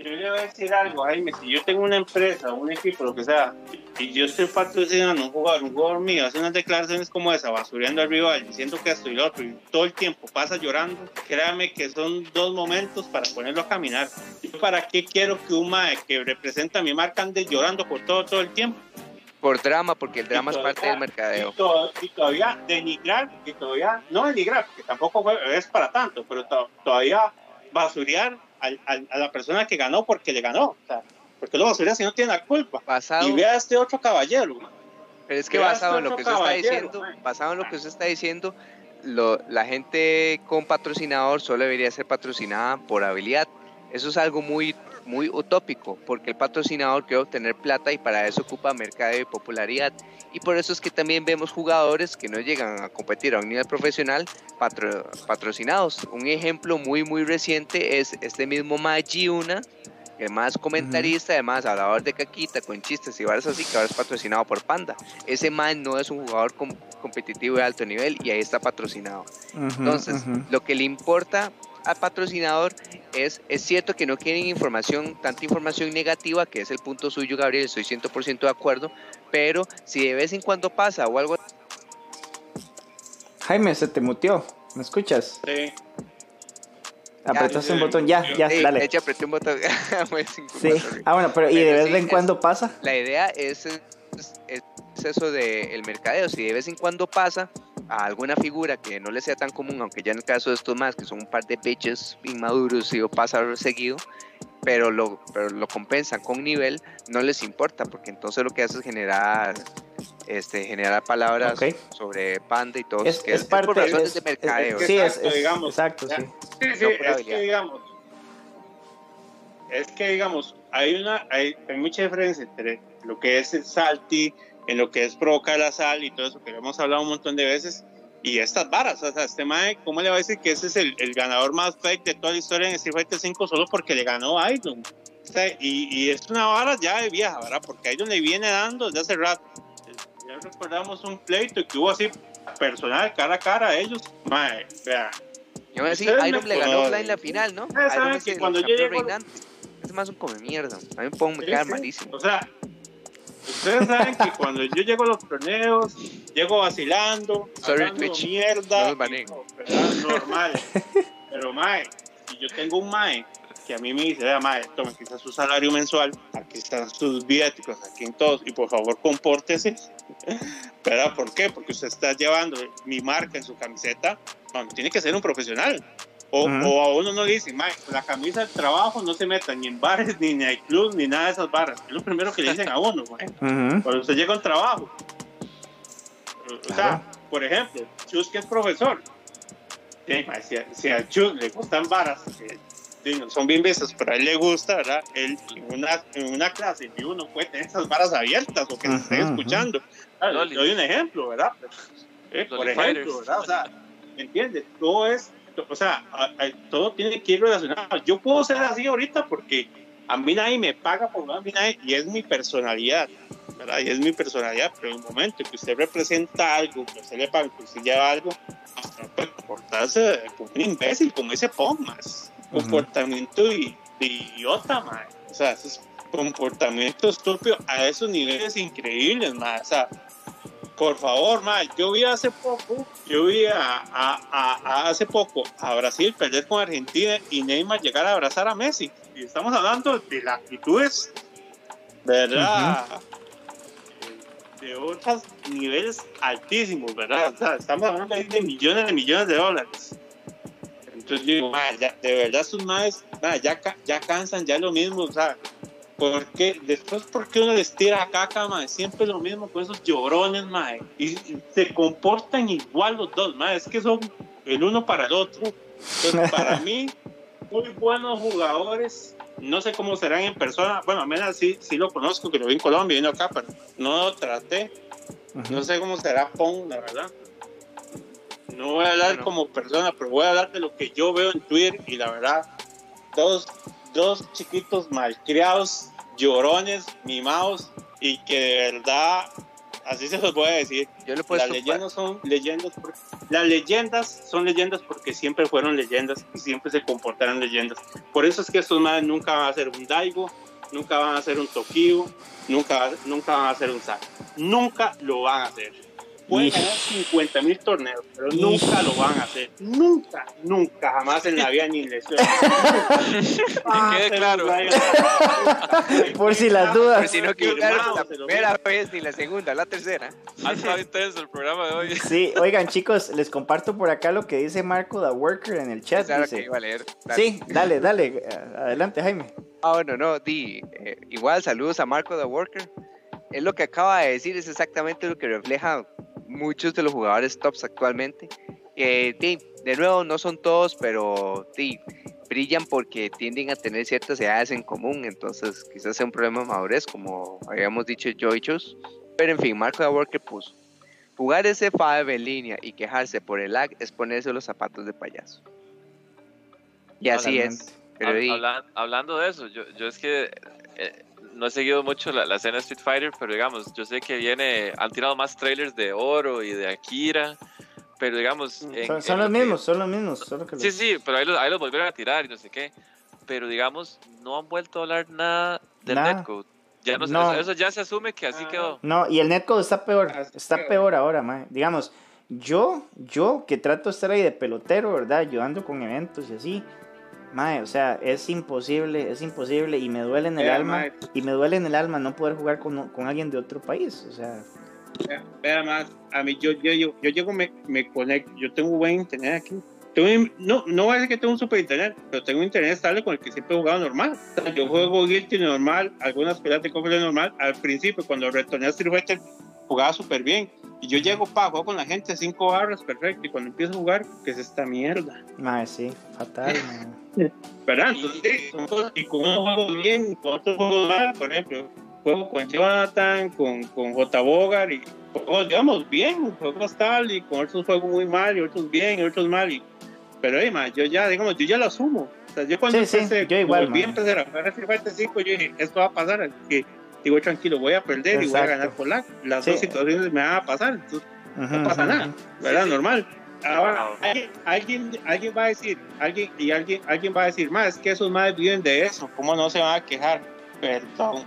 yo le voy a decir algo, Jaime. Si yo tengo una empresa, un equipo, lo que sea, y yo estoy patrocinando a un jugador mío hace unas declaraciones como esa, basureando al rival, diciendo que esto y lo otro, y todo el tiempo pasa llorando, créame que son 2 momentos para ponerlo a caminar. ¿Yo para qué quiero que un mae que representa a mi marca ande llorando por todo el tiempo? Por drama, porque el drama es parte del mercadeo. Y todavía denigrar, no denigrar, porque tampoco es para tanto, pero todavía basurear a la persona que ganó porque le ganó. O sea, porque lo basurea si no tiene la culpa. Basado, y vea a este otro caballero. Pero es que basado en lo que usted está diciendo, la gente con patrocinador solo debería ser patrocinada por habilidad. Eso es algo muy utópico, porque el patrocinador quiere obtener plata y para eso ocupa mercadeo y popularidad. Y por eso es que también vemos jugadores que no llegan a competir a un nivel profesional patrocinados. Un ejemplo muy reciente es este mismo Magi Una, que además comentarista, además hablador de caquita con chistes y varas así, que ahora es patrocinado por Panda. Ese man no es un jugador competitivo de alto nivel y ahí está patrocinado. Entonces, lo que le importa al patrocinador es cierto que no quieren tanta información negativa, que es el punto suyo, Gabriel, estoy 100% de acuerdo, pero si de vez en cuando pasa o algo... Jaime, se te muteó, ¿me escuchas? Sí. Apretaste un botón, ya, sí, dale. De hecho, apreté un botón. Sí. Bueno, pero ¿y de vez en cuando pasa? La idea es eso del mercadeo. Si de vez en cuando pasa a alguna figura que no le sea tan común, aunque ya en el caso de estos más, que son un par de bitches inmaduros y pasa seguido, pero lo compensan con nivel, no les importa, porque entonces lo que hace es generar palabras sobre Panda y todo. Es parte por razones de mercadeo. Sí, digamos, exacto, sí. Sí, es que digamos, hay mucha diferencia entre lo que es el salty, en lo que es provocar la sal y todo eso que hemos hablado un montón de veces, y estas varas. O sea, este mae, ¿cómo le va a decir que ese es el ganador más fake de toda la historia en Street Fighter 5 solo porque le ganó a Idol? O sea, y es una vara ya de vieja, ¿verdad? Porque Idol le viene dando desde hace rato. Ya recordamos un pleito que hubo así personal, cara a cara a ellos. Mae, vea. Yo me decía, Iron le ganó en la final, ¿no? Saben que cuando yo llego... Es más un come mierda. A mí me quedar malísimo. O sea, ustedes saben que cuando yo llego a los torneos, llego vacilando, hablando mierda, normal. Pero mae, si yo tengo un mae que a mí me dice, vea mae, tome quizás su salario mensual, aquí están sus viáticos, aquí en todos, y por favor compórtese. ¿Pero por qué? Porque usted está llevando mi marca en su camiseta. No, tiene que ser un profesional. O a uno no le dice, mae, la camisa del trabajo no se meta ni en bares, ni en clubs, ni nada de esas barras. Es lo primero que le dicen a uno, mae. Cuando usted llega a un trabajo. O sea, por ejemplo, Chus, que es profesor. Sí, mae, si a Chus le gustan barras, no son bien vistas, pero a él le gusta, ¿verdad? Él en una clase y uno puede tener esas barras abiertas o que se estén escuchando. Le doy un ejemplo, ¿verdad? Por ejemplo, ¿verdad? O sea, ¿me entiendes? Todo tiene que ir relacionado. Yo puedo ser así ahorita porque a mí nadie me paga por a mí nadie, y es mi personalidad, ¿verdad? Y es mi personalidad, pero en el momento que usted representa algo, que usted le paga, que usted lleva algo, no puede comportarse como un imbécil, como ese Pomas. Comportamiento idiota, man. O sea, ese comportamiento estúpido a esos niveles increíbles, man. O sea, por favor, man. Yo vi hace poco a Brasil perder con Argentina y Neymar llegar a abrazar a Messi. Y estamos hablando de las actitudes, ¿verdad? De otros niveles altísimos, ¿verdad? O sea, estamos hablando de millones de dólares. Entonces digo, de verdad sus madres ya cansan, ya lo mismo, o sea, ¿por qué uno les tira caca, madre? Siempre lo mismo con esos llorones, madre, y se comportan igual los dos, madre, es que son el uno para el otro. Entonces, para mí, muy buenos jugadores, no sé cómo serán en persona, bueno, a menos sí lo conozco, que lo vi en Colombia, vino acá, pero no lo traté, no sé cómo será Pong, la verdad. No voy a hablar como persona, pero voy a hablar de lo que yo veo en Twitter, y la verdad, dos chiquitos malcriados, llorones, mimados, y que de verdad Así se los voy a decir. Yo le he puesto Las leyendas son leyendas. Las leyendas son leyendas porque siempre fueron leyendas y siempre se comportaron leyendas. Por eso es que estos madres nunca van a ser un Daigo, nunca van a ser un Tokio, nunca van a ser un Zack. Nunca lo van a hacer. Pueden ganar 50,000 torneos, pero nunca lo van a hacer. Nunca, jamás en la vida ni les suena. Que quede claro. Por si las dudas. Por si no quitaron la primera vez, ni la segunda, la tercera. Ha estado intenso el programa de hoy. Sí, oigan chicos, les comparto por acá lo que dice Marco the Worker en el chat. Claro Dice, que iba a leer. sí, dale, adelante Jaime. Bueno, no, igual saludos a Marco the Worker. Él lo que acaba de decir es exactamente lo que refleja muchos de los jugadores tops actualmente. De nuevo, no son todos, pero brillan porque tienden a tener ciertas edades en común, entonces quizás sea un problema de madurez, como habíamos dicho yo y Chus. Pero en fin, Marco the Worker puso: jugar ese 5 en línea y quejarse por el lag es ponerse los zapatos de payaso. Y así es. Pero hablando de eso, yo es que no he seguido mucho la escena de Street Fighter, pero digamos, yo sé que han tirado más trailers de Oro y de Akira, pero digamos... Son los mismos, solo que Sí, pero ahí los volvieron a tirar y no sé qué, pero digamos, no han vuelto a hablar nada del netcode. Ya no. Eso ya se asume que así quedó. No, y el netcode está peor ahora, man. Digamos, yo que trato de estar ahí de pelotero, ¿verdad? Ayudando con eventos y así. Mae, o sea, es imposible y me duele en el alma no poder jugar con alguien de otro país, o sea. Vea más, a mí yo llego, me conecto, yo tengo buen internet aquí. No voy a decir que tengo un super internet, pero tengo un internet estable con el que siempre he jugado normal. O sea, yo juego Guilty normal, algunas peleas de Cofre normal. Al principio, cuando retorné a Street Fighter, jugaba súper bien. Y yo llego juego con la gente 5 barras, perfecto. Y cuando empiezo a jugar, ¿qué es esta mierda? Mae, sí, fatal, ¿verdad? Entonces, y con unos juegos bien, con otros juegos mal, por ejemplo, juego con Jonathan, con J. Bogart, y juegos, digamos, bien, juegos tal, y con otros juegos muy mal, y otros bien, y otros mal. Pero, yo ya lo asumo. O sea, yo cuando volví a empezar a jugar Street Fighter 5, yo dije, esto va a pasar, que digo, tranquilo, voy a perder. Exacto. Y voy a ganar por lag. Las dos situaciones me van a pasar, entonces no pasa nada, ¿verdad? Normal. Ahora, alguien va a decir, alguien va a decir, más es que esos madres viven de eso, ¿cómo no se van a quejar? Perdón,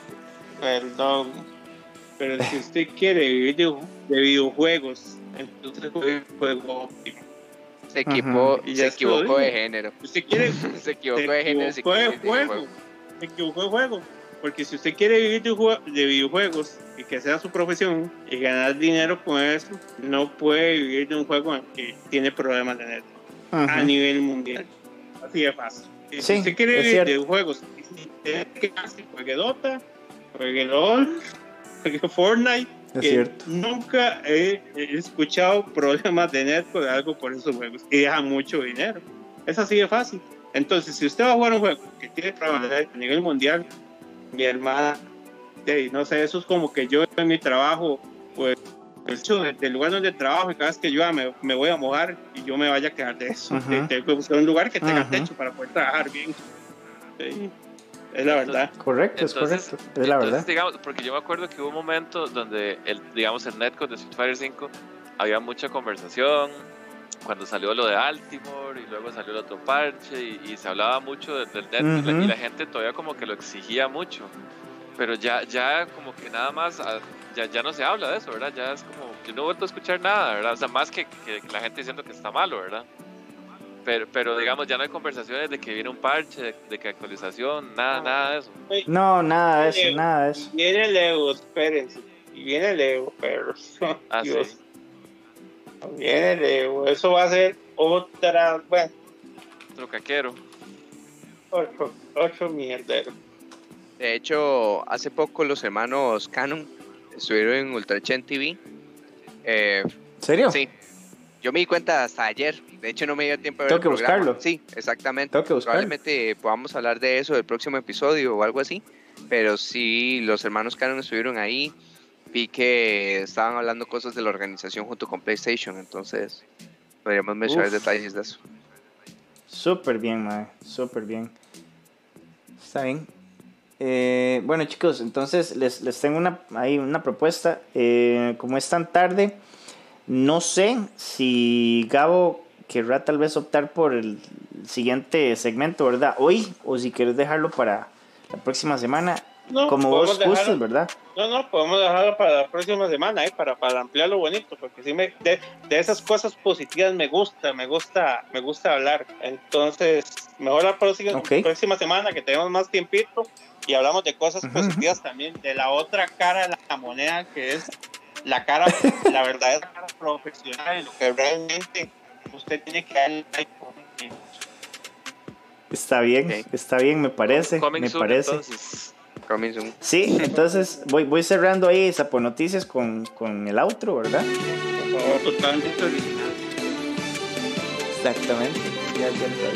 pero si usted quiere vivir de videojuegos, entonces juego óptimo. Se equivocó de género. Usted quiere, se equivocó de género. Se equivocó de juego. Porque si usted quiere vivir de videojuegos y que sea su profesión y ganar dinero con eso, no puede vivir de un juego en que tiene problemas de net a nivel mundial. Así de fácil. Si usted quiere vivir de juegos, juegue Dota, juegue LOL, juegue Fortnite. Nunca he escuchado problemas de net de algo por esos juegos y deja mucho dinero. Es así de fácil. Entonces, si usted va a jugar un juego que tiene problemas de net a nivel mundial, mi hermana, no sé, eso es como que yo en mi trabajo, pues, del lugar donde trabajo, y cada vez que yo me voy a mojar y yo me vaya a quedar de eso. Tengo que buscar un lugar que tenga techo para poder trabajar bien. Sí, es la verdad. Correcto, es correcto. Es la verdad. Digamos, porque yo me acuerdo que hubo un momento donde el netcode de Street Fighter 5 había mucha conversación. Cuando salió lo de Altimore y luego salió el otro parche y se hablaba mucho del netcode y la gente todavía como que lo exigía mucho, pero ya como que nada más ya no se habla de eso, ¿verdad? Ya es como que no he vuelto a escuchar nada, ¿verdad? O sea, más que la gente diciendo que está malo, ¿verdad? Pero digamos, ya no hay conversaciones de que viene un parche, de que actualización, nada de eso. No, nada de eso. Viene el Evo, espérense, y viene el Evo, pero Dios. Sí. Viene, eso va a ser otra, bueno, otro caquero, otro mierdero. De hecho, hace poco los hermanos Canon estuvieron en Ultra Chen TV. ¿Serio? Sí, yo me di cuenta hasta ayer. De hecho, no me dio tiempo de ver el programa. Tengo que buscarlo. Sí, exactamente. Probablemente podamos hablar de eso del próximo episodio o algo así. Pero sí, los hermanos Canon estuvieron ahí. Vi que estaban hablando cosas de la organización junto con PlayStation, entonces podríamos mencionar detalles de eso. Súper bien, mae, súper bien. Está bien. Bueno, chicos, entonces les tengo una propuesta. Como es tan tarde, no sé si Gabo querrá tal vez optar por el siguiente segmento, ¿verdad? Hoy, o si quieres dejarlo para la próxima semana, No, como vos gustes, ¿verdad? No, podemos dejarlo para la próxima semana, para ampliar lo bonito, porque sí de esas cosas positivas me gusta hablar. Entonces, mejor la próxima semana que tenemos más tiempito y hablamos de cosas positivas también, de la otra cara de la moneda, que es la verdadera cara profesional, lo que realmente usted tiene que darle like. Está bien, me parece. Entonces. Sí, entonces voy cerrando ahí Sapo Noticias con el outro, ¿verdad? Totalmente original. Exactamente. Ya.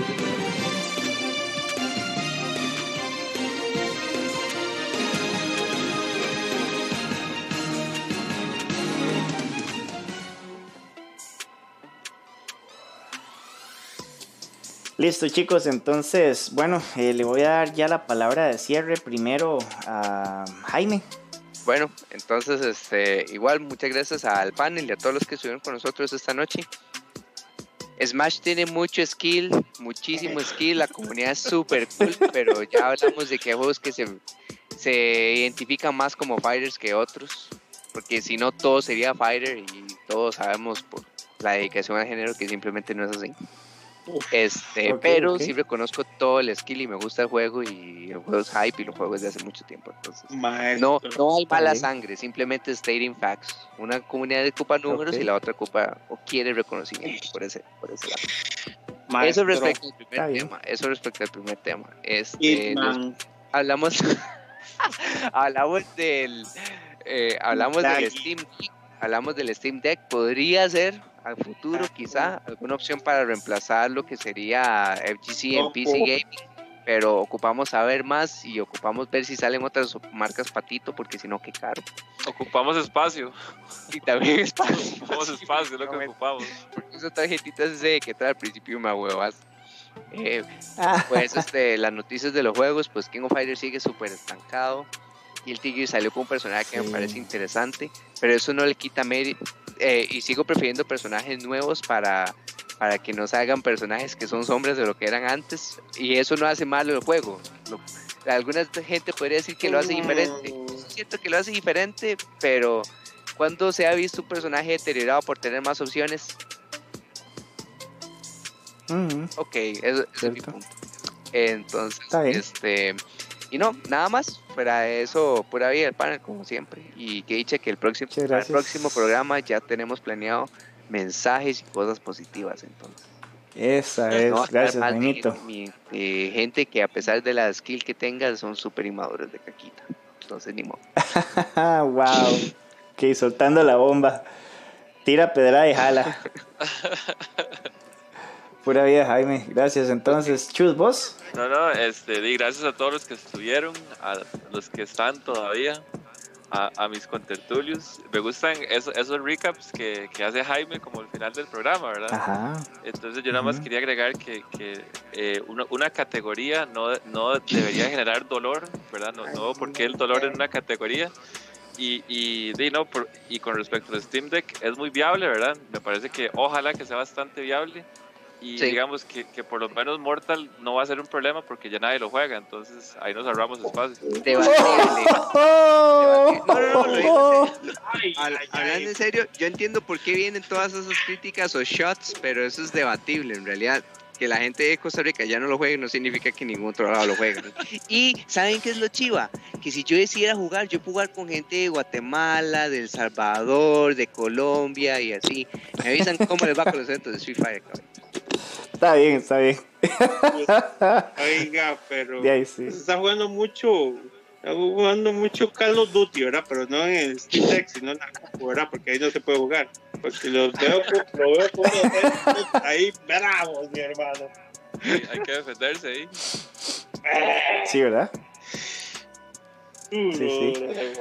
Listo, chicos, entonces, bueno, le voy a dar ya la palabra de cierre primero a Jaime. Bueno, entonces, igual muchas gracias al panel y a todos los que estuvieron con nosotros esta noche. Smash tiene muchísimo skill, la comunidad es súper cool, pero ya hablamos de que hay juegos que se identifican más como fighters que otros, porque si no todo sería fighter y todos sabemos por la dedicación al género que simplemente no es así. Pero sí reconozco todo el skill y me gusta el juego, y el juego es hype y lo juego desde hace mucho tiempo, entonces no hay mala sangre, simplemente stating facts. Una comunidad ocupa números y la otra ocupa o quiere reconocimiento por ese lado. Eso respecto al primer tema. Hablamos del Steam Deck. Podría ser al futuro quizá alguna opción para reemplazar lo que sería FGC en PC Gaming, pero ocupamos saber más y ocupamos ver si salen otras marcas patito, porque si no, qué caro. Ocupamos espacio. Y también espacio. Ocupamos espacio, es lo que ocupamos. Porque esas tarjetitas que trae al principio me huevas. Pues las noticias de los juegos, pues King of Fighters sigue súper estancado. Y el Tigre salió con un personaje que me parece interesante, pero eso no le quita mérito. Y sigo prefiriendo personajes nuevos para que no salgan personajes que son sombras de lo que eran antes, y eso no hace malo el juego. Alguna gente podría decir que lo hace diferente. Yo siento que lo hace diferente, pero ¿cuándo se ha visto un personaje deteriorado por tener más opciones? Ok, eso es mi punto. Entonces, y no, nada más. Fuera eso, pura vida el panel, como siempre. Y que dicha que el próximo programa ya tenemos planeado mensajes y cosas positivas, entonces. Esa es, gracias, Benito. Gente que a pesar de la skill que tenga son súper inmaduros de caquita. Entonces, ni modo. Wow. Ok, soltando la bomba. Tira, pedra y jala. Pura vida, Jaime. Gracias. Entonces, Chus, ¿vos? No, gracias a todos los que estuvieron, a los que están todavía, a mis contertulios. Me gustan esos recaps que hace Jaime como al final del programa, ¿verdad? Ajá. Entonces yo nada más quería agregar que una categoría no debería generar dolor, ¿verdad? No porque el dolor en una categoría. Y con respecto al Steam Deck, es muy viable, ¿verdad? Me parece que ojalá que sea bastante viable. Y digamos que por lo menos Mortal no va a ser un problema porque ya nadie lo juega, entonces ahí nos ahorramos espacio. Debatible. Hablando en serio, yo entiendo por qué vienen todas esas críticas o shots, pero eso es debatible. En realidad, que la gente de Costa Rica ya no lo juegue no significa que ningún otro lado lo juegue. Y ¿saben qué es lo chiva? Que si yo decidiera jugar, yo puedo jugar con gente de Guatemala, de El Salvador, de Colombia y así. Me avisan cómo les va con los eventos de Street Fighter, cabrón. Está bien. Oiga, pero ahí sí. Se está jugando mucho Call of Duty, ¿verdad? Pero no en el Steam Deck, sino en la compu, ¿verdad? Porque ahí no se puede jugar. Porque lo veo como ahí bravos, mi hermano. Sí, hay que defenderse ahí. Sí, ¿verdad? Sí.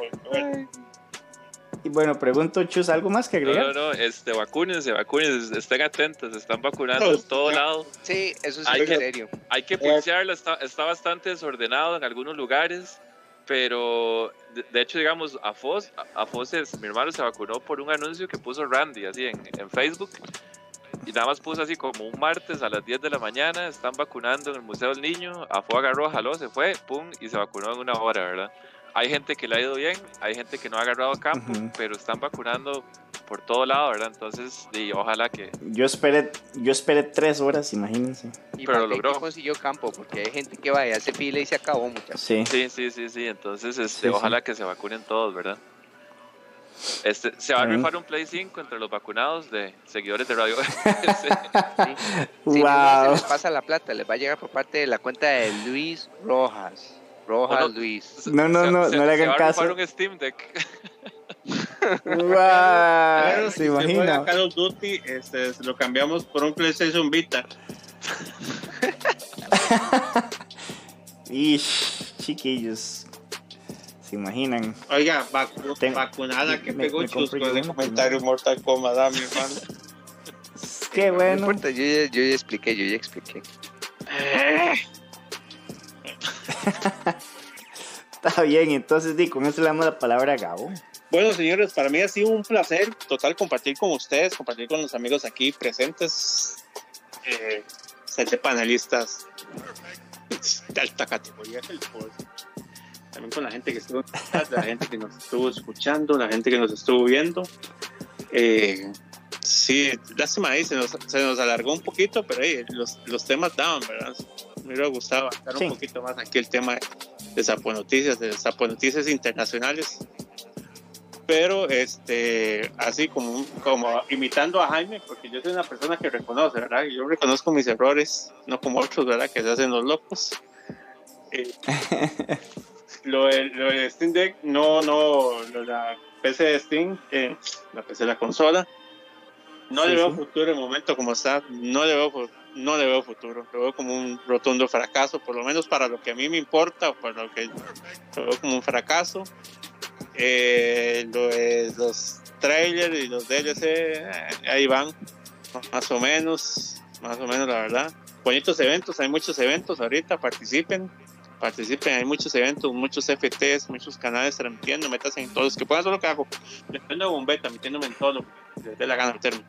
Y bueno, pregunto, Chus, ¿algo más que agregar? No, vacúnense, estén atentos, se están vacunando en todo lado. Sí, eso es en serio. Hay que pulsearlo, está bastante desordenado en algunos lugares. Pero, de hecho, digamos, a Foz mi hermano se vacunó por un anuncio que puso Randy, así, en Facebook. Y nada más puso así como un martes a las 10 de la mañana, están vacunando en el Museo del Niño, Afo agarró, jaló, se fue, pum, y se vacunó en una hora, ¿verdad? Hay gente que le ha ido bien, hay gente que no ha agarrado campo, pero están vacunando por todo lado, ¿verdad? Entonces, y ojalá que... Yo esperé 3 horas, imagínense. Y pero para lo logró. consiguió campo, porque hay gente que vaya, hace fila y se acabó, muchachos. Sí. Sí, entonces, ojalá que se vacunen todos, ¿verdad? Se va a rifar un Play 5 entre los vacunados de seguidores de Radio. Sí. Wow. Si no se les pasa la plata, les va a llegar por parte de la cuenta de Luis Rojas. Luis. No le hagan se va a caso. rifar un Steam Deck. Wow, se si juega imagina. Call of Duty, se lo cambiamos por un PlayStation Vita. Ish, chiquillos. ¿Se imaginan? Oiga, vacunada que me pegó chusco compré de uno, comentario Mortal Kombat, mi hermano. Qué No bueno. importa, yo ya expliqué. Está bien, entonces con eso le damos la palabra a Gabo. Bueno, señores, para mí ha sido un placer total compartir con ustedes, compartir con los amigos aquí presentes, ser de panelistas de alta categoría que el fútbol. También con la gente que estuvo, la gente que nos estuvo escuchando, la gente que nos estuvo viendo. Sí, lástima ahí, se nos alargó un poquito, pero los temas daban, ¿verdad? Me hubiera gustado abarcar un poquito más aquí el tema de Sapo Noticias internacionales. Pero así como imitando a Jaime, porque yo soy una persona que reconoce, ¿verdad? Yo reconozco mis errores, no como otros, ¿verdad? Que se hacen los locos. Lo del Steam Deck, la PC de Steam, la PC de la consola, no le veo futuro en el momento como está, no le veo futuro, lo veo como un rotundo fracaso, por lo menos para lo que a mí me importa, por lo que lo veo como un fracaso. Los trailers y los DLC ahí van, más o menos la verdad. Bonitos eventos, hay muchos eventos ahorita, participen, hay muchos eventos, muchos FTs, muchos canales transmitiendo, métanse en todos los que puedan, hacer lo que hago, metiendo bombeta, metiéndome en todo lo que les dé la gana meterme.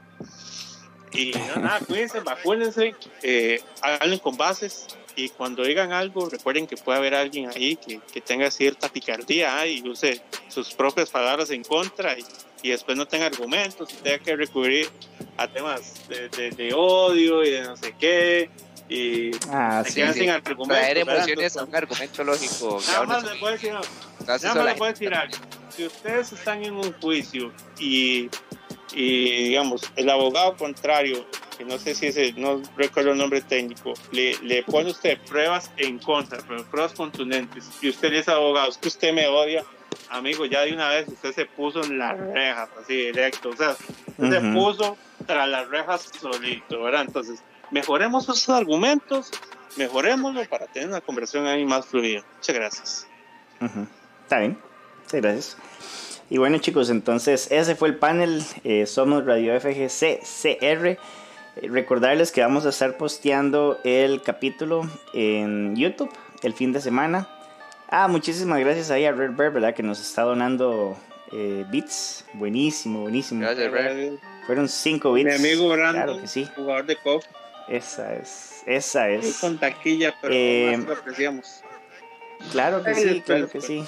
Y nada, cuídense, vacúnense, hablen con bases, y cuando digan algo, recuerden que puede haber alguien ahí que tenga cierta picardía y use sus propias palabras en contra y después no tenga argumentos y tenga que recurrir a temas de odio y de no sé qué y se quedan sin argumentos. Traer emociones a un argumento lógico. Nada más les voy a decir algo. Si ustedes están en un juicio y digamos, el abogado contrario, que no sé si no recuerdo el nombre técnico, le pone usted pruebas en contra, pero pruebas contundentes, y usted le dice abogado, es que usted me odia, amigo, ya de una vez usted se puso en las rejas, así directo, o sea, usted se puso tras las rejas solito, ¿verdad? Entonces, mejoremos esos argumentos, mejorémoslo para tener una conversación ahí más fluida. Muchas gracias. Está bien, sí, gracias. Y bueno, chicos, entonces ese fue el panel. Somos Radio FGC CR. Recordarles que vamos a estar posteando el capítulo en YouTube el fin de semana. Muchísimas gracias ahí a Red Bear, ¿verdad? Que nos está donando bits. Buenísimo. Gracias, Red. Fueron 5 bits. Mi amigo Brandon, claro que sí. Jugador de COF. Esa es. Sí, con taquilla, pero más lo apreciamos. Claro que sí.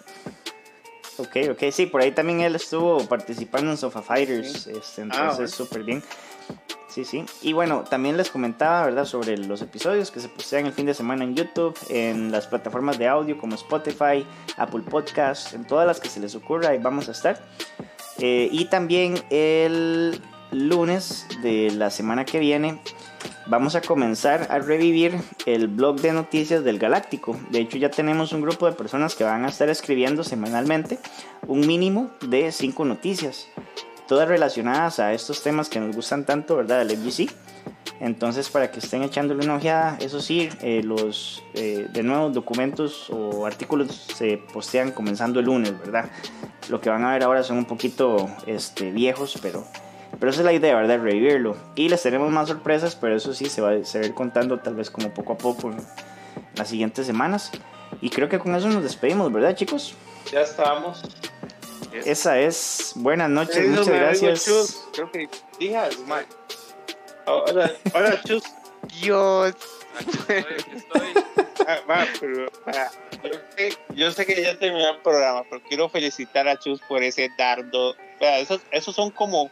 Ok, sí, por ahí también él estuvo participando en Sofa Fighters, entonces súper bien. Sí. Y bueno, también les comentaba, ¿verdad?, sobre los episodios que se postean el fin de semana en YouTube, en las plataformas de audio como Spotify, Apple Podcasts, en todas las que se les ocurra, ahí vamos a estar. Y también el lunes de la semana que viene vamos a comenzar a revivir el blog de noticias del Galáctico. De hecho, ya tenemos un grupo de personas que van a estar escribiendo semanalmente un mínimo de 5 noticias, todas relacionadas a estos temas que nos gustan tanto, ¿verdad?, del FGC. Entonces, para que estén echándole una ojeada, eso sí, los de nuevo documentos o artículos se postean comenzando el lunes, ¿verdad? Lo que van a ver ahora son un poquito viejos, pero esa es la idea, ¿verdad? Revivirlo. Y les tenemos más sorpresas, pero eso sí se va a ir contando tal vez como poco a poco en las siguientes semanas. Y creo que con eso nos despedimos, ¿verdad, chicos? Ya estamos. Esa es. Buenas noches, Eso muchas me digo, gracias. Chus. Creo que dije algo mal. Hola, Chus. Dios. Aquí estoy. Pero, yo sé que ya terminó el programa, pero quiero felicitar a Chus por ese dardo. Esos son como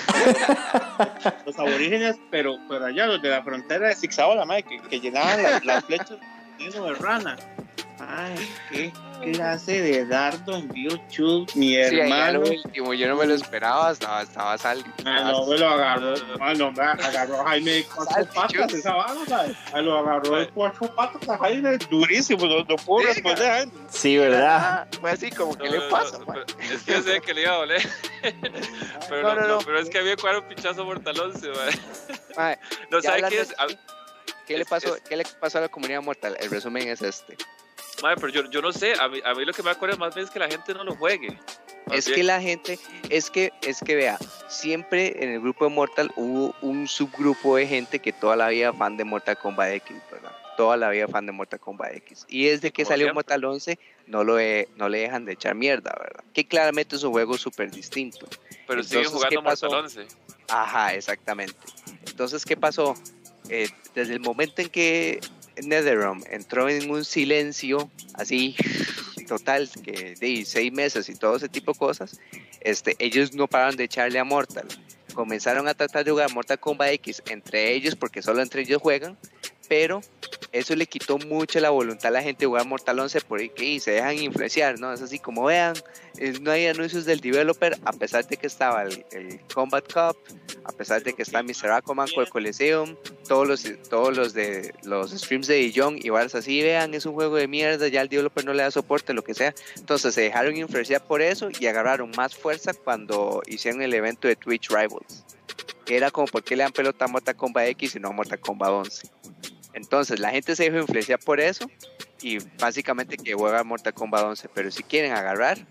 los aborígenes, pero allá los de la frontera de Zigzagola, que llenaban las flechas lleno de rana. Ay, qué clase de dardo envió Chus, mi hermano. Sí, último, yo no me lo esperaba, estaba saliendo. No me lo agarró, me agarró Jaime de 4 patas esa bala, ¿sabes? Lo agarró de 4 patas a Jaime, durísimo, no puedo responder a Jaime. Sí, ¿verdad? Fue así como, ¿qué le pasa? Es que yo sé que le iba a doler. Pero pero es que había cuadro un pinchazo Mortal 11, man. No sabe qué es. ¿Qué le pasó a la comunidad Mortal? El resumen es este. Madre, pero yo no sé, a mí lo que me acuerdo más bien es que la gente no lo juegue. Que la gente, es que vea, siempre en el grupo de Mortal hubo un subgrupo de gente que toda la vida fan de Mortal Kombat X, ¿verdad? Toda la vida fan de Mortal Kombat X. Y desde que salió siempre. Mortal 11, no le dejan de echar mierda, ¿verdad? Que claramente es un juego súper distinto. Pero siguen jugando Mortal 11. Ajá, exactamente. Entonces, ¿qué pasó? Desde el momento en que NetherRealm entró en un silencio así total, que de 6 meses y todo ese tipo de cosas, ellos no pararon de echarle a Mortal. Comenzaron a tratar de jugar Mortal Kombat X entre ellos, porque solo entre ellos juegan, pero eso le quitó mucho la voluntad a la gente de jugar Mortal 11 porque se dejan influenciar, ¿no? Es así como vean, no hay anuncios del developer, a pesar de que estaba el Combat Cup, a pesar de que está Mr. Aquaman con el Coliseum, todos los de los streams de Dijon y varas así, vean, es un juego de mierda, ya el developer no le da soporte, lo que sea. Entonces se dejaron influenciar por eso y agarraron más fuerza cuando hicieron el evento de Twitch Rivals, que era como, ¿por qué le dan pelota a Mortal Kombat X y no a Mortal Kombat 11? Entonces la gente se dejó influenciar por eso y básicamente que juega Mortal Kombat 11, pero si quieren agarrar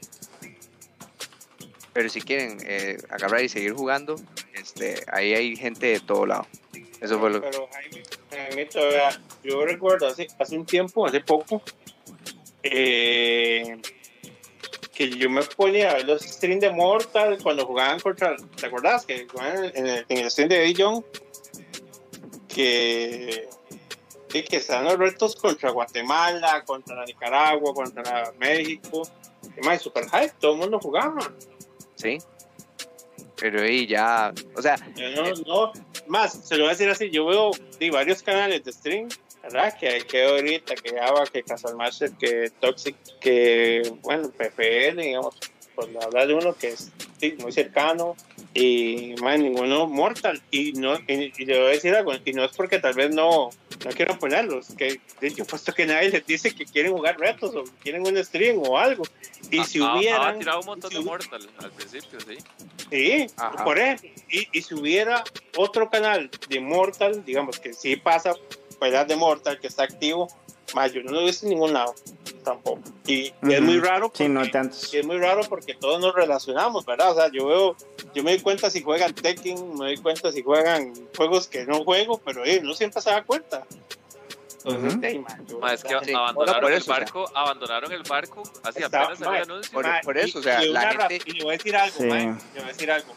y seguir jugando, ahí hay gente de todo lado. Eso fue lo que... Pero Jaime, todavía, yo recuerdo hace un tiempo, hace poco, que yo me ponía a ver los streams de Mortal cuando jugaban contra, ¿te acordás? Que jugaban en el stream de Dijon, que están los retos contra Guatemala, contra Nicaragua, contra México, y más super hype, todo el mundo jugaba. Sí, pero ahí ya, o sea, no, más, se lo voy a decir así, yo veo varios canales de stream, ¿verdad? Que ahorita, que Ava, que Casalmaster, que Toxic, que, bueno, PFL, digamos, por hablar de uno que es muy cercano, y más ninguno Mortal, y le voy a decir algo, y no es porque tal vez no quiero ponerlos, que yo puesto que nadie les dice que quieren jugar retos o quieren un stream o algo, y si hubieran... Ha tirado un montón de Mortal al principio, sí. Sí, ajá. Por eso, y si hubiera otro canal de Mortal, digamos que sí pasa peleas de Mortal, que está activo, más yo no lo he visto en ningún lado tampoco, y es muy raro porque, sí, no tantos. es muy raro porque todos nos relacionamos, ¿verdad? O sea, yo me doy cuenta si juegan Tekken, me doy cuenta si juegan juegos que no juego, pero no siempre se da cuenta. Entonces, es que abandonaron el barco así apenas salió el anuncio. Por eso, o sea, la gente... Y le voy a decir algo,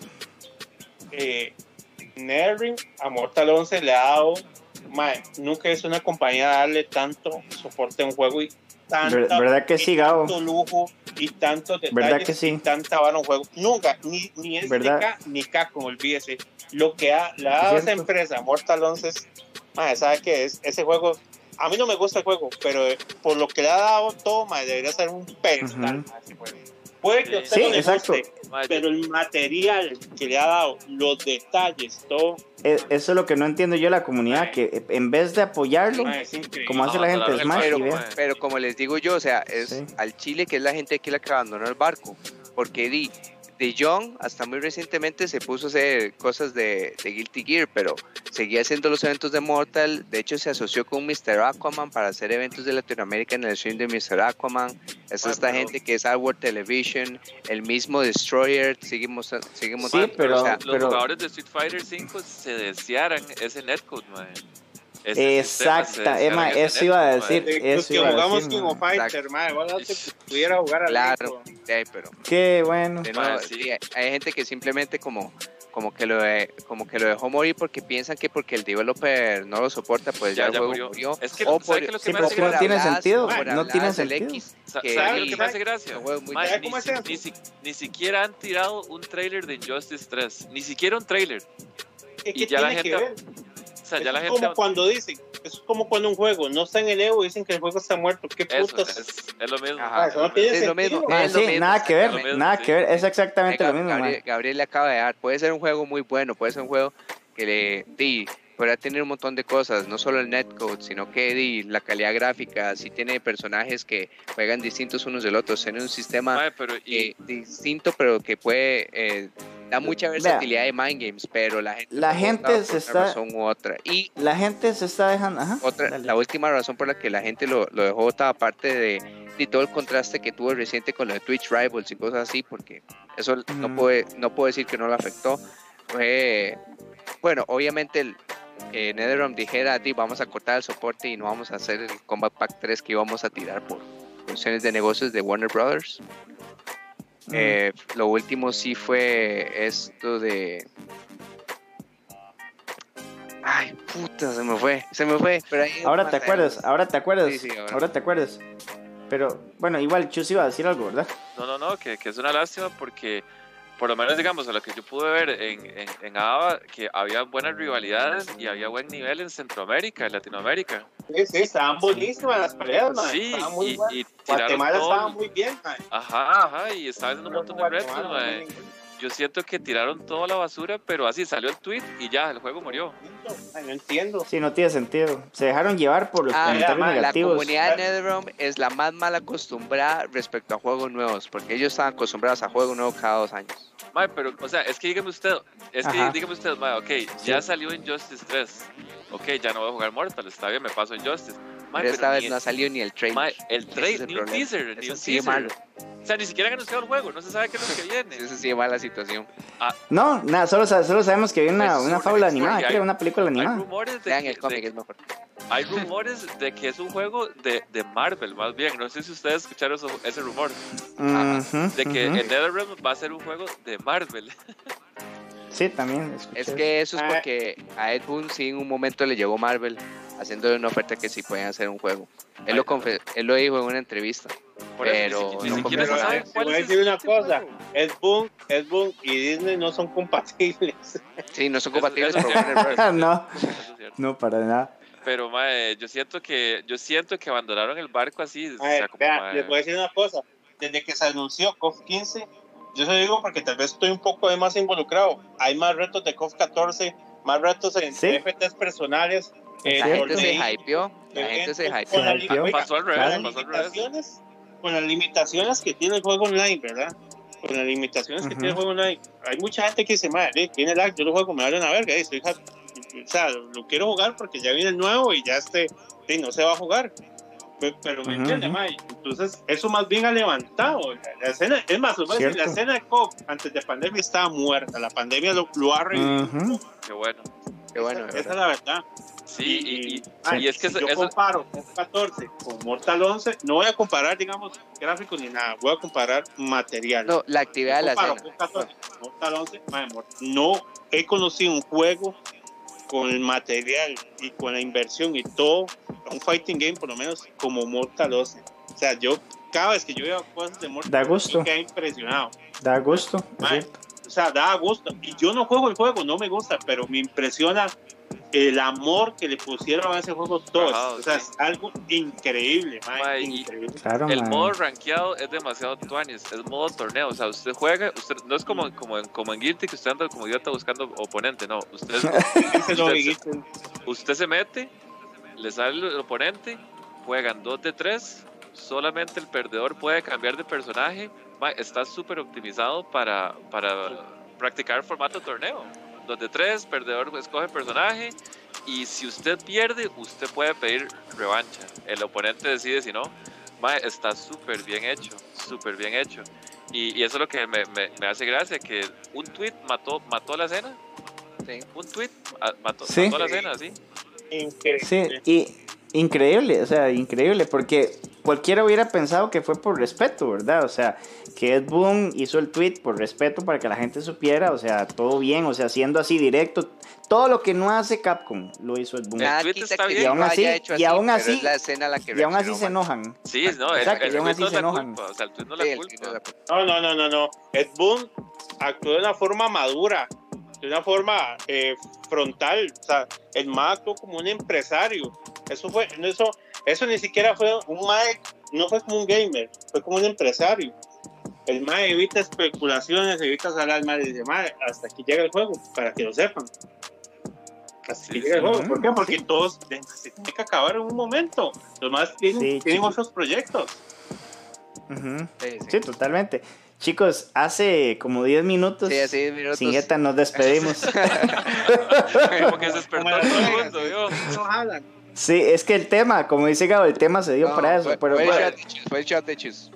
NetherRealm a Mortal 11 le ha dado, nunca es una compañía darle tanto soporte a un juego y ¿verdad que sí, Gabo? Tanto lujo y tantos detalles, ¿verdad que sí? Y tanta vara un juego. Nunca, ni SDK ni Capcom, olvídese. Lo que le ha dado esa empresa, Mortal 11, ¿sabe qué es? Ese juego, a mí no me gusta el juego, pero por lo que le ha dado todo, debería ser un pedestal. Puede que usted no le guste, pero el material que le ha dado, los detalles, todo. Eso es lo que no entiendo yo de la comunidad, que en vez de apoyarlo, como hace la gente, es más. Pero como les digo yo, o sea, es al Chile que es la gente que la que abandonó el barco, porque De Jong hasta muy recientemente se puso a hacer cosas de Guilty Gear, pero seguía haciendo los eventos de Mortal. De hecho se asoció con Mr. Aquaman para hacer eventos de Latinoamérica en el stream de Mr. Aquaman. Es esta gente que es Outward Television, el mismo Destroyer, seguimos sí, pero los jugadores de Street Fighter 5 se desearan ese netcode, man. Exacta, Emma, eso iba a decir. Los que jugamos King of Fighter, madre, ojalá se pudiera jugar al Claro, pero qué bueno. de nuevo, sí, hay gente que simplemente como que lo dejó morir porque piensan que porque el developer no lo soporta, pues ya el juego murió. Es que, o ¿sabes qué lo que Sí, me pero hace que no gracia? tiene sentido. No tiene del sentido. X, ¿Sabes lo que me hace gracia? Mae, ¿Cómo es eso? ni siquiera han tirado un trailer de Injustice 3. Ni siquiera un trailer. ¿Qué Y ya la tiene que gente... ver? O sea, ya la Es gente... como cuando dicen, es como cuando un juego no está en el Evo y dicen que el juego está muerto. ¿Qué Eso, putas? es lo mismo. Ajá. Eso no tiene Es lo sentido. mismo. Ah, Es lo sí, mismo, nada que ver, lo mismo, nada sí. que ver. Es exactamente lo mismo, man. Gabriel le acaba de dar. Puede ser un juego muy bueno, puede ser un juego que podrá tener un montón de cosas, no solo el netcode, sino que la calidad gráfica, si tiene personajes que juegan distintos unos del otro, tiene un sistema Mae, pero distinto, pero que puede da mucha versatilidad de mind games, pero la gente se por está- una razón u otra. Y La gente se está dejando. Ajá. Dale. la última razón por la que la gente lo dejó votado, aparte de todo el contraste que tuvo reciente con lo de Twitch Rivals y cosas así, porque eso no puedo decir que no lo afectó, fue, bueno, obviamente NetherRealm dijera, vamos a cortar el soporte y no vamos a hacer el Combat Pack 3 que íbamos a tirar por cuestiones de negocios de Warner Brothers. Lo último sí fue esto de... Ay, puta, se me fue. Pero ahí Ahora te acuerdas. Sí, Ahora te acuerdas. Pero bueno, igual Chus iba a decir algo, ¿verdad? No, que es una lástima porque por lo menos digamos a lo que yo pude ver en ABA, que había buenas rivalidades y había buen nivel en Centroamérica, en Latinoamérica. Sí, estaban buenísimas las peleas, man. Sí, Estaban muy buenas. y tiraron Guatemala todo. estaba muy bien, man. Ajá, y estaban haciendo un montón de retos, Guatemala, mae. muy Yo siento que tiraron toda la basura, pero así salió el tweet y ya, el juego murió. Ay, no entiendo. Sí, no tiene sentido. Se dejaron llevar por los comentarios la negativos. comunidad de NetherRealm es la más mal acostumbrada respecto a juegos nuevos, porque ellos están acostumbrados a juegos nuevos cada 2 años. Mae, pero, o sea, es que dígame usted, mae, ok, ya salió Injustice 3. Ok, ya no voy a jugar Mortal, está bien, me paso Injustice. Mae, Pero esta vez ni no ha salido ni el trailer. mae, el Ese es trailer, el ni un problema. teaser, ni Eso un sí es teaser. malo. O sea, ni siquiera han anunciado el juego, no se sabe qué es lo que viene. Eso sí es mala situación. No, nada, solo sabemos que hay una Pues, fábula porque animada, hay- creo, una película Hay animada. rumores de Vean que, el cómic, es mejor. hay rumores de que es un juego de Marvel, más bien. No sé si ustedes escucharon ese rumor. Ujú, De que ujú. en NetherRealm va a ser un juego de Marvel. Sí, también. escuché Es eso. que eso es porque a Ed Boon sí en un momento le llegó Marvel haciéndole una oferta que sí pueden hacer un juego. Él lo dijo en una entrevista. Por eso, Pero ni no siquiera se Pero, sabe te cuál voy a es decir una este cosa. juego. Ed Boon y Disney no son compatibles. Sí, no son Eso- compatibles eso con es Warner cierto. Bros. No, Eso es cierto. no, para nada. Pero, mae, yo siento que abandonaron el barco así. O A ver, sea, como, vean, mae, les voy a decir una cosa. Desde que se anunció KOF 15, yo se lo digo porque tal vez estoy un poco más involucrado. Hay más retos de KOF 14, más retos en Sí. FTs personales. La gente se torneos, hypeó. La gente se eventos, hypeó. con la Se hypeó. oiga, pasó al revés, con las pasó al revés. limitaciones- Con las limitaciones que tiene el juego online, ¿verdad? Con las limitaciones que Ujú. tiene el juego online. Hay mucha gente que dice, madre, tiene lag, yo lo juego, me vale una verga. Estoy o sea, lo quiero jugar porque ya viene el nuevo y ya no se va a jugar. Pero me Ujú, entiende, ujú. mae. Entonces, eso más bien ha levantado. La escena, es más, os voy a decir, la Cierto. escena de KOF antes de pandemia estaba muerta. La pandemia lo ha revivido. Ujú. qué bueno. Qué bueno, Esa es la verdad. Sí, Ay, y es que si eso, yo comparo KOF 14 con Mortal 11, no voy a comparar, digamos, gráficos ni nada. Voy a comparar material. No, la actividad de la Comparo escena. KOF 14 con Mortal 11, mae, no he conocido un juego con el material y con la inversión y todo, un fighting game por lo menos como Mortal 11. O sea, yo cada vez que yo veo cosas de Mortal Da gusto. me quedo impresionado. Da gusto, es Mae, cierto. o sea, da gusto. Y yo no juego el juego, no me gusta, pero me impresiona el amor que le pusieron a ese juego todos. Ajá, o sea, sí. es algo increíble, mae, Mae, y- increíble. Claro, el man. modo rankeado es demasiado tuanis, es modo torneo, o sea, usted juega, usted no es como en Guilty que usted anda como idiota buscando oponente, no, usted, Ese no, usted- amiguito. usted se mete, le sale el oponente, juegan 2 de 3, solamente el perdedor puede cambiar de personaje, mae, está súper optimizado para practicar formato torneo. 2 de 3, perdedor escoge personaje y si usted pierde, usted puede pedir revancha. El oponente decide si no. Mae, está súper bien hecho, súper bien hecho. Y eso es lo que me hace gracia, que un tweet mató la escena. Sí. Un tweet mató Sí. la escena, sí. Increíble. Sí, y increíble, o sea, increíble, porque cualquiera hubiera pensado que fue por respeto, ¿verdad? O sea, que Ed Boon hizo el tweet por respeto para que la gente supiera, o sea, todo bien, o sea, siendo así directo, todo lo que no hace Capcom lo hizo Ed Boon. El tweet está bien. Y aún así, pero es la escena la que y aún así reaccionó se mal. enojan. Sí, no, Exacto, y el aún tweet así no es se la enojan. culpa. O sea, el tweet no es Sí, la el tweet no es la culpa. culpa. No. Ed Boon actuó de una forma madura, de una forma frontal. O sea, el mae actuó como un empresario. Eso ni siquiera fue un mae, no fue como un gamer, fue como un empresario. El mae evita especulaciones, evita hablar mal y dice, mae, hasta aquí llega el juego, para que lo sepan. Hasta aquí llega el juego. ¿Por qué? Porque todos se tiene que acabar en un momento. Los más tienen otros proyectos. Ujú. Sí. Sí, totalmente. Chicos, hace como 10 minutos, Sí, hace 10 minutos. sin Eta nos despedimos. Como que se despertó Como todo el las mundo, yo. No hablan. Sí, es que el tema, como dice Gabo, el tema se dio No, para eso. fue, Pero fue bueno, el shot de chus.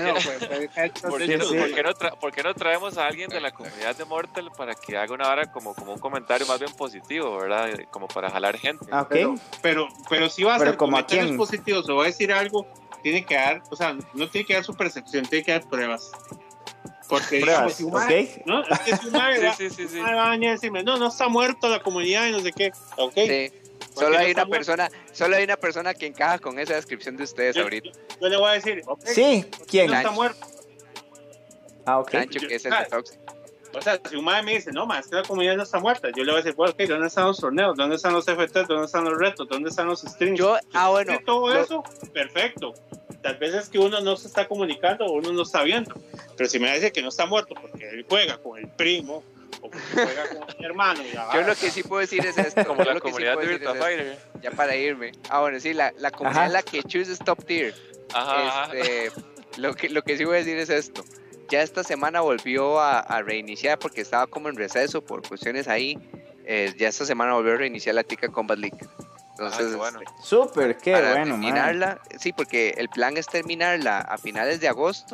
¿Por qué no traemos a alguien de la comunidad de Mortal para que haga una hora como un comentario más bien positivo, ¿verdad? Como para jalar gente. ah, ok. Pero si va a Pero hacer ¿como a comentarios quién? positivos o va a decir algo, tiene que dar, o sea, no tiene que dar su percepción, tiene que dar pruebas. Porque digamos, Pruebas, si un mae- ok. ¿no? Es que si un mae va- Sí. un mae va a venir a decirme, no está muerto la comunidad y no sé qué, ok. Sí. ¿Por Solo qué hay no está solo hay una persona que encaja con esa descripción de ustedes ahorita. Yo le voy a decir, ok, Sí, ¿quién? no está muerto. Ah, ok. Sancho, que es el de Toxic. O sea, si un mae me dice, no, mae, es que la comunidad no está muerta, yo le voy a decir, bueno, ok, ¿dónde están los torneos? ¿Dónde están los FT? ¿Dónde están los retos? ¿Dónde están los streams? Bueno. Sí, todo lo- eso, perfecto. Tal vez es que uno no se está comunicando o uno no está viendo. Pero si me dice que no está muerto porque él juega con el primo o porque juega con mi hermano. Y Yo lo que sí puedo decir es esto. Como yo la lo que sí comunidad puedo de decir es Virtua esto, Fighter. ya para irme. Bueno, sí, la comunidad Ajá. en la que Choose es top tier. Ajá. Lo que sí voy a decir es esto. Ya esta semana volvió a reiniciar porque estaba como en receso por cuestiones ahí. Ya esta semana volvió a reiniciar la Tica Combat League. Entonces, qué bueno. Súper, qué para bueno, man. terminarla, sí, porque el plan es terminarla a finales de agosto.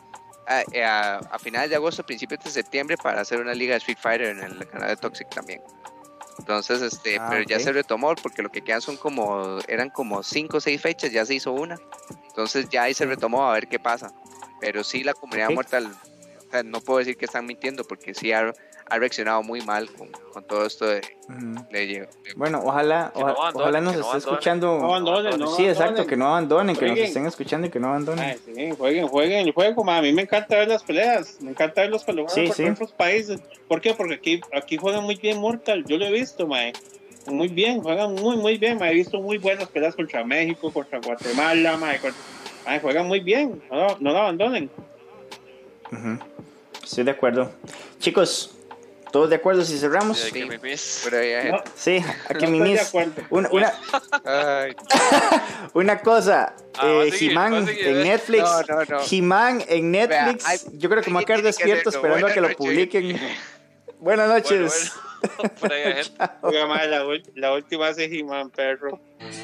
A finales de agosto, principios de septiembre, para hacer una liga de Street Fighter en el canal de Toxic también. Entonces, pero ya ok. se retomó porque lo que quedan eran como 5 o 6 fechas, ya se hizo una. Entonces ya ahí se retomó a ver qué pasa. Pero sí, la comunidad Ok. Mortal, o sea, no puedo decir que están mintiendo porque sí ha reaccionado muy mal con todo esto de Ujú. Bueno, ojalá, Que no abandonen, ojalá nos que no esté abandonen. escuchando. No abandonen, no Sí, exacto, abandonen. que no abandonen, que nos Jueguen. estén escuchando y que no abandonen. Ay, sí, jueguen el juego, ma. A mí me encanta ver las peleas, me encanta verlos cuando juegan Sí, por sí. otros países. ¿Por qué? Porque aquí juegan muy bien Mortal, yo lo he visto, ma. Muy bien, juegan muy bien, ma. He visto muy buenas peleas contra México, contra Guatemala, ma. Juegan muy bien, no lo abandonen. Ujú. Estoy de acuerdo. Chicos, ¿todos de acuerdo si cerramos? Sí, Sí. que me pis. pero ya, No, Sí, aquí no mi estoy de miss. acuerdo. Ay, Una cosa, Va a seguir, He-Man va a seguir, en Netflix. no. He-Man en Netflix. Vea, yo creo que me voy a quedar alguien tiene que despierto hacerlo. esperando a que lo Buenas publiquen. Buenas noches. Bueno. Por ahí hay gente. Oiga, ma, la última es de He-Man, perro.